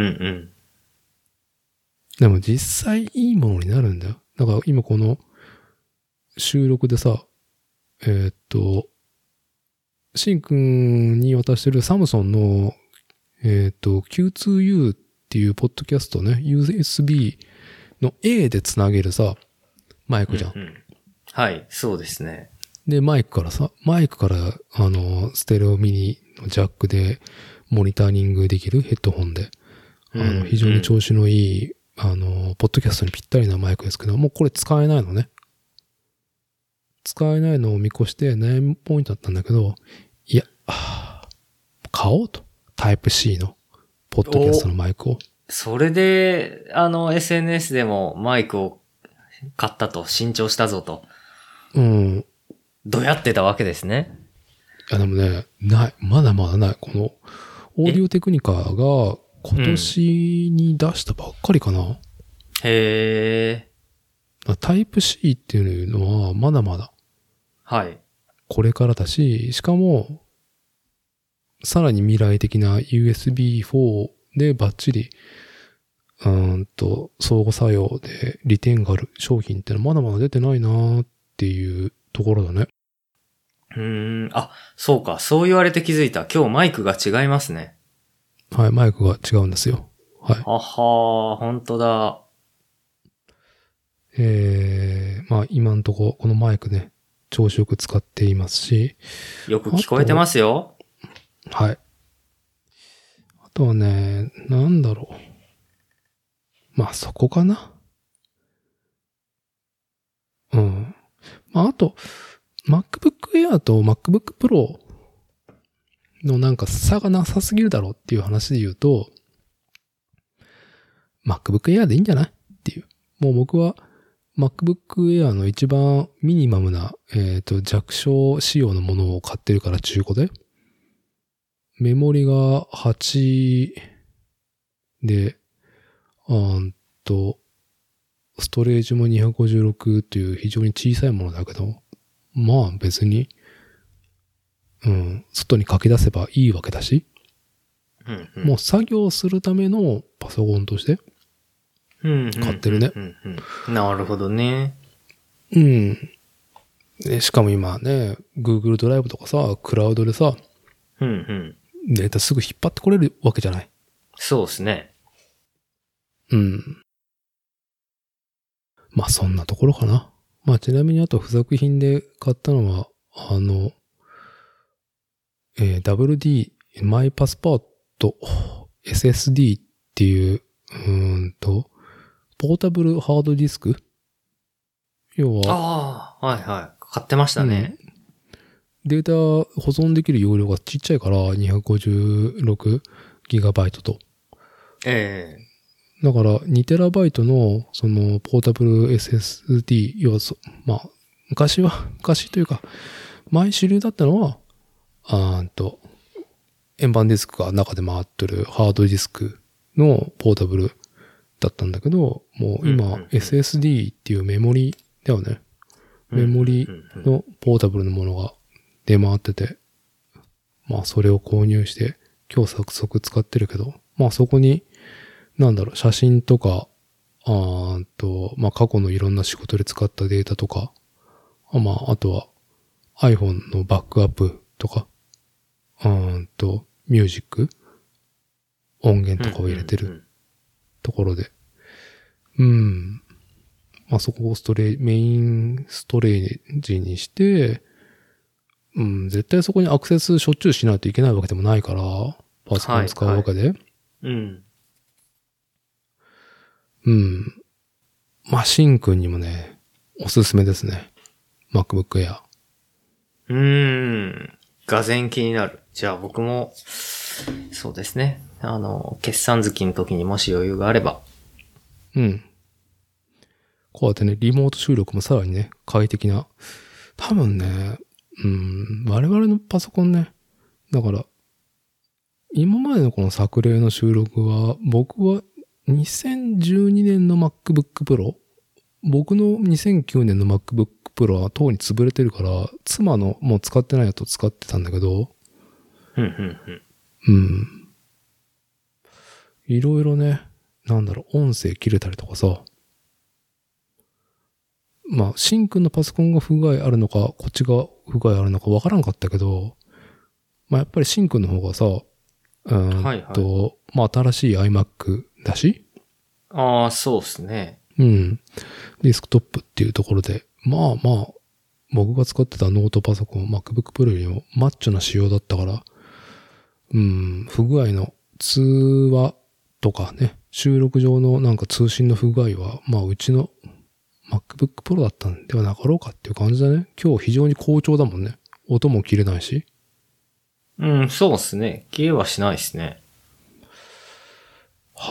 でも実際いいものになるんだよ。だから今この収録でさ、えー、っと、シンくんに渡してるサムソンの、えー、っと、キューツーユー っていうポッドキャストね、ユーエスビー の A でつなげるさ、マイクじゃん。 うんうん、はい、そうですね。 で、マイクからさ、マイクから、あの、ステレオミニのジャックでモニタリングできるヘッドホンで、あの、非常に調子のいい、あの、ポッドキャストにぴったりなマイクですけど、もうこれ使えないのね。使えないのを見越して悩みポイントだったんだけど、いや、買おうと。タイプ C のポッドキャストのマイクを。 それで、あの、エスエヌエス でもマイクを買ったと、新調したぞと。 うん。 どやってたわけですね。 いやでもね、ない。まだまだない。この、オーディオテクニカが今年に出したばっかりかな。うん、 へー。 タイプ C っていうのはまだまだ。 はい。 これからだし、しかも、さらに未来的な ユーエスビーフォー でバッチリ、うーんと、相互作用で利点がある商品ってのはまだまだ出てないなーっていうところだね。 うーん、あ、そうか、そう言われて気づいた。今日マイクが違いますね。 はい、マイクが違うんですよ。はい。 ははー、ほんとだ。 えー、まあ今んとここのマイクね、調子よく使っていますし。 よく聞こえてますよ。 はい。あとはね、なんだろう。まあそこかな。うん。まああと、MacBook Air と MacBook Pro のなんか差がなさすぎるだろうっていう話で言うと、MacBook Air でいいんじゃないっていう。もう僕は MacBook Air の一番ミニマムな、えっと、弱小仕様のものを買ってるから中古で。メモリがはちで、あーんと、ストレージもにひゃくごじゅうろくっていう非常に小さいものだけど、まあ別に、うん、外に書き出せばいいわけだし、 うんうん、 もう作業するためのパソコンとして買ってるね。 うんうんうんうん、なるほどね。 うん。でしかも今ね、Google ドライブとかさ、クラウドでさ、 うんうん、 データすぐ引っ張ってこれるわけじゃない。 そうですね。 うん。まあそんなところかな。まあちなみにあと付属品で買ったのは、あの、えー、ダブリューディー、マイパスポート エスエスディー っていう、うーんと、ポータブルハードディスク要は、 ああ、はいはい。買ってましたね。 うん、データ保存できる容量がちっちゃいから、にひゃくごじゅうろくギガバイトと。 ええだから、にテラバイトの、その、ポータブル エスエスディー 要素。まあ、昔は、昔というか、前主流だったのは、あーんと、円盤ディスクが中で回ってるハードディスクのポータブルだったんだけど、もう今、エスエスディー っていうメモリだよね。メモリのポータブルのものが出回ってて、まあそれを購入して今日早速使ってるけど、まあそこに、なんだろう、写真とか、あーと、まあ過去のいろんな仕事で使ったデータとか、まああとは iPhone のバックアップとか、うーんと、ミュージック音源とかを入れてるところで。うん。まあ、そこをストレー、メインストレージにして、うん、絶対そこにアクセスしょっちゅうしないといけないわけでもないから、パソコン使うわけで。はいはい、 うん。 うん。まあ、シンくんにもね、おすすめですね。MacBook Air。 うーん。がぜん気になる。じゃあ僕も、そうですね。あの、決算月の時にもし余裕があれば。 うん。こうやってね、リモート収録もさらにね、快適な。多分ね、うん、我々のパソコンね、だから、今までのこの作例の収録は、僕はにせんじゅうにねんの MacBook Pro、僕のにせんきゅうねんの MacBook Pro はとうに潰れてるから、妻のもう使ってないやつを使ってたんだけど、 うん、うん、うん。 うん。いろいろね、なんだろう、音声切れたりとかさ、まあ、シンくんのパソコンが不具合あるのか、こっちが不具合あるのかわからんかったけど、まあやっぱりシンくんの方がさ、うんと、はいはい、まあ新しい iMac だし。 ああ、そうですね。 うん。ディスクトップっていうところで、まあまあ、僕が使ってたノートパソコン、MacBook Pro よりもマッチョな仕様だったから、うん、不具合の通話とかね、収録上のなんか通信の不具合は、まあうちのMacBook Pro だったんではなかろうかっていう感じだね。今日非常に好調だもんね。音も切れないし。 うん、そうですね。切れはしないですね。 はい。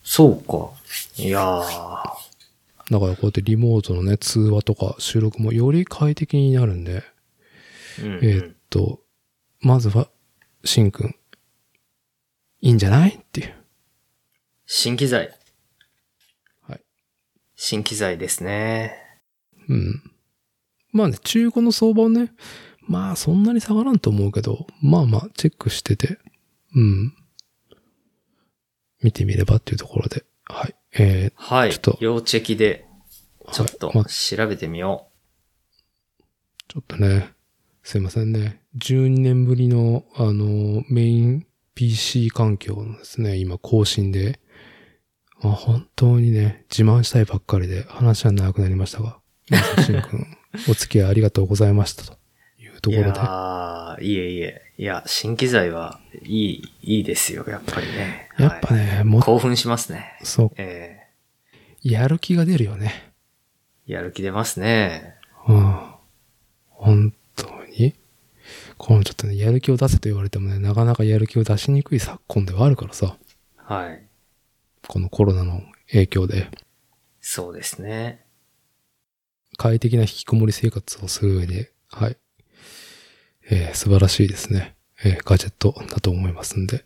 そうか。いやー。 だからこうやってリモートのね、通話とか収録もより快適になるんで、 うんうん、 えーっと、まずは、しんくん、いいんじゃないっていう。 新機材。 はい。 新機材ですね。 うん。まあね、中古の相場はね、まあそんなに下がらんと思うけど、まあまあチェックしてて、うん。見てみればっていうところで、はい。えー、 はい。 ちょっと。 要チェキで、ちょっと調べてみよう。 はいま、ちょっとね、すいませんね。じゅうにねんぶりの、あの、メイン ピーシー 環境のですね、今更新で、まあ、本当にね、自慢したいばっかりで話は長くなりましたが、まさしんくん、お付き合いありがとうございましたというところで。いやー、いえいえ。いや、新機材はいい、いいですよ、やっぱりね。 やっぱね、 はい、 も興奮しますね。 そう。 えー、やる気が出るよね。 やる気出ますね。 うん。本当に。このちょっとね、やる気を出せと言われてもね、なかなかやる気を出しにくい昨今ではあるからさ。 はい。 このコロナの影響で。 そうですね。 快適な引きこもり生活をする上で、はい。えー、素晴らしいですね。えー、ガジェットだと思いますんで。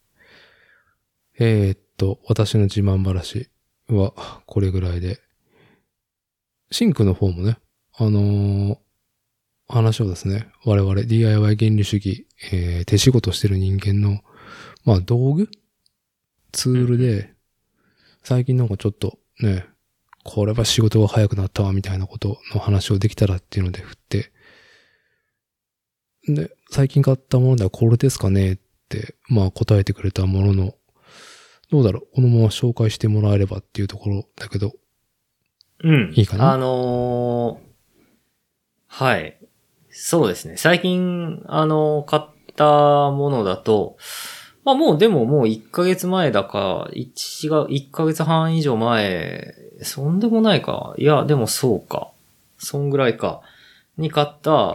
えー、っと、私の自慢話はこれぐらいで。シンクの方もね、あのー、話をですね、我々 ディーアイワイ 原理主義、えー、手仕事してる人間の、まあ道具ツールで、最近なんかちょっとね、これは仕事が早くなったわみたいなことの話をできたらっていうので振って、で、最近買ったものではこれですかねって、まあ答えてくれたものの、どうだろう、このまま紹介してもらえればっていうところだけど、 うん。 いいかな？ あのー、はい。そうですね。最近、あの、買ったものだと、まあもうでももういっかげつまえだか、いちが、いっかげつはん以上前、そんでもないか。いや、でもそうか。そんぐらいか。に買った、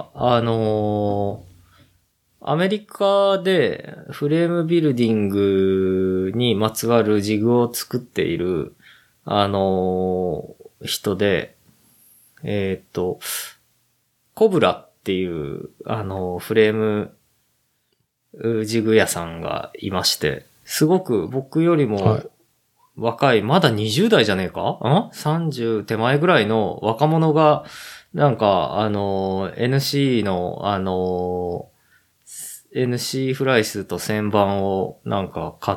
あのー、アメリカでフレームビルディングにまつわるジグを作っている、あのー、人で、えー、っと、コブラっていう、あのー、フレームジグ屋さんがいまして、すごく僕よりも若い、はい、まだにじゅう代じゃねえか？ん ?さんじゅう 手前ぐらいの若者が、なんか、あの、エヌシー の、あの、エヌシー フライスと旋盤をなんか買って、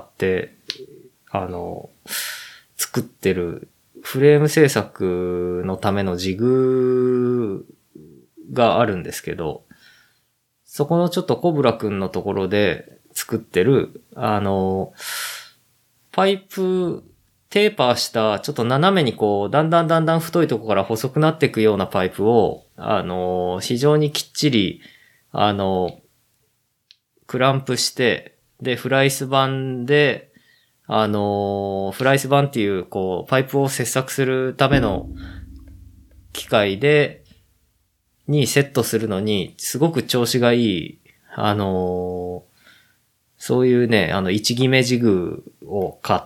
あの、作ってるフレーム制作のためのジグがあるんですけど、そこのちょっとコブラくんのところで作ってる、あの、パイプ、テーパーした、ちょっと斜めにこう、だんだんだんだん太いところから細くなっていくようなパイプを、あの、非常にきっちり、あの、クランプして、で、フライス板で、あの、フライス板っていう、こう、パイプを切削するための機械で、にセットするのに、すごく調子がいい、あのー、そういうね、あの、一決めジグを買って、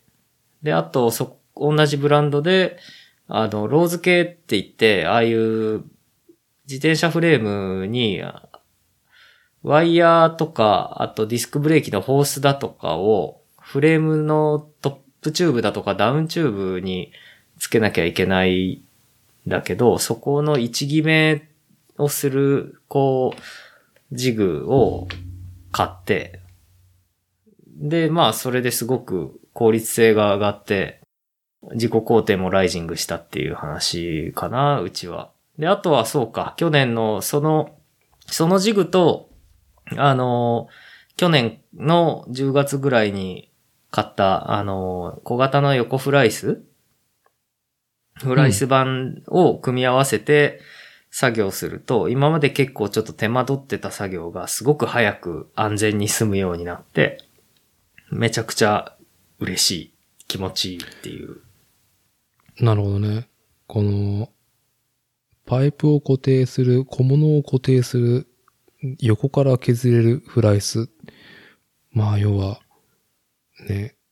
で、あと、そ、同じブランドで、あの、ローズ系って言って、ああいう自転車フレームに、ワイヤーとか、あとディスクブレーキのホースだとかを、フレームのトップチューブだとかダウンチューブにつけなきゃいけないだけど、そこの一決めをする、こう、ジグを買って、で、まあ、それですごく効率性が上がって、自己肯定もライジングしたっていう話かな、うちは。で、あとはそうか、去年のその、そのジグと、あの、去年のじゅうがつぐらいに買った、あの、小型の横フライスフライス板を組み合わせて作業すると、うん、今まで結構ちょっと手間取ってた作業がすごく早く安全に済むようになって、めちゃくちゃ嬉しい、気持ちいいっていう。 なるほどね。この、パイプを固定する、小物を固定する、横から削れるフライス。まあ要は、ね、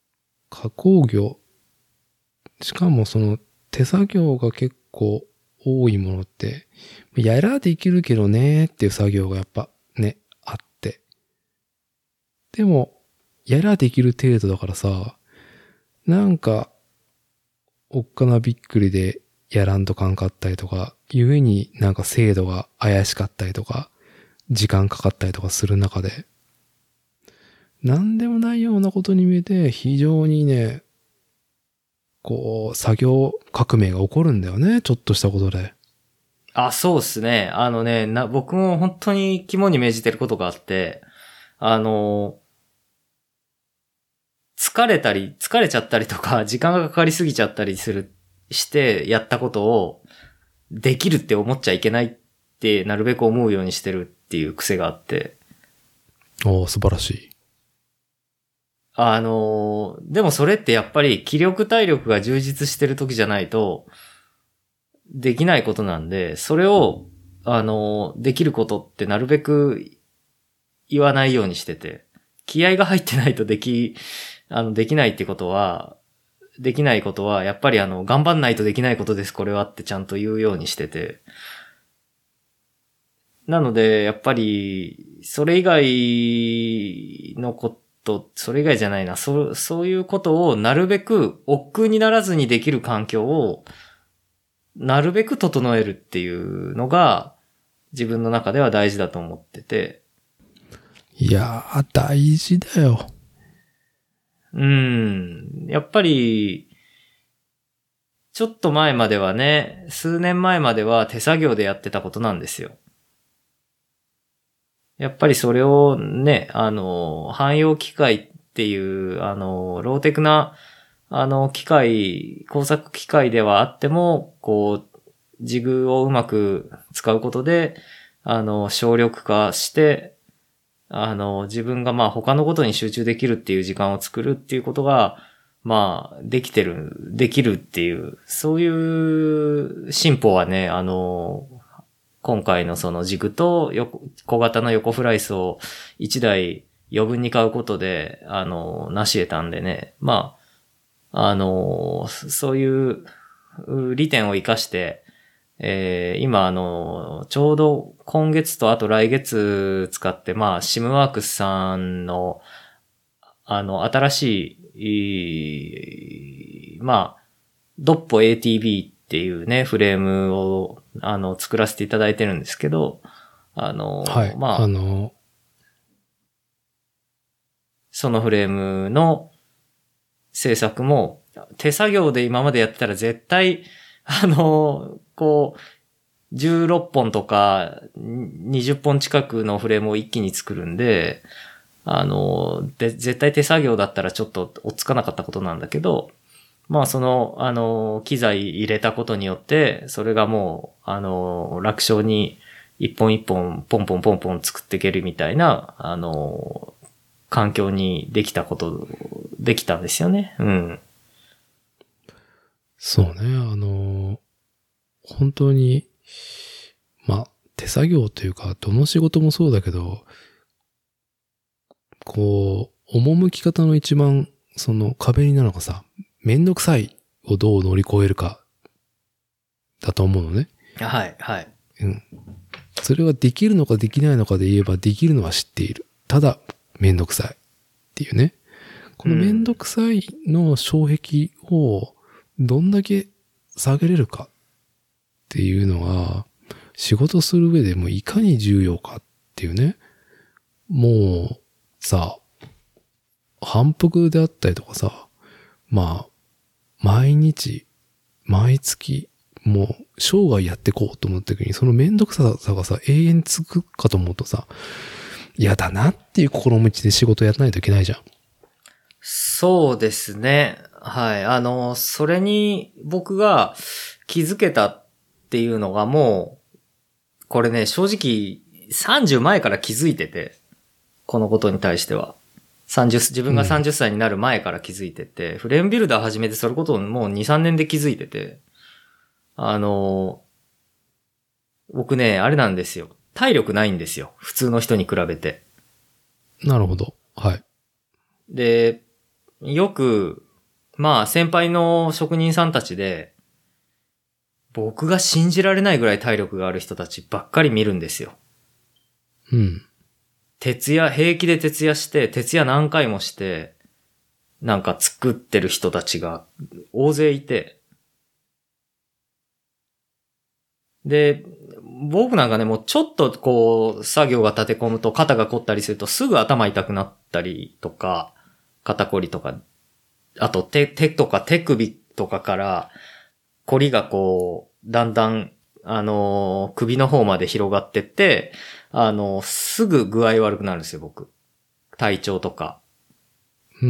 加工業、しかもその手作業が結構多いものって、やらできるけどねっていう作業がやっぱね、あって。でも、やらできる程度だからさ、なんか、おっかなびっくりでやらんとかんかったりとか、故になんか精度が怪しかったりとか、時間かかったりとかする中で、なんでもないようなことに見えて、非常にね、こう、作業革命が起こるんだよね、ちょっとしたことで。 あ、そうっすね。あのね、な、僕も本当に肝に銘じてることがあって、あの、疲れたり、疲れちゃったりとか、時間がかかりすぎちゃったりする、してやったことを、できるって思っちゃいけないって、なるべく思うようにしてるっていう癖があって。 おー、素晴らしい。 あの、でもそれってやっぱり気力体力が充実してる時じゃないと、できないことなんで、それを、あの、できることってなるべく言わないようにしてて、気合が入ってないとでき、あの、できないってことは、できないことは、やっぱりあの、頑張んないとできないことです、これはってちゃんと言うようにしてて。なので、やっぱり、それ以外のこと、それ以外じゃないな、そう、そういうことをなるべく億劫にならずにできる環境を、なるべく整えるっていうのが、自分の中では大事だと思ってて。 いやー、大事だよ。 うん。やっぱり、ちょっと前まではね、数年前までは手作業でやってたことなんですよ。やっぱりそれをね、あの、汎用機械っていう、あの、ローテクな、あの、機械、工作機械ではあっても、こう、ジグをうまく使うことで、あの、省力化して、あの、自分がまあ他のことに集中できるっていう時間を作るっていうことが、まあ、できてる、できるっていう、そういう進歩はね、あの、今回のその軸と横小型の横フライスをいちだい余分に買うことで、あの、成し得たんでね。まあ、あの、そういう利点を活かして、えー、今あの、ちょうど今月とあと来月使って、まあ、シムワークスさんの、あの、新しい、まあ、ドッポ エーティービー っていうね、フレームを、あの、作らせていただいてるんですけど、あの、 はい。 まあ、 あの、 そのフレームの制作も、手作業で今までやってたら絶対、あの、こう、じゅうろっぽんとかにじゅっぽん近くのフレームを一気に作るんで、あの、で、絶対手作業だったらちょっと追っつかなかったことなんだけど、まあその、あの、機材入れたことによって、それがもう、あの、楽勝に一本一本ポンポンポンポン作っていけるみたいな、あの、環境にできたこと、できたんですよね。うん。 そうね、あの、本当に、まあ、手作業というか、どの仕事もそうだけど、こう、趣方の一番、その壁になるのがさ、めんどくさいをどう乗り越えるか、だと思うのね。 はい、はい。 うん。それはできるのかできないのかで言えば、できるのは知っている。ただ、めんどくさい。っていうね。このめんどくさいの障壁を、どんだけ下げれるかっていうのが、仕事する上でもういかに重要かっていうね。もう、さ、反復であったりとかさ、まあ、毎日、毎月、もう、生涯やっていこうと思った時に、そのめんどくささがさ、永遠に続くかと思うとさ、嫌だなっていう心持ちで仕事やらないといけないじゃん。 そうですね。はい。あの、それに僕が気づけたっていうのがもう、これね、正直さんじゅう前から気づいてて、このことに対しては。さんじゅう、自分がさんじゅっさいになる前から気づいてて、うん、フレームビルダー始めてそれことをもうに、さんねんで気づいてて、あの、僕ね、あれなんですよ。体力ないんですよ。普通の人に比べて。 なるほど。はい。 で、よく、 まあ先輩の職人さんたちで、僕が信じられないぐらい体力がある人たちばっかり見るんですよ。 うん。 徹夜、平気で徹夜して、徹夜何回もして、なんか作ってる人たちが大勢いて、で、僕なんかね、もうちょっとこう、作業が立て込むと肩が凝ったりするとすぐ頭痛くなったりとか、肩こりとか、あと手、手とか手首とかからこりがこう、だんだん、あのー、首の方まで広がってって、あのー、すぐ具合悪くなるんですよ、僕。体調とか。 うん。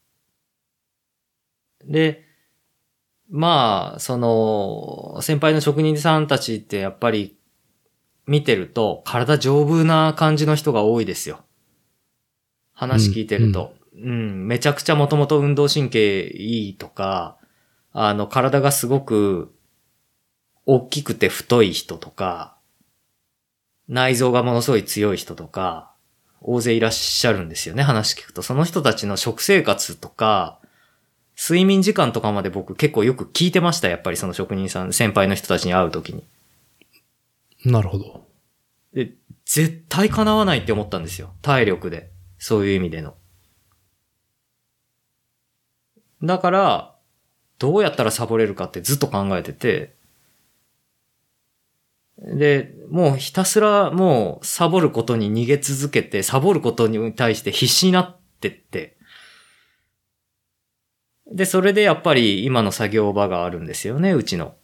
で、まあ、その、先輩の職人さんたちってやっぱり見てると体丈夫な感じの人が多いですよ。話聞いてると。うん、うん、めちゃくちゃもともと運動神経いいとか、あの、体がすごく大きくて太い人とか、内臓がものすごい強い人とか、大勢いらっしゃるんですよね、話聞くと。その人たちの食生活とか、睡眠時間とかまで僕結構よく聞いてました、やっぱりその職人さん、先輩の人たちに会うときに。 なるほど。 で、絶対叶わないって思ったんですよ。体力で。そういう意味での。だから、どうやったらサボれるかってずっと考えてて、で、もうひたすらもうサボることに逃げ続けて、サボることに対して必死になってって、で、それでやっぱり今の作業場があるんですよね、うちの。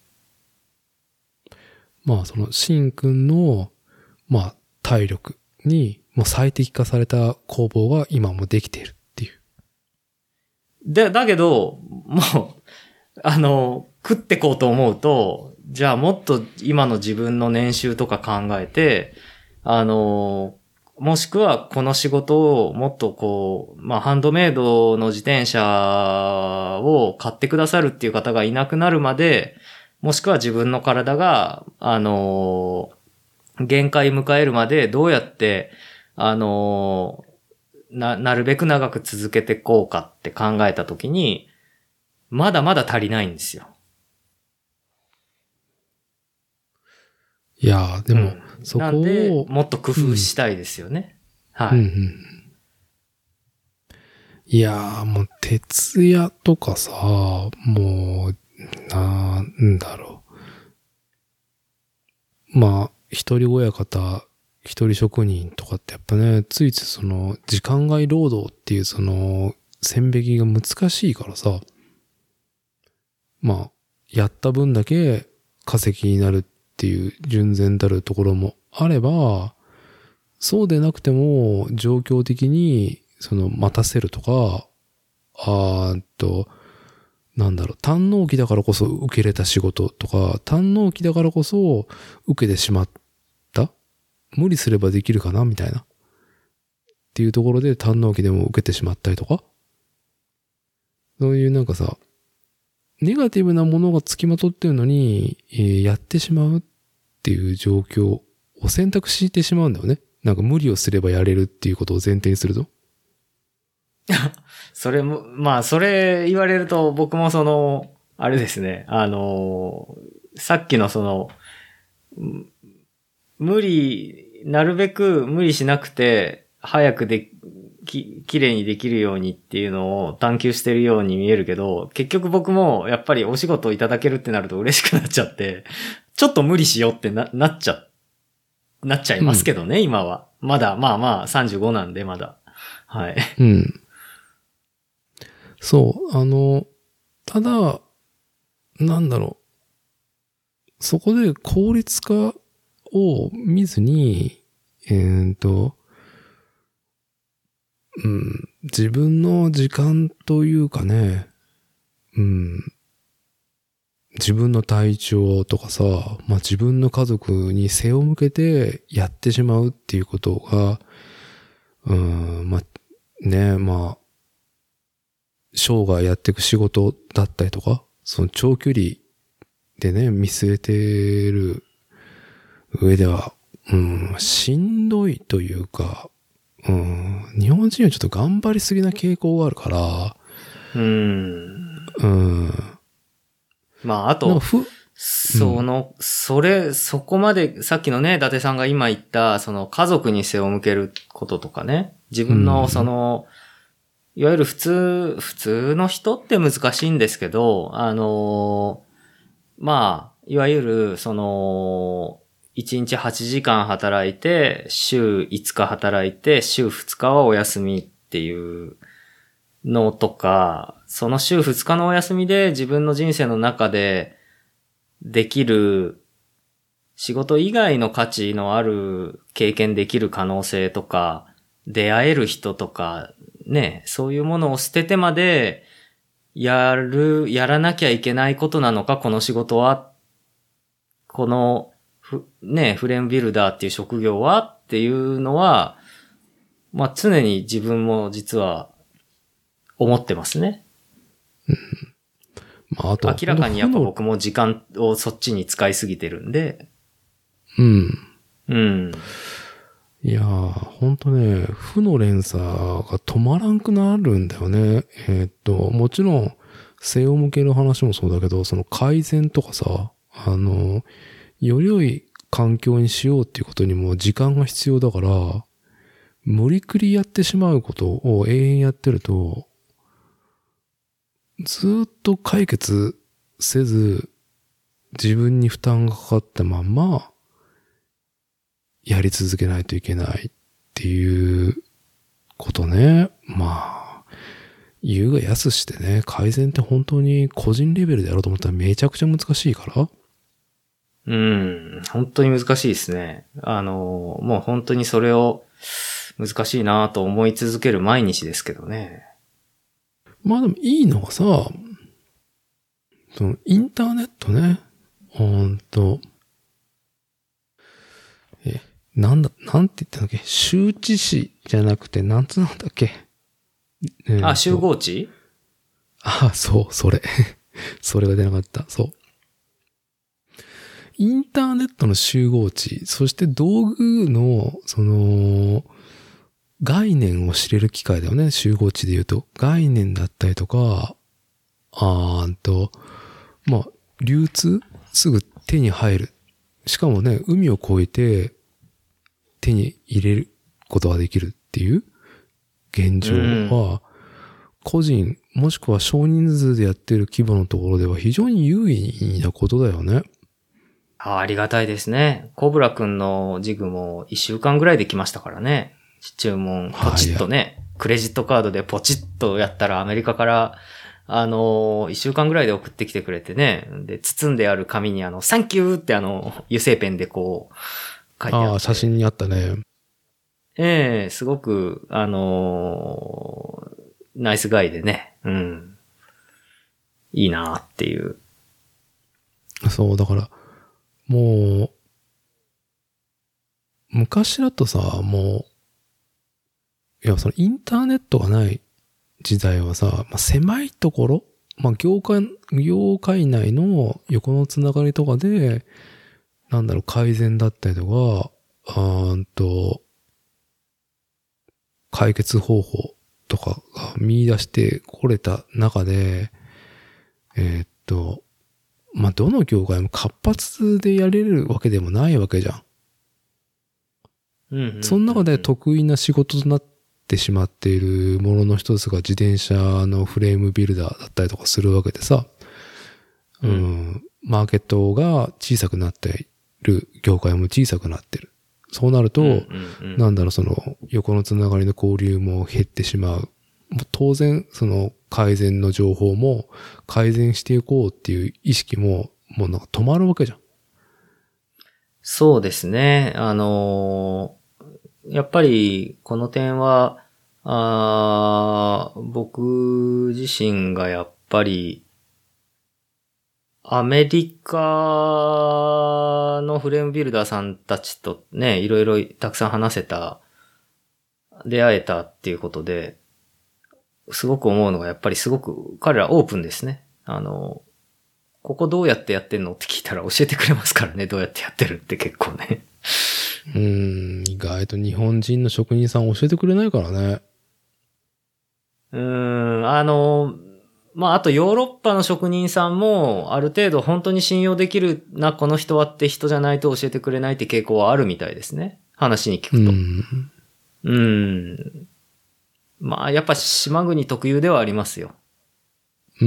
まあそのシンくんの、まあ体力にもう最適化された工房が今もできているっていう。 で、だけど、もう、あの、食ってこうと思うと、じゃあもっと今の自分の年収とか考えて、あの、もしくはこの仕事をもっとこう、まあハンドメイドの自転車を買ってくださるっていう方がいなくなるまで、もしくは自分の体が、あの、限界迎えるまでどうやって、あの、な、なるべく長く続けていこうかって考えたときに、まだまだ足りないんですよ。 いやー、でも、 うん、 そこを。 なんで、もっと工夫したいですよね。うん、はい、 うんうん。いやー、もう、徹夜とかさ、もう、なんだろう。まあ、一人親方、一人職人とかってやっぱね、ついついその、時間外労働っていうその、線引きが難しいからさ、まあ、やった分だけ稼ぎになるっていう純然たるところもあれば、そうでなくても状況的にその待たせるとか、あーっと、なんだろう、単納期だからこそ受けれた仕事とか、単納期だからこそ受けてしまった？無理すればできるかなみたいな。っていうところで単納期でも受けてしまったりとか。そういうなんかさ、ネガティブなものがつきまとってるのに、えー、やってしまうっていう状況を選択してしまうんだよね。なんか無理をすればやれるっていうことを前提にすると。 それも、まあ、それ言われると僕もその、あれですね、あの、さっきのその、無理、なるべく無理しなくて、早くでき、綺麗にできるようにっていうのを探求してるように見えるけど、結局僕もやっぱりお仕事をいただけるってなると嬉しくなっちゃって、ちょっと無理しようってな、なっちゃ、なっちゃいますけどね、うん、今は。まだ、まあまあさんじゅうごなんでまだ。はい。 うん。そう、あの、ただ、なんだろう。そこで効率化を見ずに、えーと、うん、自分の時間というかね、うん、自分の体調とかさ、まあ、自分の家族に背を向けてやってしまうっていうことが、うん、まあ、ね、まあ、生涯やっていく仕事だったりとか、その長距離でね、見据えてる上では、うん、しんどいというか、うん、日本人はちょっと頑張りすぎな傾向があるから、 うん、 うん。 まあ、あと、その、それ、そこまで、さっきのね、伊達さんが今言った、その家族に背を向けることとかね、自分のその、うん、いわゆる普通、普通の人って難しいんですけど、あの、まあ、いわゆる、その、いちにちはちじかん働いて、週いつか働いて、週ふつかはお休みっていうのとか、その週ふつかのお休みで自分の人生の中でできる仕事以外の価値のある経験できる可能性とか、出会える人とか、ね、そういうものを捨ててまでやる、やらなきゃいけないことなのか、この仕事は、このふ、ね、フレームビルダーっていう職業はっていうのは、まあ常に自分も実は思ってますね。 うん、まあ、あと明らかにやっぱ僕も時間をそっちに使いすぎてるんで。 うん。 うん。 いやー、ほんとね、負の連鎖が止まらんくなるんだよね。えー、っと、もちろん、背を向ける話もそうだけど、その改善とかさ、あの、より良い環境にしようっていうことにも時間が必要だから、無理くりやってしまうことを永遠やってると、ずっと解決せず、自分に負担がかかったまんま、やり続けないといけないっていうことね。まあ、言うが安してね、改善って本当に個人レベルでやろうと思ったらめちゃくちゃ難しいから。 うん、本当に難しいですね。あの、もう本当にそれを難しいなと思い続ける毎日ですけどね。 まあでもいいのはさ、そのインターネットね、ほんと、え、なんだ、なんて言ったんだっけ、周知誌じゃなくて、なんつうんだっけ。 えー、あ、集合値？ あ、そう、それ。それが出なかった。そう。インターネットの集合値、そして道具の、その、概念を知れる機会だよね。集合値で言うと。概念だったりとか、あーんと、まあ、流通すぐ手に入る。しかもね、海を越えて手に入れることができるっていう現状は、個人、もしくは少人数でやってる規模のところでは非常に有意なことだよね。 あ, ありがたいですね。コブラくんのジグもいっしゅうかんぐらいできましたからね。注文、ポチッとね、クレジットカードでポチッとやったらアメリカから、あの、いっしゅうかんぐらいで送ってきてくれてね。で、包んである紙にあの、サンキューってあの、油性ペンでこう、書いてあって。 ああ、写真にあったね。 ええー、すごく、あのー、ナイスガイでね。うん。いいなっていう。 そう、だから、もう、昔だとさ、もう、いや、そのインターネットがない時代はさ、まあ、狭いところ、まあ、業界、業界内の横のつながりとかで、なんだろう、改善だったりとか、あーんと、解決方法とかが見出してこれた中で、えー、っと、まあ、どの業界も活発でやれるわけでもないわけじゃん。 うんうんうんうん、 その中で得意な仕事となってしまっているものの一つが自転車のフレームビルダーだったりとかするわけでさ、うん、うん、マーケットが小さくなっている業界も小さくなってる。そうなると、うんうんうん、なんだろう、その横のつながりの交流も減ってしまう。当然、その改善の情報も改善していこうっていう意識ももうなんか止まるわけじゃん。 そうですね。あのー、やっぱりこの点は、あ僕自身がやっぱりアメリカのフレームビルダーさんたちとね、いろいろたくさん話せた、出会えたっていうことで、すごく思うのがやっぱりすごく彼らオープンですね。あの、ここどうやってやってんのって聞いたら教えてくれますからね、どうやってやってるって結構ね。 うーん、意外と日本人の職人さん教えてくれないからね。 うーん、あの、 まあ、あとヨーロッパの職人さんも、ある程度本当に信用できるな、この人はって人じゃないと教えてくれないって傾向はあるみたいですね。話に聞くと。 うん。 うん。まあ、やっぱ島国特有ではありますよ。 うん。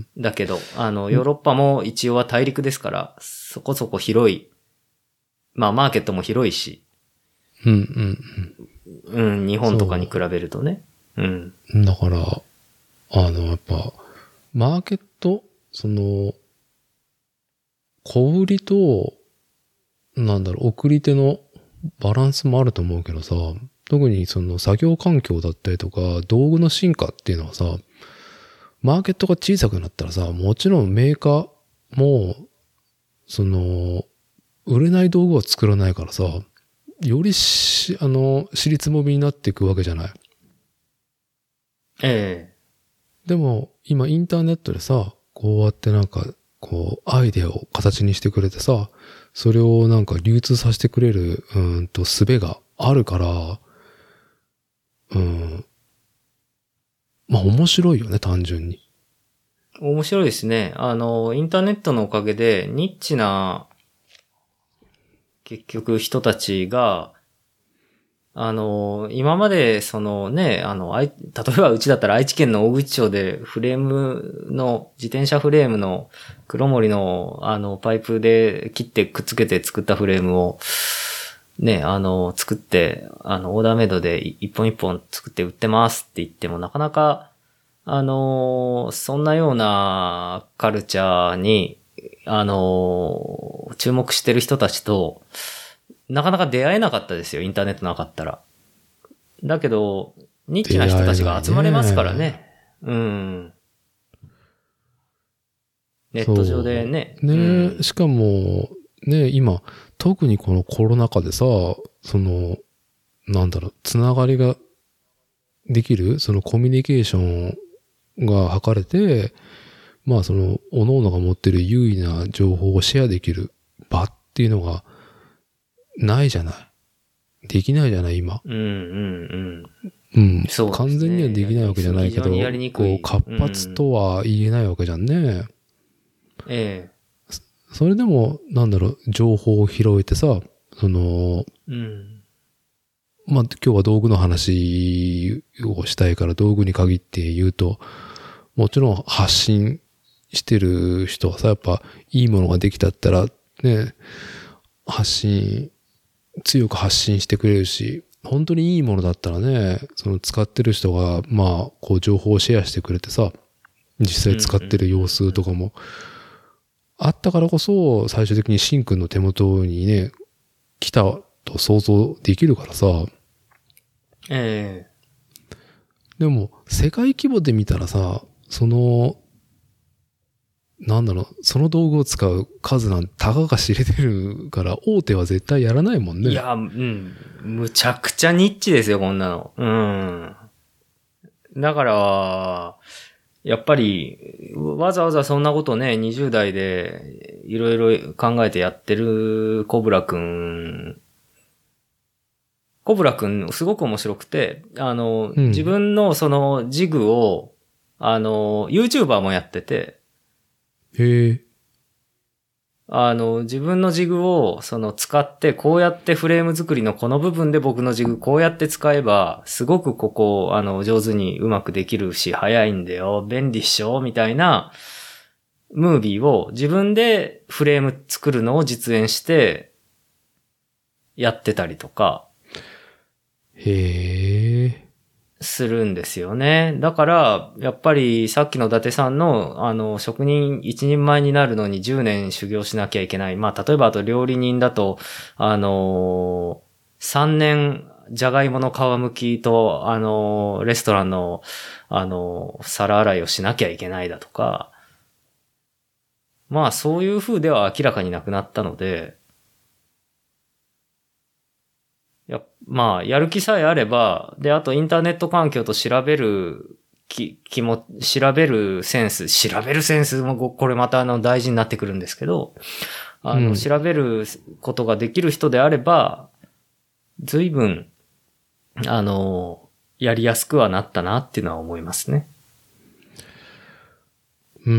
だけど、あの、ヨーロッパも一応は大陸ですから、そこそこ広い。まあ、マーケットも広いし。 うんうんうん。うん、日本とかに比べるとね。うん。 だから、あの、やっぱ、マーケット、その、小売りと、なんだろう、送り手のバランスもあると思うけどさ、特にその作業環境だったりとか、道具の進化っていうのはさ、マーケットが小さくなったらさ、もちろんメーカーも、その、売れない道具は作らないからさ、よりし、あの、尻つぼみになっていくわけじゃない。 ええ。 でも、今インターネットでさ、こうやってなんか、こう、アイデアを形にしてくれてさ、それをなんか流通させてくれる、うんと、術があるから、うん。まあ面白いよね、単純に。 面白いですね。あの、インターネットのおかげで、ニッチな、結局人たちが、あの、今まで、そのね、あの、あい、例えばうちだったら愛知県の大口町でフレームの、自転車フレームの黒森の、あの、パイプで切ってくっつけて作ったフレームを、ね、あの、作って、あの、オーダーメイドで一本一本作って売ってますって言っても、なかなか、あの、そんなようなカルチャーに、あの、注目してる人たちと、なかなか出会えなかったですよ、インターネットなかったら。だけど、ニッチな人たちが集まれますからね。うん。ネット上でね。 ね、 うん、 しかも、ね、今、特にこのコロナ禍でさ、その、なんだろう、つながりができる、そのコミュニケーションが図れて、まあその、各々が持ってる有意な情報をシェアできる場っていうのが、ないじゃない。できないじゃない、今。 うん、うん、うん。 うん。 そうですね。 完全にはできないわけじゃないけど、こう、活発とは言えないわけじゃんね。うん、 ええ。 それでも、なんだろう、情報を拾えてさ、その、 うん。 まあ、今日は道具の話をしたいから道具に限って言うと、もちろん発信してる人はさ、やっぱいいものができたったら、ね、発信、強く発信してくれるし、本当にいいものだったらね、その使ってる人が、まあ、こう情報をシェアしてくれてさ、実際使ってる様子とかもあったからこそ、最終的にシンくんの手元にね、来たと想像できるからさ。 ええ。 でも、世界規模で見たらさ、その、なんだろう、その道具を使う数なんてたかが知れてるから、大手は絶対やらないもんね。 いや、うん。むちゃくちゃニッチですよ、こんなの。うん。だから、やっぱり、わざわざそんなことね、にじゅう代でいろいろ考えてやってるコブラくん、コブラくんすごく面白くて、あの、うん、自分のそのジグを、あの、YouTuber もやってて、 へえ。 あの、自分のジグを、その、使って、こうやってフレーム作りのこの部分で僕のジグこうやって使えば、すごくここ、あの、上手にうまくできるし、早いんだよ、便利っしょみたいな、ムービーを自分でフレーム作るのを実演して、やってたりとか。 へえ。 するんですよね。だから、やっぱりさっきの伊達さんの、あの、職人一人前になるのにじゅうねん修行しなきゃいけない。まあ、例えばあと料理人だと、あの、さんねん、じゃがいもの皮むきと、あの、レストランの、あの、皿洗いをしなきゃいけないだとか、まあ、そういう風では明らかになくなったので、や、まあ、やる気さえあれば、で、あとインターネット環境と調べる気、気も、調べるセンス、調べるセンスも、これまたあの大事になってくるんですけど、あの、うん、調べることができる人であれば、随分、あの、やりやすくはなったなっていうのは思いますね。 うん。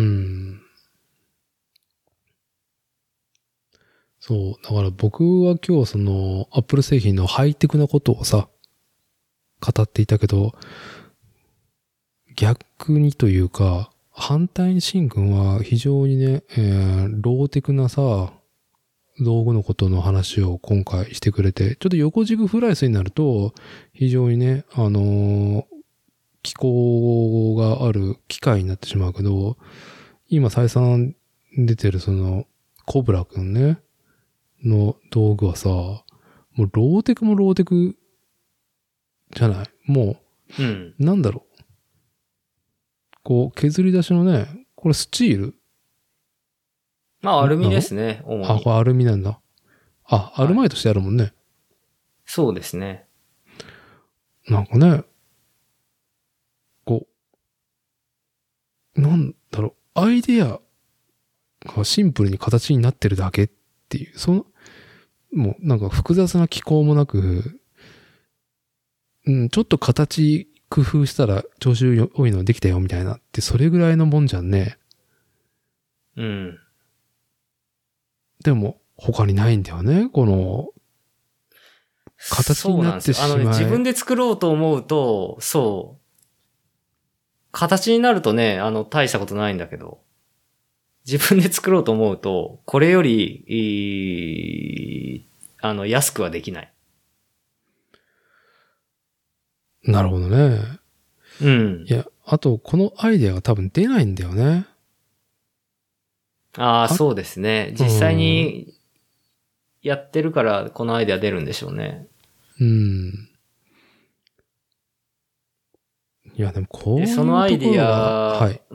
そう。だから僕は今日その、アップル製品のハイテクなことをさ、語っていたけど、逆にというか、反対にシン君は非常にね、えー、ローテクなさ、道具のことの話を今回してくれて、ちょっと横軸フライスになると、非常にね、あのー、機構がある機械になってしまうけど、今再三出てるその、コブラくんね、の道具はさ、もうローテクもローテクじゃない？もう、うん、なんだろう。こう、削り出しのね、これスチール？ まあ、アルミですね、主に。 あ、これアルミなんだ。あ、アルマイトしてあるもんね。はい、 そうですね。 なんかね、こう、なんだろう、アイデアがシンプルに形になってるだけっていう、その、もうなんか複雑な機構もなく、うん、ちょっと形工夫したら調子良いのできたよみたいなって、それぐらいのもんじゃんね。 うん。 でも、他にないんだよね、この、形になってしまう。 そうなんですよ。あのね、自分で作ろうと思うと、そう。形になるとね、あの、大したことないんだけど、自分で作ろうと思うと、これより、いいあの、安くはできない。 なるほどね。 うん。 いや、あと、このアイデアが多分出ないんだよね。 ああ、そうですね。実際にやってるから、このアイデア出るんでしょうね。 うん。いや、でもこういうところが、 そのアイディア、 はい。 うん。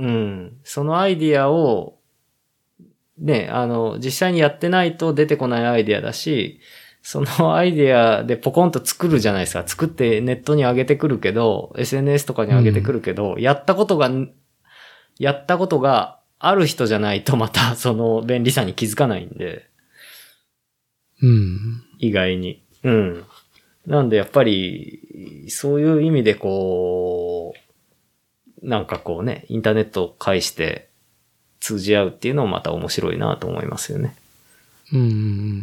そのアイディアを、ね、あの、実際にやってないと出てこないアイディアだし、そのアイディアでポコンと作るじゃないですか。作ってネットに上げてくるけど、エスエヌエス とかに上げてくるけど、うん、やったことが、やったことがある人じゃないとまたその便利さに気づかないんで。 うん。 意外に。うん。なんでやっぱり、そういう意味でこう、なんかこうね、インターネットを介して通じ合うっていうのもまた面白いなと思いますよね。 うん。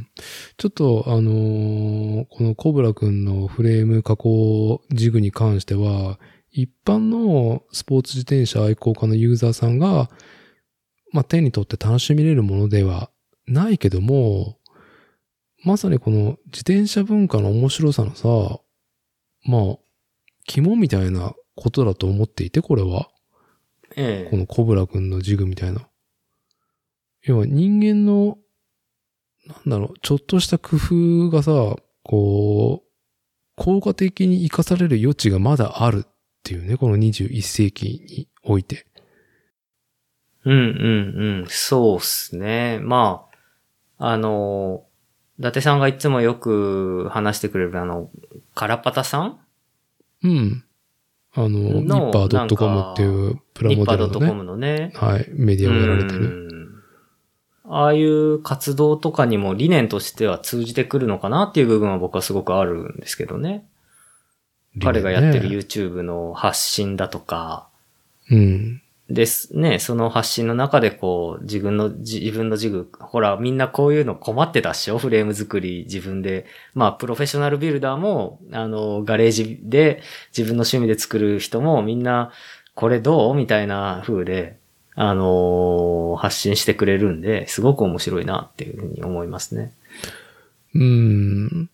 ちょっと、あのー、このコブラくんのフレーム加工ジグに関しては、一般のスポーツ自転車愛好家のユーザーさんが、まあ、手に取って楽しみれるものではないけども、まさにこの自転車文化の面白さのさ、まあ、肝みたいなことだと思っていて、これは。 ええ。 このコブラくんのジグみたいな。要は人間の、なんだろう、ちょっとした工夫がさ、こう、効果的に活かされる余地がまだあるっていうね、このにじゅういっ世紀において。 うんうんうん、そうっすね。まあ、あの、伊達さんがいつもよく話してくれるあの、カラパタさん？ うん。あの、ニッパー .com っていうプラモデルのね。ニッパー .com のね。 はい、メディアをやられてる。 ああいう活動とかにも理念としては通じてくるのかなっていう部分は僕はすごくあるんですけどね。ね、彼がやってる YouTube の発信だとか。 うん。 ですね。その発信の中でこう、自分の、自分のジグ、ほら、みんなこういうの困ってたっしょ？フレーム作り、自分で。まあ、プロフェッショナルビルダーも、あの、ガレージで自分の趣味で作る人もみんな、これどう？みたいな風で、あのー、発信してくれるんで、すごく面白いなっていうふうに思いますね。 うーん。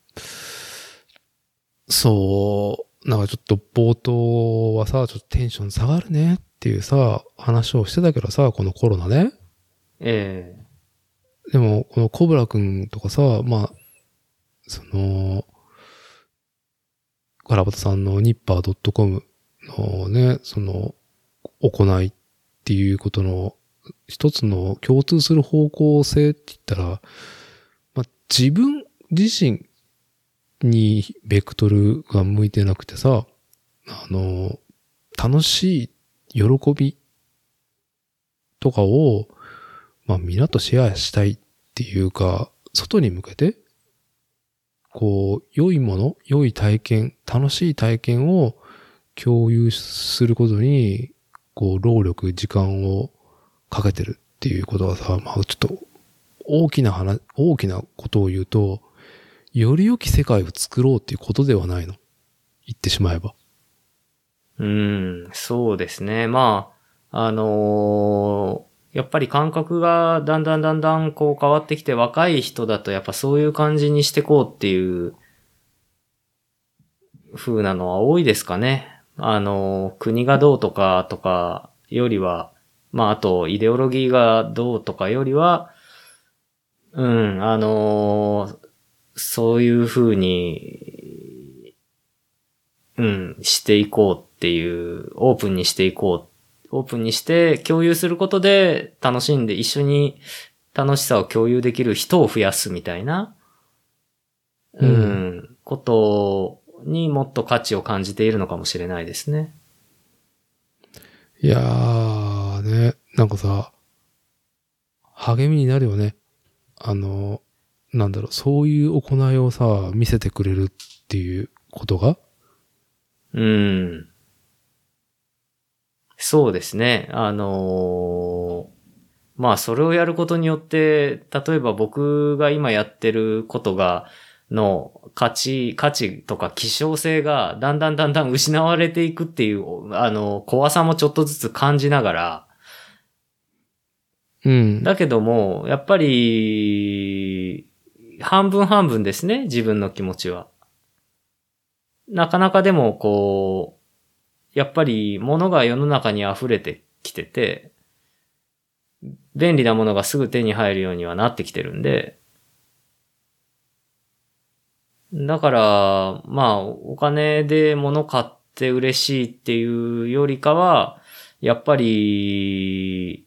そう。なんかちょっと冒頭はさ、ちょっとテンション下がるねっていうさ、話をしてたけどさ、このコロナね。 ええ。でも、このコブラくんとかさ、まあ、その、カラバタさんのニッパー .com のね、その、行いっていうことの一つの共通する方向性って言ったら、まあ、自分自身にベクトルが向いてなくてさ、あの、楽しい喜びとかを、まあ、みんなとシェアしたいっていうか、外に向けて、こう、良いもの、良い体験、楽しい体験を共有することに、こう、労力、時間をかけてるっていうことはさ、まあちょっと大きな話、大きなことを言うと、より良き世界を作ろうっていうことではないの。言ってしまえば。 うん、そうですね。まあ、あのー、やっぱり感覚がだんだんだんだんこう変わってきて、若い人だとやっぱそういう感じにしてこうっていう風なのは多いですかね。あのー、国がどうとかとかよりは、まああとイデオロギーがどうとかよりは、うん、あのー、そういう風に、うん、していこうっていう、オープンにしていこう。オープンにして共有することで楽しんで一緒に楽しさを共有できる人を増やすみたいな、うん、うん、ことにもっと価値を感じているのかもしれないですね。 いやーね、なんかさ、励みになるよね。あの、なんだろう、そういう行いをさ、見せてくれるっていうことが。 うん。そうですね。あのー、まあそれをやることによって、例えば僕が今やってることが、の価値、価値とか希少性がだんだんだんだん失われていくっていう、あの、怖さもちょっとずつ感じながら、 うん。 だけども、やっぱり、半分半分ですね、自分の気持ちは。なかなかでもこう、やっぱり物が世の中に溢れてきてて、便利なものがすぐ手に入るようにはなってきてるんで、だから、まあ、お金で物買って嬉しいっていうよりかは、やっぱり、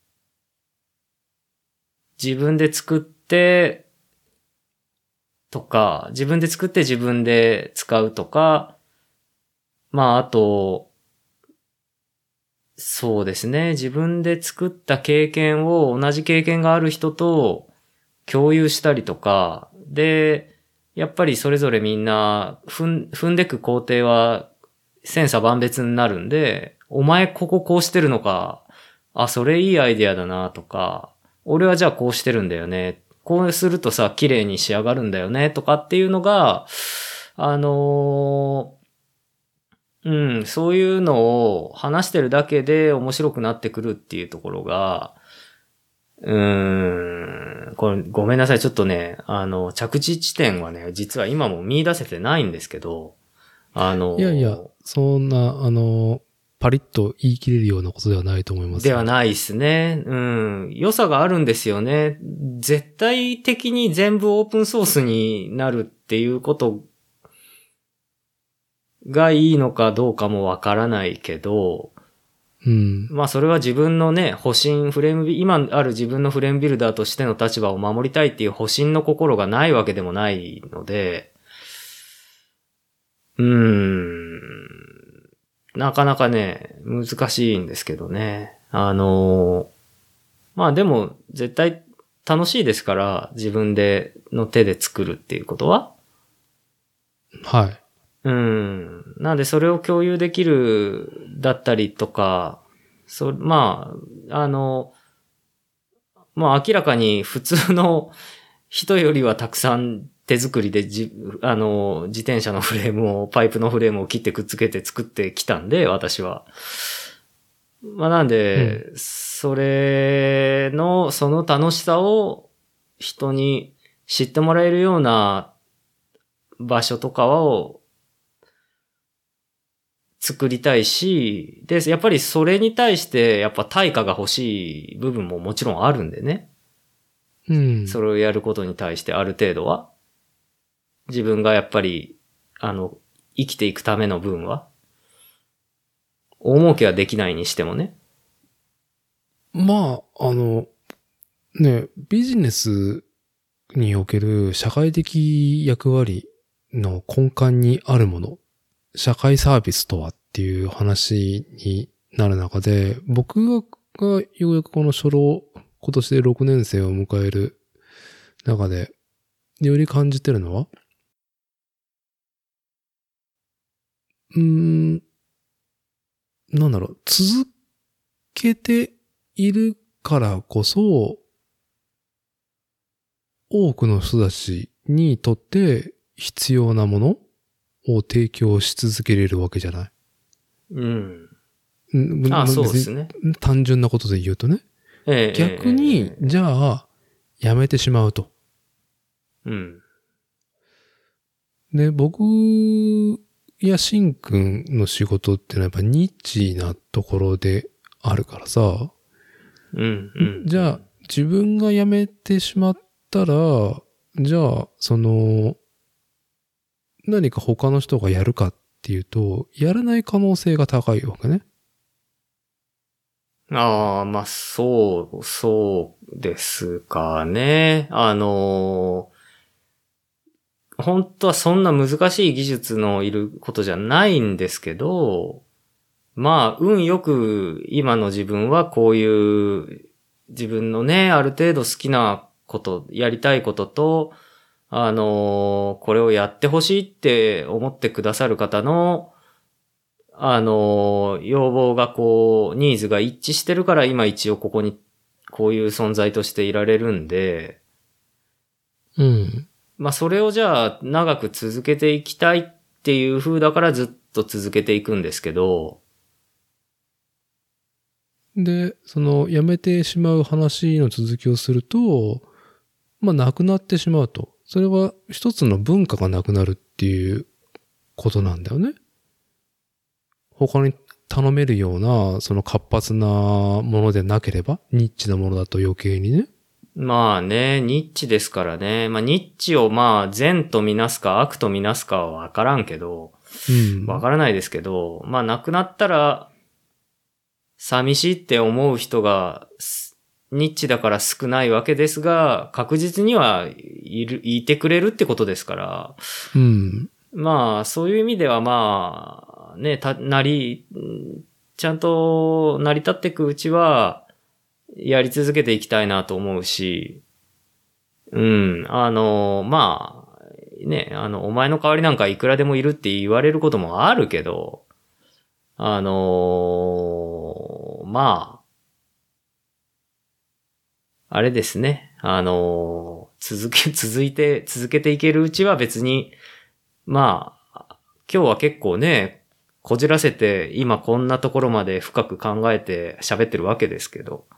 自分で作ってとか、自分で作って自分で使うとか、まあ、あと、そうですね。自分で作った経験を同じ経験がある人と共有したりとか、で、やっぱりそれぞれみんな踏ん、踏んでく工程は千差万別になるんで、お前こここうしてるのか、あ、それいいアイデアだなとか、俺はじゃあこうしてるんだよね。こうするとさ、綺麗に仕上がるんだよねとかっていうのが、あのーうん、そういうのを話してるだけで面白くなってくるっていうところが、うーん、これごめんなさい。ちょっとね、あの、着地地点はね、実は今も見出せてないんですけど、あの、 いやいや、そんな、あの、パリッと言い切れるようなことではないと思います。 ではないですね。うん。良さがあるんですよね。絶対的に全部オープンソースになるっていうことがいいのかどうかもわからないけど、 うん。 まあそれは自分のね、保身、フレームビ、今ある自分のフレームビルダーとしての立場を守りたいっていう保身の心がないわけでもないので、うーん、なかなかね、難しいんですけどね。あの、まあでも絶対楽しいですから、自分での手で作るっていうことは。 はい。 うん。なんでそれを共有できるだったりとか、そ、まあ、あの、まあ明らかに普通の人よりはたくさん手作りでじ、あの、自転車のフレームを、パイプのフレームを切ってくっつけて作ってきたんで、私は。まあなんで、うん、それの、その楽しさを人に知ってもらえるような場所とかを作りたいし、で、やっぱりそれに対してやっぱ対価が欲しい部分ももちろんあるんでね。 うん。 それをやることに対してある程度は。自分がやっぱり、あの、生きていくための分は。大儲けはできないにしてもね。 まあ、あの、ね、ビジネスにおける社会的役割の根幹にあるもの、社会サービスとはっていう話になる中で、僕がようやくこの初老、今年でろくねん生を迎える中で、より感じてるのは、うーん、なんだろう、続けているからこそ、多くの人たちにとって必要なものを提供し続けれるわけじゃない。 うん。 うん、 ああ、そうですね。 単純なことで言うとね。 ええ、 逆に、ええ、じゃあ、やめてしまうと。 うん。 で、僕やしんくんの仕事ってのはやっぱニッチなところであるからさ。 うん、うん。 じゃあ、自分が辞めてしまったら、じゃあ、その、何か他の人がやるかっていうと、やらない可能性が高いわけね。 ああ、まあ、そう、そうですかね。あの、本当はそんな難しい技術のいることじゃないんですけど、まあ、運よく今の自分はこういう自分のね、ある程度好きなこと、やりたいことと、あの、これをやってほしいって思ってくださる方の、あの、要望がこう、ニーズが一致してるから今一応ここに、こういう存在としていられるんで、 うん。 まあそれをじゃあ長く続けていきたいっていう風だからずっと続けていくんですけど。 で、その辞めてしまう話の続きをすると、まあなくなってしまうと。それは一つの文化がなくなるっていうことなんだよね。他に頼めるような、その活発なものでなければ、ニッチなものだと余計にね。 まあね、ニッチですからね。まあニッチをまあ善とみなすか悪とみなすかはわからんけど、 うん。 わからないですけど、まあなくなったら寂しいって思う人がニッチだから少ないわけですが、確実にはいる、いてくれるってことですから。 うん。 まあそういう意味ではまあね、た、なり、ちゃんと成り立っていくうちは、やり続けていきたいなと思うし、うん、あの、まあ、ね、あの、お前の代わりなんかいくらでもいるって言われることもあるけど、あの、まあ、あれですね、あの、続け、続いて、続けていけるうちは別に、まあ、今日は結構ね、こじらせて今こんなところまで深く考えて喋ってるわけですけど、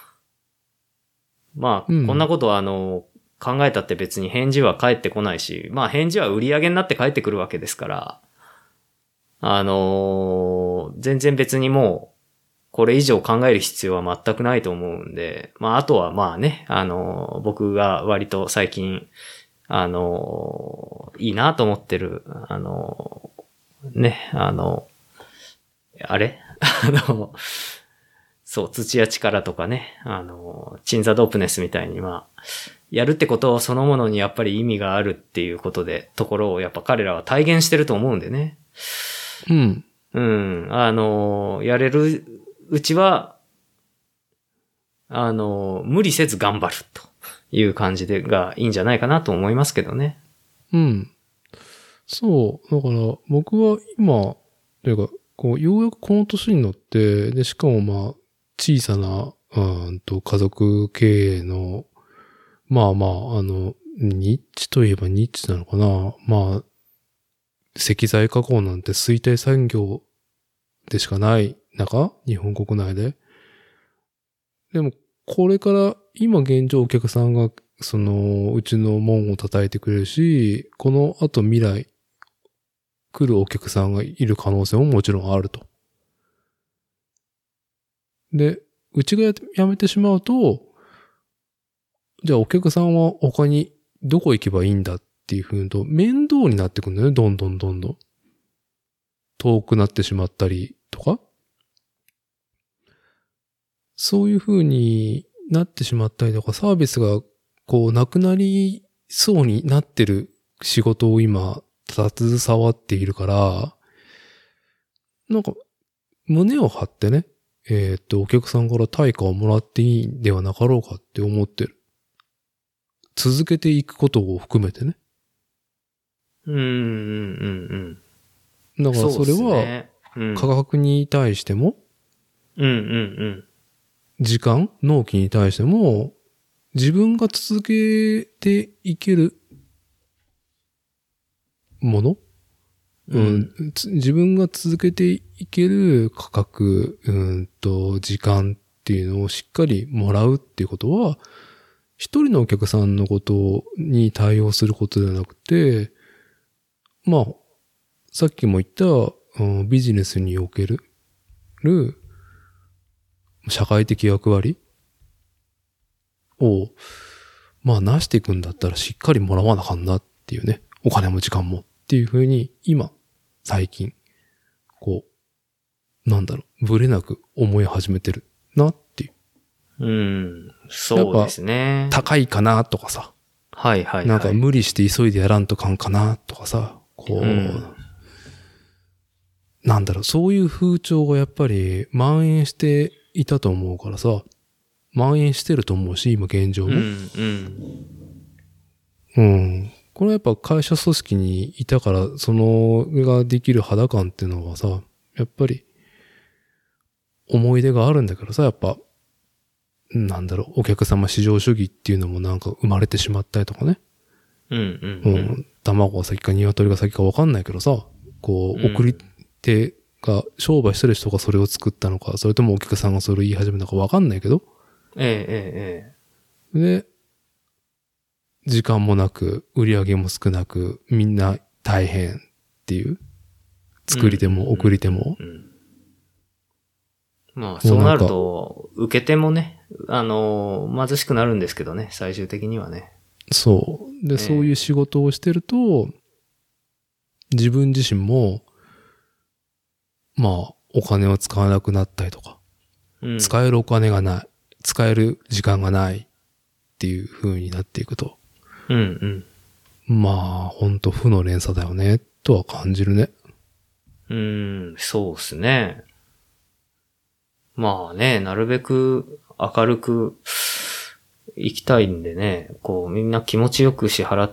まあ、うん、こんなことはあの、考えたって別に返事は返ってこないし、まあ返事は売り上げになって返ってくるわけですから、あのー、全然別にもう、これ以上考える必要は全くないと思うんで、まああとはまあね、あのー、僕が割と最近、あのー、いいなと思ってる、あのー、ね、あの、あれあの、そう、土や力とかね、あの、チンザドープネスみたいに、まあ、やるってことそのものにやっぱり意味があるっていうことで、ところをやっぱ彼らは体現してると思うんでね。 うん。 うん。あの、やれるうちは、あの、無理せず頑張るという感じでがいいんじゃないかなと思いますけどね。 うん。そう。だから僕は今、というか、こう、ようやくこの年になって、で、しかもまあ、小さな、うんと、家族経営の、まあまあ、あの、ニッチといえばニッチなのかな。まあ、石材加工なんて衰退産業でしかない中、日本国内で。でも、これから今現状お客さんが、その、うちの門を叩いてくれるし、この後未来、来るお客さんがいる可能性ももちろんあると。で、うちが辞めてしまうと、じゃあお客さんは他にどこ行けばいいんだっていう風にと面倒になってくるんだよね、どんどんどんどん。遠くなってしまったりとか。そういう風になってしまったりとか、サービスがこうなくなりそうになってる仕事を今、携わっているから、なんか、胸を張ってね、えっと、お客さんから対価をもらっていいんではなかろうかって思ってる。続けていくことを含めてね。 うん、うん、うん、 うん。だからそれは、価格に対しても、 うん、うん、うん。 時間、納期に対しても、自分が続けていけるもの、うん、うん、自分が続けていける価格、うんと、時間っていうのをしっかりもらうっていうことは、一人のお客さんのことに対応することではなくて、まあ、さっきも言った、うん、ビジネスにおける、社会的役割を、まあ、なしていくんだったらしっかりもらわなあかんなっていうね。お金も時間もっていうふうに、今、最近、こう、なんだろう、ぶれなく思い始めてるなっていう。 うん、そうですね。 高いかなとかさ。 はいはいはい。 なんか無理して急いでやらんとかんかなとかさ。こう、うん、なんだろう、そういう風潮がやっぱり蔓延していたと思うからさ。蔓延してると思うし、今現状も。うん、うん。うん。これはやっぱ会社組織にいたから、そのができる肌感っていうのはさ、やっぱり思い出があるんだけどさ、やっぱ、なんだろう、お客様至上主義っていうのもなんか生まれてしまったりとかね。 うんうんうん。うん、 卵が先か鶏が先か分かんないけどさ、こう、送り手が商売してる人がそれを作ったのか、それともお客さんがそれを言い始めたのか分かんないけど、 ええええ。 で、時間もなく、売り上げも少なく、みんな大変っていう。作り手も送り手も。 うんうんうん、まあ、そうなると、受け手もね、あの、貧しくなるんですけどね、最終的にはね。 そう。で、えー、そういう仕事をしてると、自分自身も、まあ、お金を使わなくなったりとか、うん、使えるお金がない。使える時間がないっていう風になっていくと。 うんうん。まあ、ほんと負の連鎖だよね、とは感じるね。 うーん、そうっすね。まあね、なるべく明るく生きたいんでね、こうみんな気持ちよく支払って、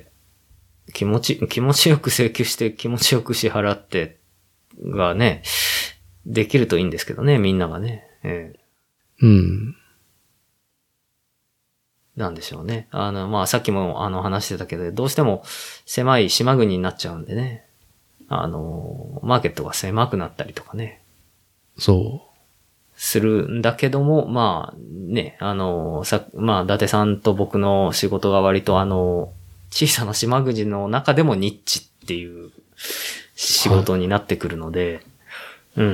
気持ち、気持ちよく請求して気持ちよく支払ってがね、できるといいんですけどね、みんながね。ええうん。 なんでしょうね。あの、まあ、さっきもあの話してたけど、どうしても狭い島国になっちゃうんでね。あの、マーケットが狭くなったりとかね。 そう。 するんだけども、まあ、ね、あの、さ、まあ、伊達さんと僕の仕事が割とあの、小さな島国の中でもニッチっていう仕事になってくるので、はい、うん。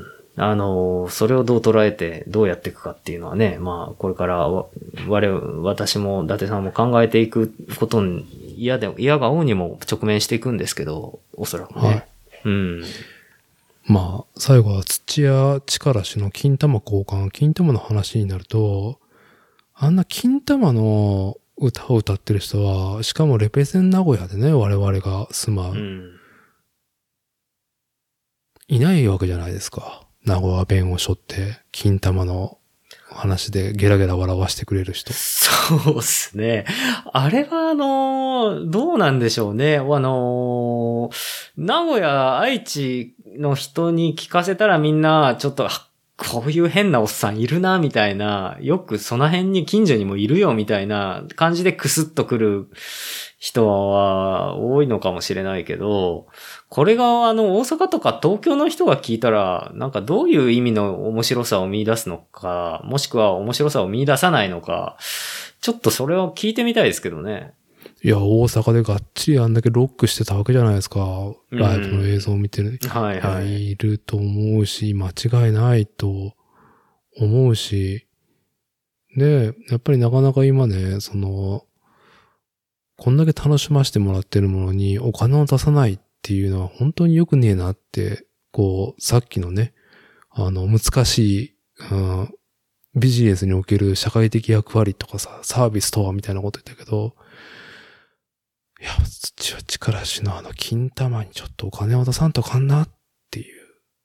あの、それをどう捉えてどうやっていくかっていうのはね、まあ、これから我々、私も伊達さんも考えていくことに嫌で、嫌が王にも直面していくんですけど、おそらくね。はい、うん。 まあ、最後は土屋力士の金玉交換、金玉の話になると、あんな金玉の歌を歌ってる人は、しかもレペゼン名古屋でね、我々が住まう。うん、いないわけじゃないですか。名古屋弁を背負って、金玉の話でゲラゲラ笑わしてくれる人。 そうっすね。あれはあのー、どうなんでしょうね。あのー、名古屋、愛知の人に聞かせたらみんな、ちょっと、こういう変なおっさんいるな、みたいな、よくその辺に近所にもいるよ、みたいな感じでクスッとくる人は多いのかもしれないけど、これがあの大阪とか東京の人が聞いたら、なんかどういう意味の面白さを見出すのか、もしくは面白さを見出さないのか、ちょっとそれを聞いてみたいですけどね。 いや、大阪でがっちりあんだけロックしてたわけじゃないですか。ライブの映像を見てる。 うん、はいはい。 いると思うし、間違いないと思うし。で、やっぱりなかなか今ね、その、こんだけ楽しませてもらってるものにお金を出さないっていうのは本当に良くねえなって、こう、さっきのね、あの、難しい、うん、ビジネスにおける社会的役割とかさ、サービスとはみたいなこと言ったけど、いや、土屋力士のあの金玉にちょっとお金を出さんとかんなっていう。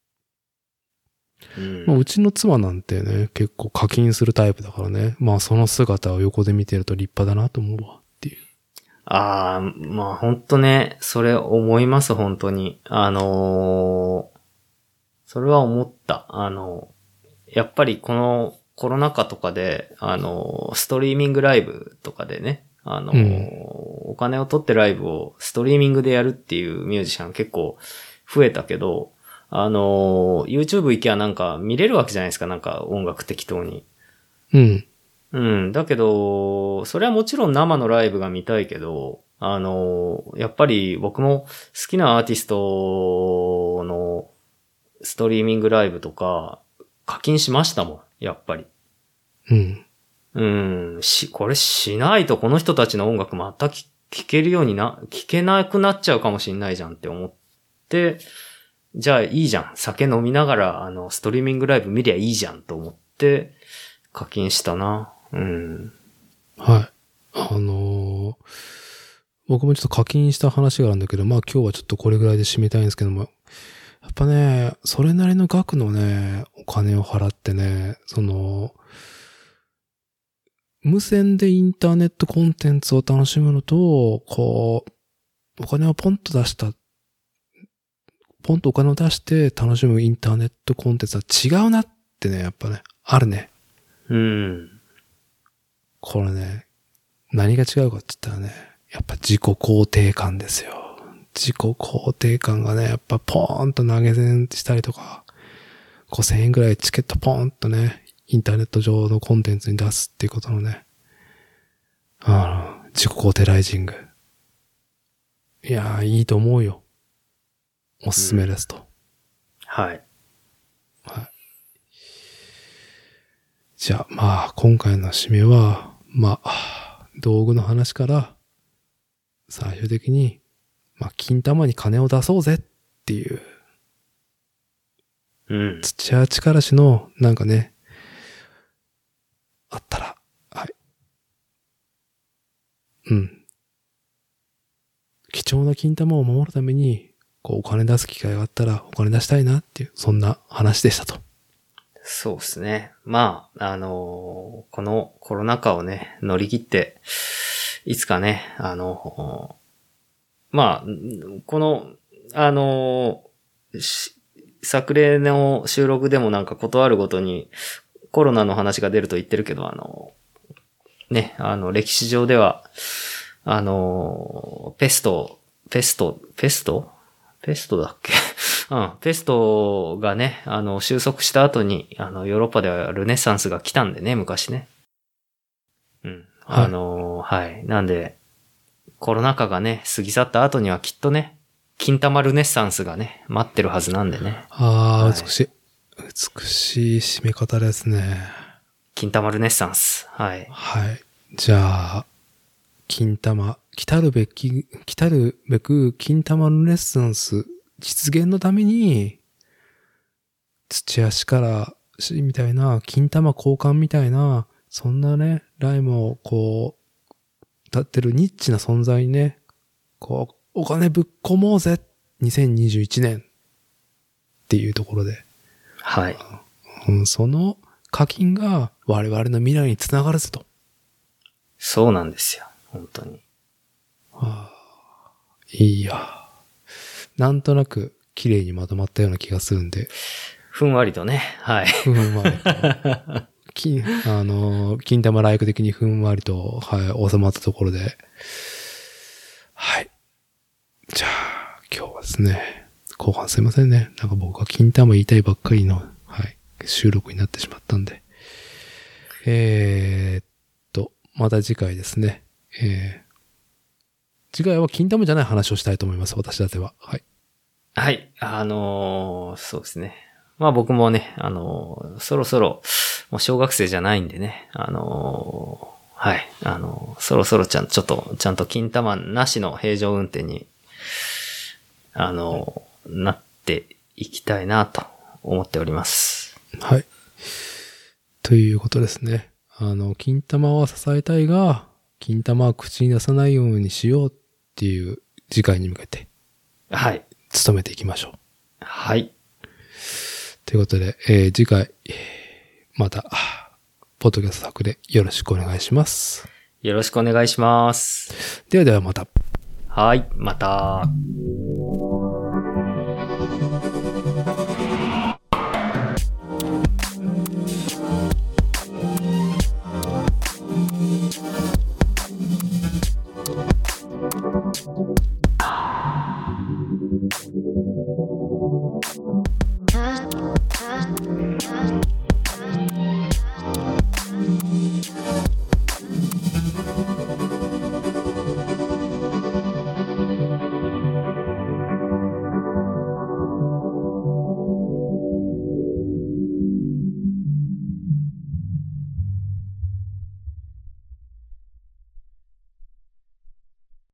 うんまあ、うちの妻なんてね、結構課金するタイプだからね。まあその姿を横で見てると立派だなと思うわっていう。 ああ、まあ本当ね、それ思います本当に。あのー、それは思った。あの、やっぱりこのコロナ禍とかで、あの、ストリーミングライブとかでね、あの、うん、お金を取ってライブをストリーミングでやるっていうミュージシャン結構増えたけど、あの、YouTube 行きゃなんか見れるわけじゃないですか、なんか音楽適当に。 うん。 うん。だけど、それはもちろん生のライブが見たいけど、あの、やっぱり僕も好きなアーティストのストリーミングライブとか課金しましたもん、やっぱり。 うん。 うん。し、これしないとこの人たちの音楽また聴けるようにな、聴けなくなっちゃうかもしんないじゃんって思って、じゃあいいじゃん。酒飲みながらあのストリーミングライブ見りゃいいじゃんと思って課金したな。うん。 はい。あのー、僕もちょっと課金した話があるんだけど、まあ今日はちょっとこれぐらいで締めたいんですけども、やっぱね、それなりの額のね、お金を払ってね、その、無線でインターネットコンテンツを楽しむのと、こう、お金をポンと出した、ポンとお金を出して楽しむインターネットコンテンツは違うなってね、やっぱね、あるね。 うん。 これね、何が違うかって言ったらね、やっぱ自己肯定感ですよ。自己肯定感がね、やっぱポーンと投げ銭したりとか、ごせんえんぐらいチケットポーンとね、インターネット上のコンテンツに出すっていうことのね、あの、自己肯定ライジング。いやー、いいと思うよ。おすすめですと。うん、 はい。 はい。じゃあ、まあ、今回の締めは、まあ、道具の話から、最終的に、まあ、金玉に金を出そうぜっていう、 うん。 土屋力士の、なんかね、あったら、はい。うん。貴重な金玉を守るために、こう、お金出す機会があったら、お金出したいなっていう、そんな話でしたと。 そうですね。まあ、あのー、このコロナ禍をね、乗り切って、いつかね、あのー、まあ、この、あのー、作例の収録でもなんか断るごとにコロナの話が出ると言ってるけど、あのー、ね、あの、歴史上では、あのー、ペスト、ペスト、ペストペストだっけうん。ペストがね、あの、収束した後に、あの、ヨーロッパではルネッサンスが来たんでね、昔ね。うん。はい、あの、はい。なんで、コロナ禍がね、過ぎ去った後にはきっとね、金玉ルネッサンスがね、待ってるはずなんでね。 ああ、はい、美しい。美しい締め方ですね。 金玉ルネッサンス。はい。 はい。じゃあ、金玉、来たるべき、来たるべく金玉ルネッサンス実現のために、土足からみたいな、金玉交換みたいな、そんなね、ライムをこう、立ってるニッチな存在にね、こう、お金ぶっ込もうぜ !にせんにじゅういち 年っていうところで。 はい。 うん、その課金が我々の未来につながるぞと。 そうなんですよ。本当に。 はあ、いいや。なんとなく綺麗にまとまったような気がするんで。 ふんわりとね。はい。 ふんわりと。金、あの、金玉ライク的にふんわりと、はい、収まったところで。はい。じゃあ、今日はですね、後半すいませんね。なんか僕は金玉言いたいばっかりの、はい、収録になってしまったんで。えーっと、また次回ですね。えー次回は金玉じゃない話をしたいと思います。私だっては。はい。 はい。あのー、そうですね。まあ僕もね、あのー、そろそろ、もう小学生じゃないんでね、あのー、はい。あのー、そろそろちゃん、ちょっと、ちゃんと金玉なしの平常運転に、あのー、なっていきたいなと思っております。 はい。ということですね。あの、金玉は支えたいが、金玉は口に出さないようにしようっていう次回に向けて。 はい。 努めていきましょう。 はい。 ということで、えー、次回、また、ポッドキャスト作でよろしくお願いします。 よろしくお願いします。 ではではまた。 はい、また。 はい。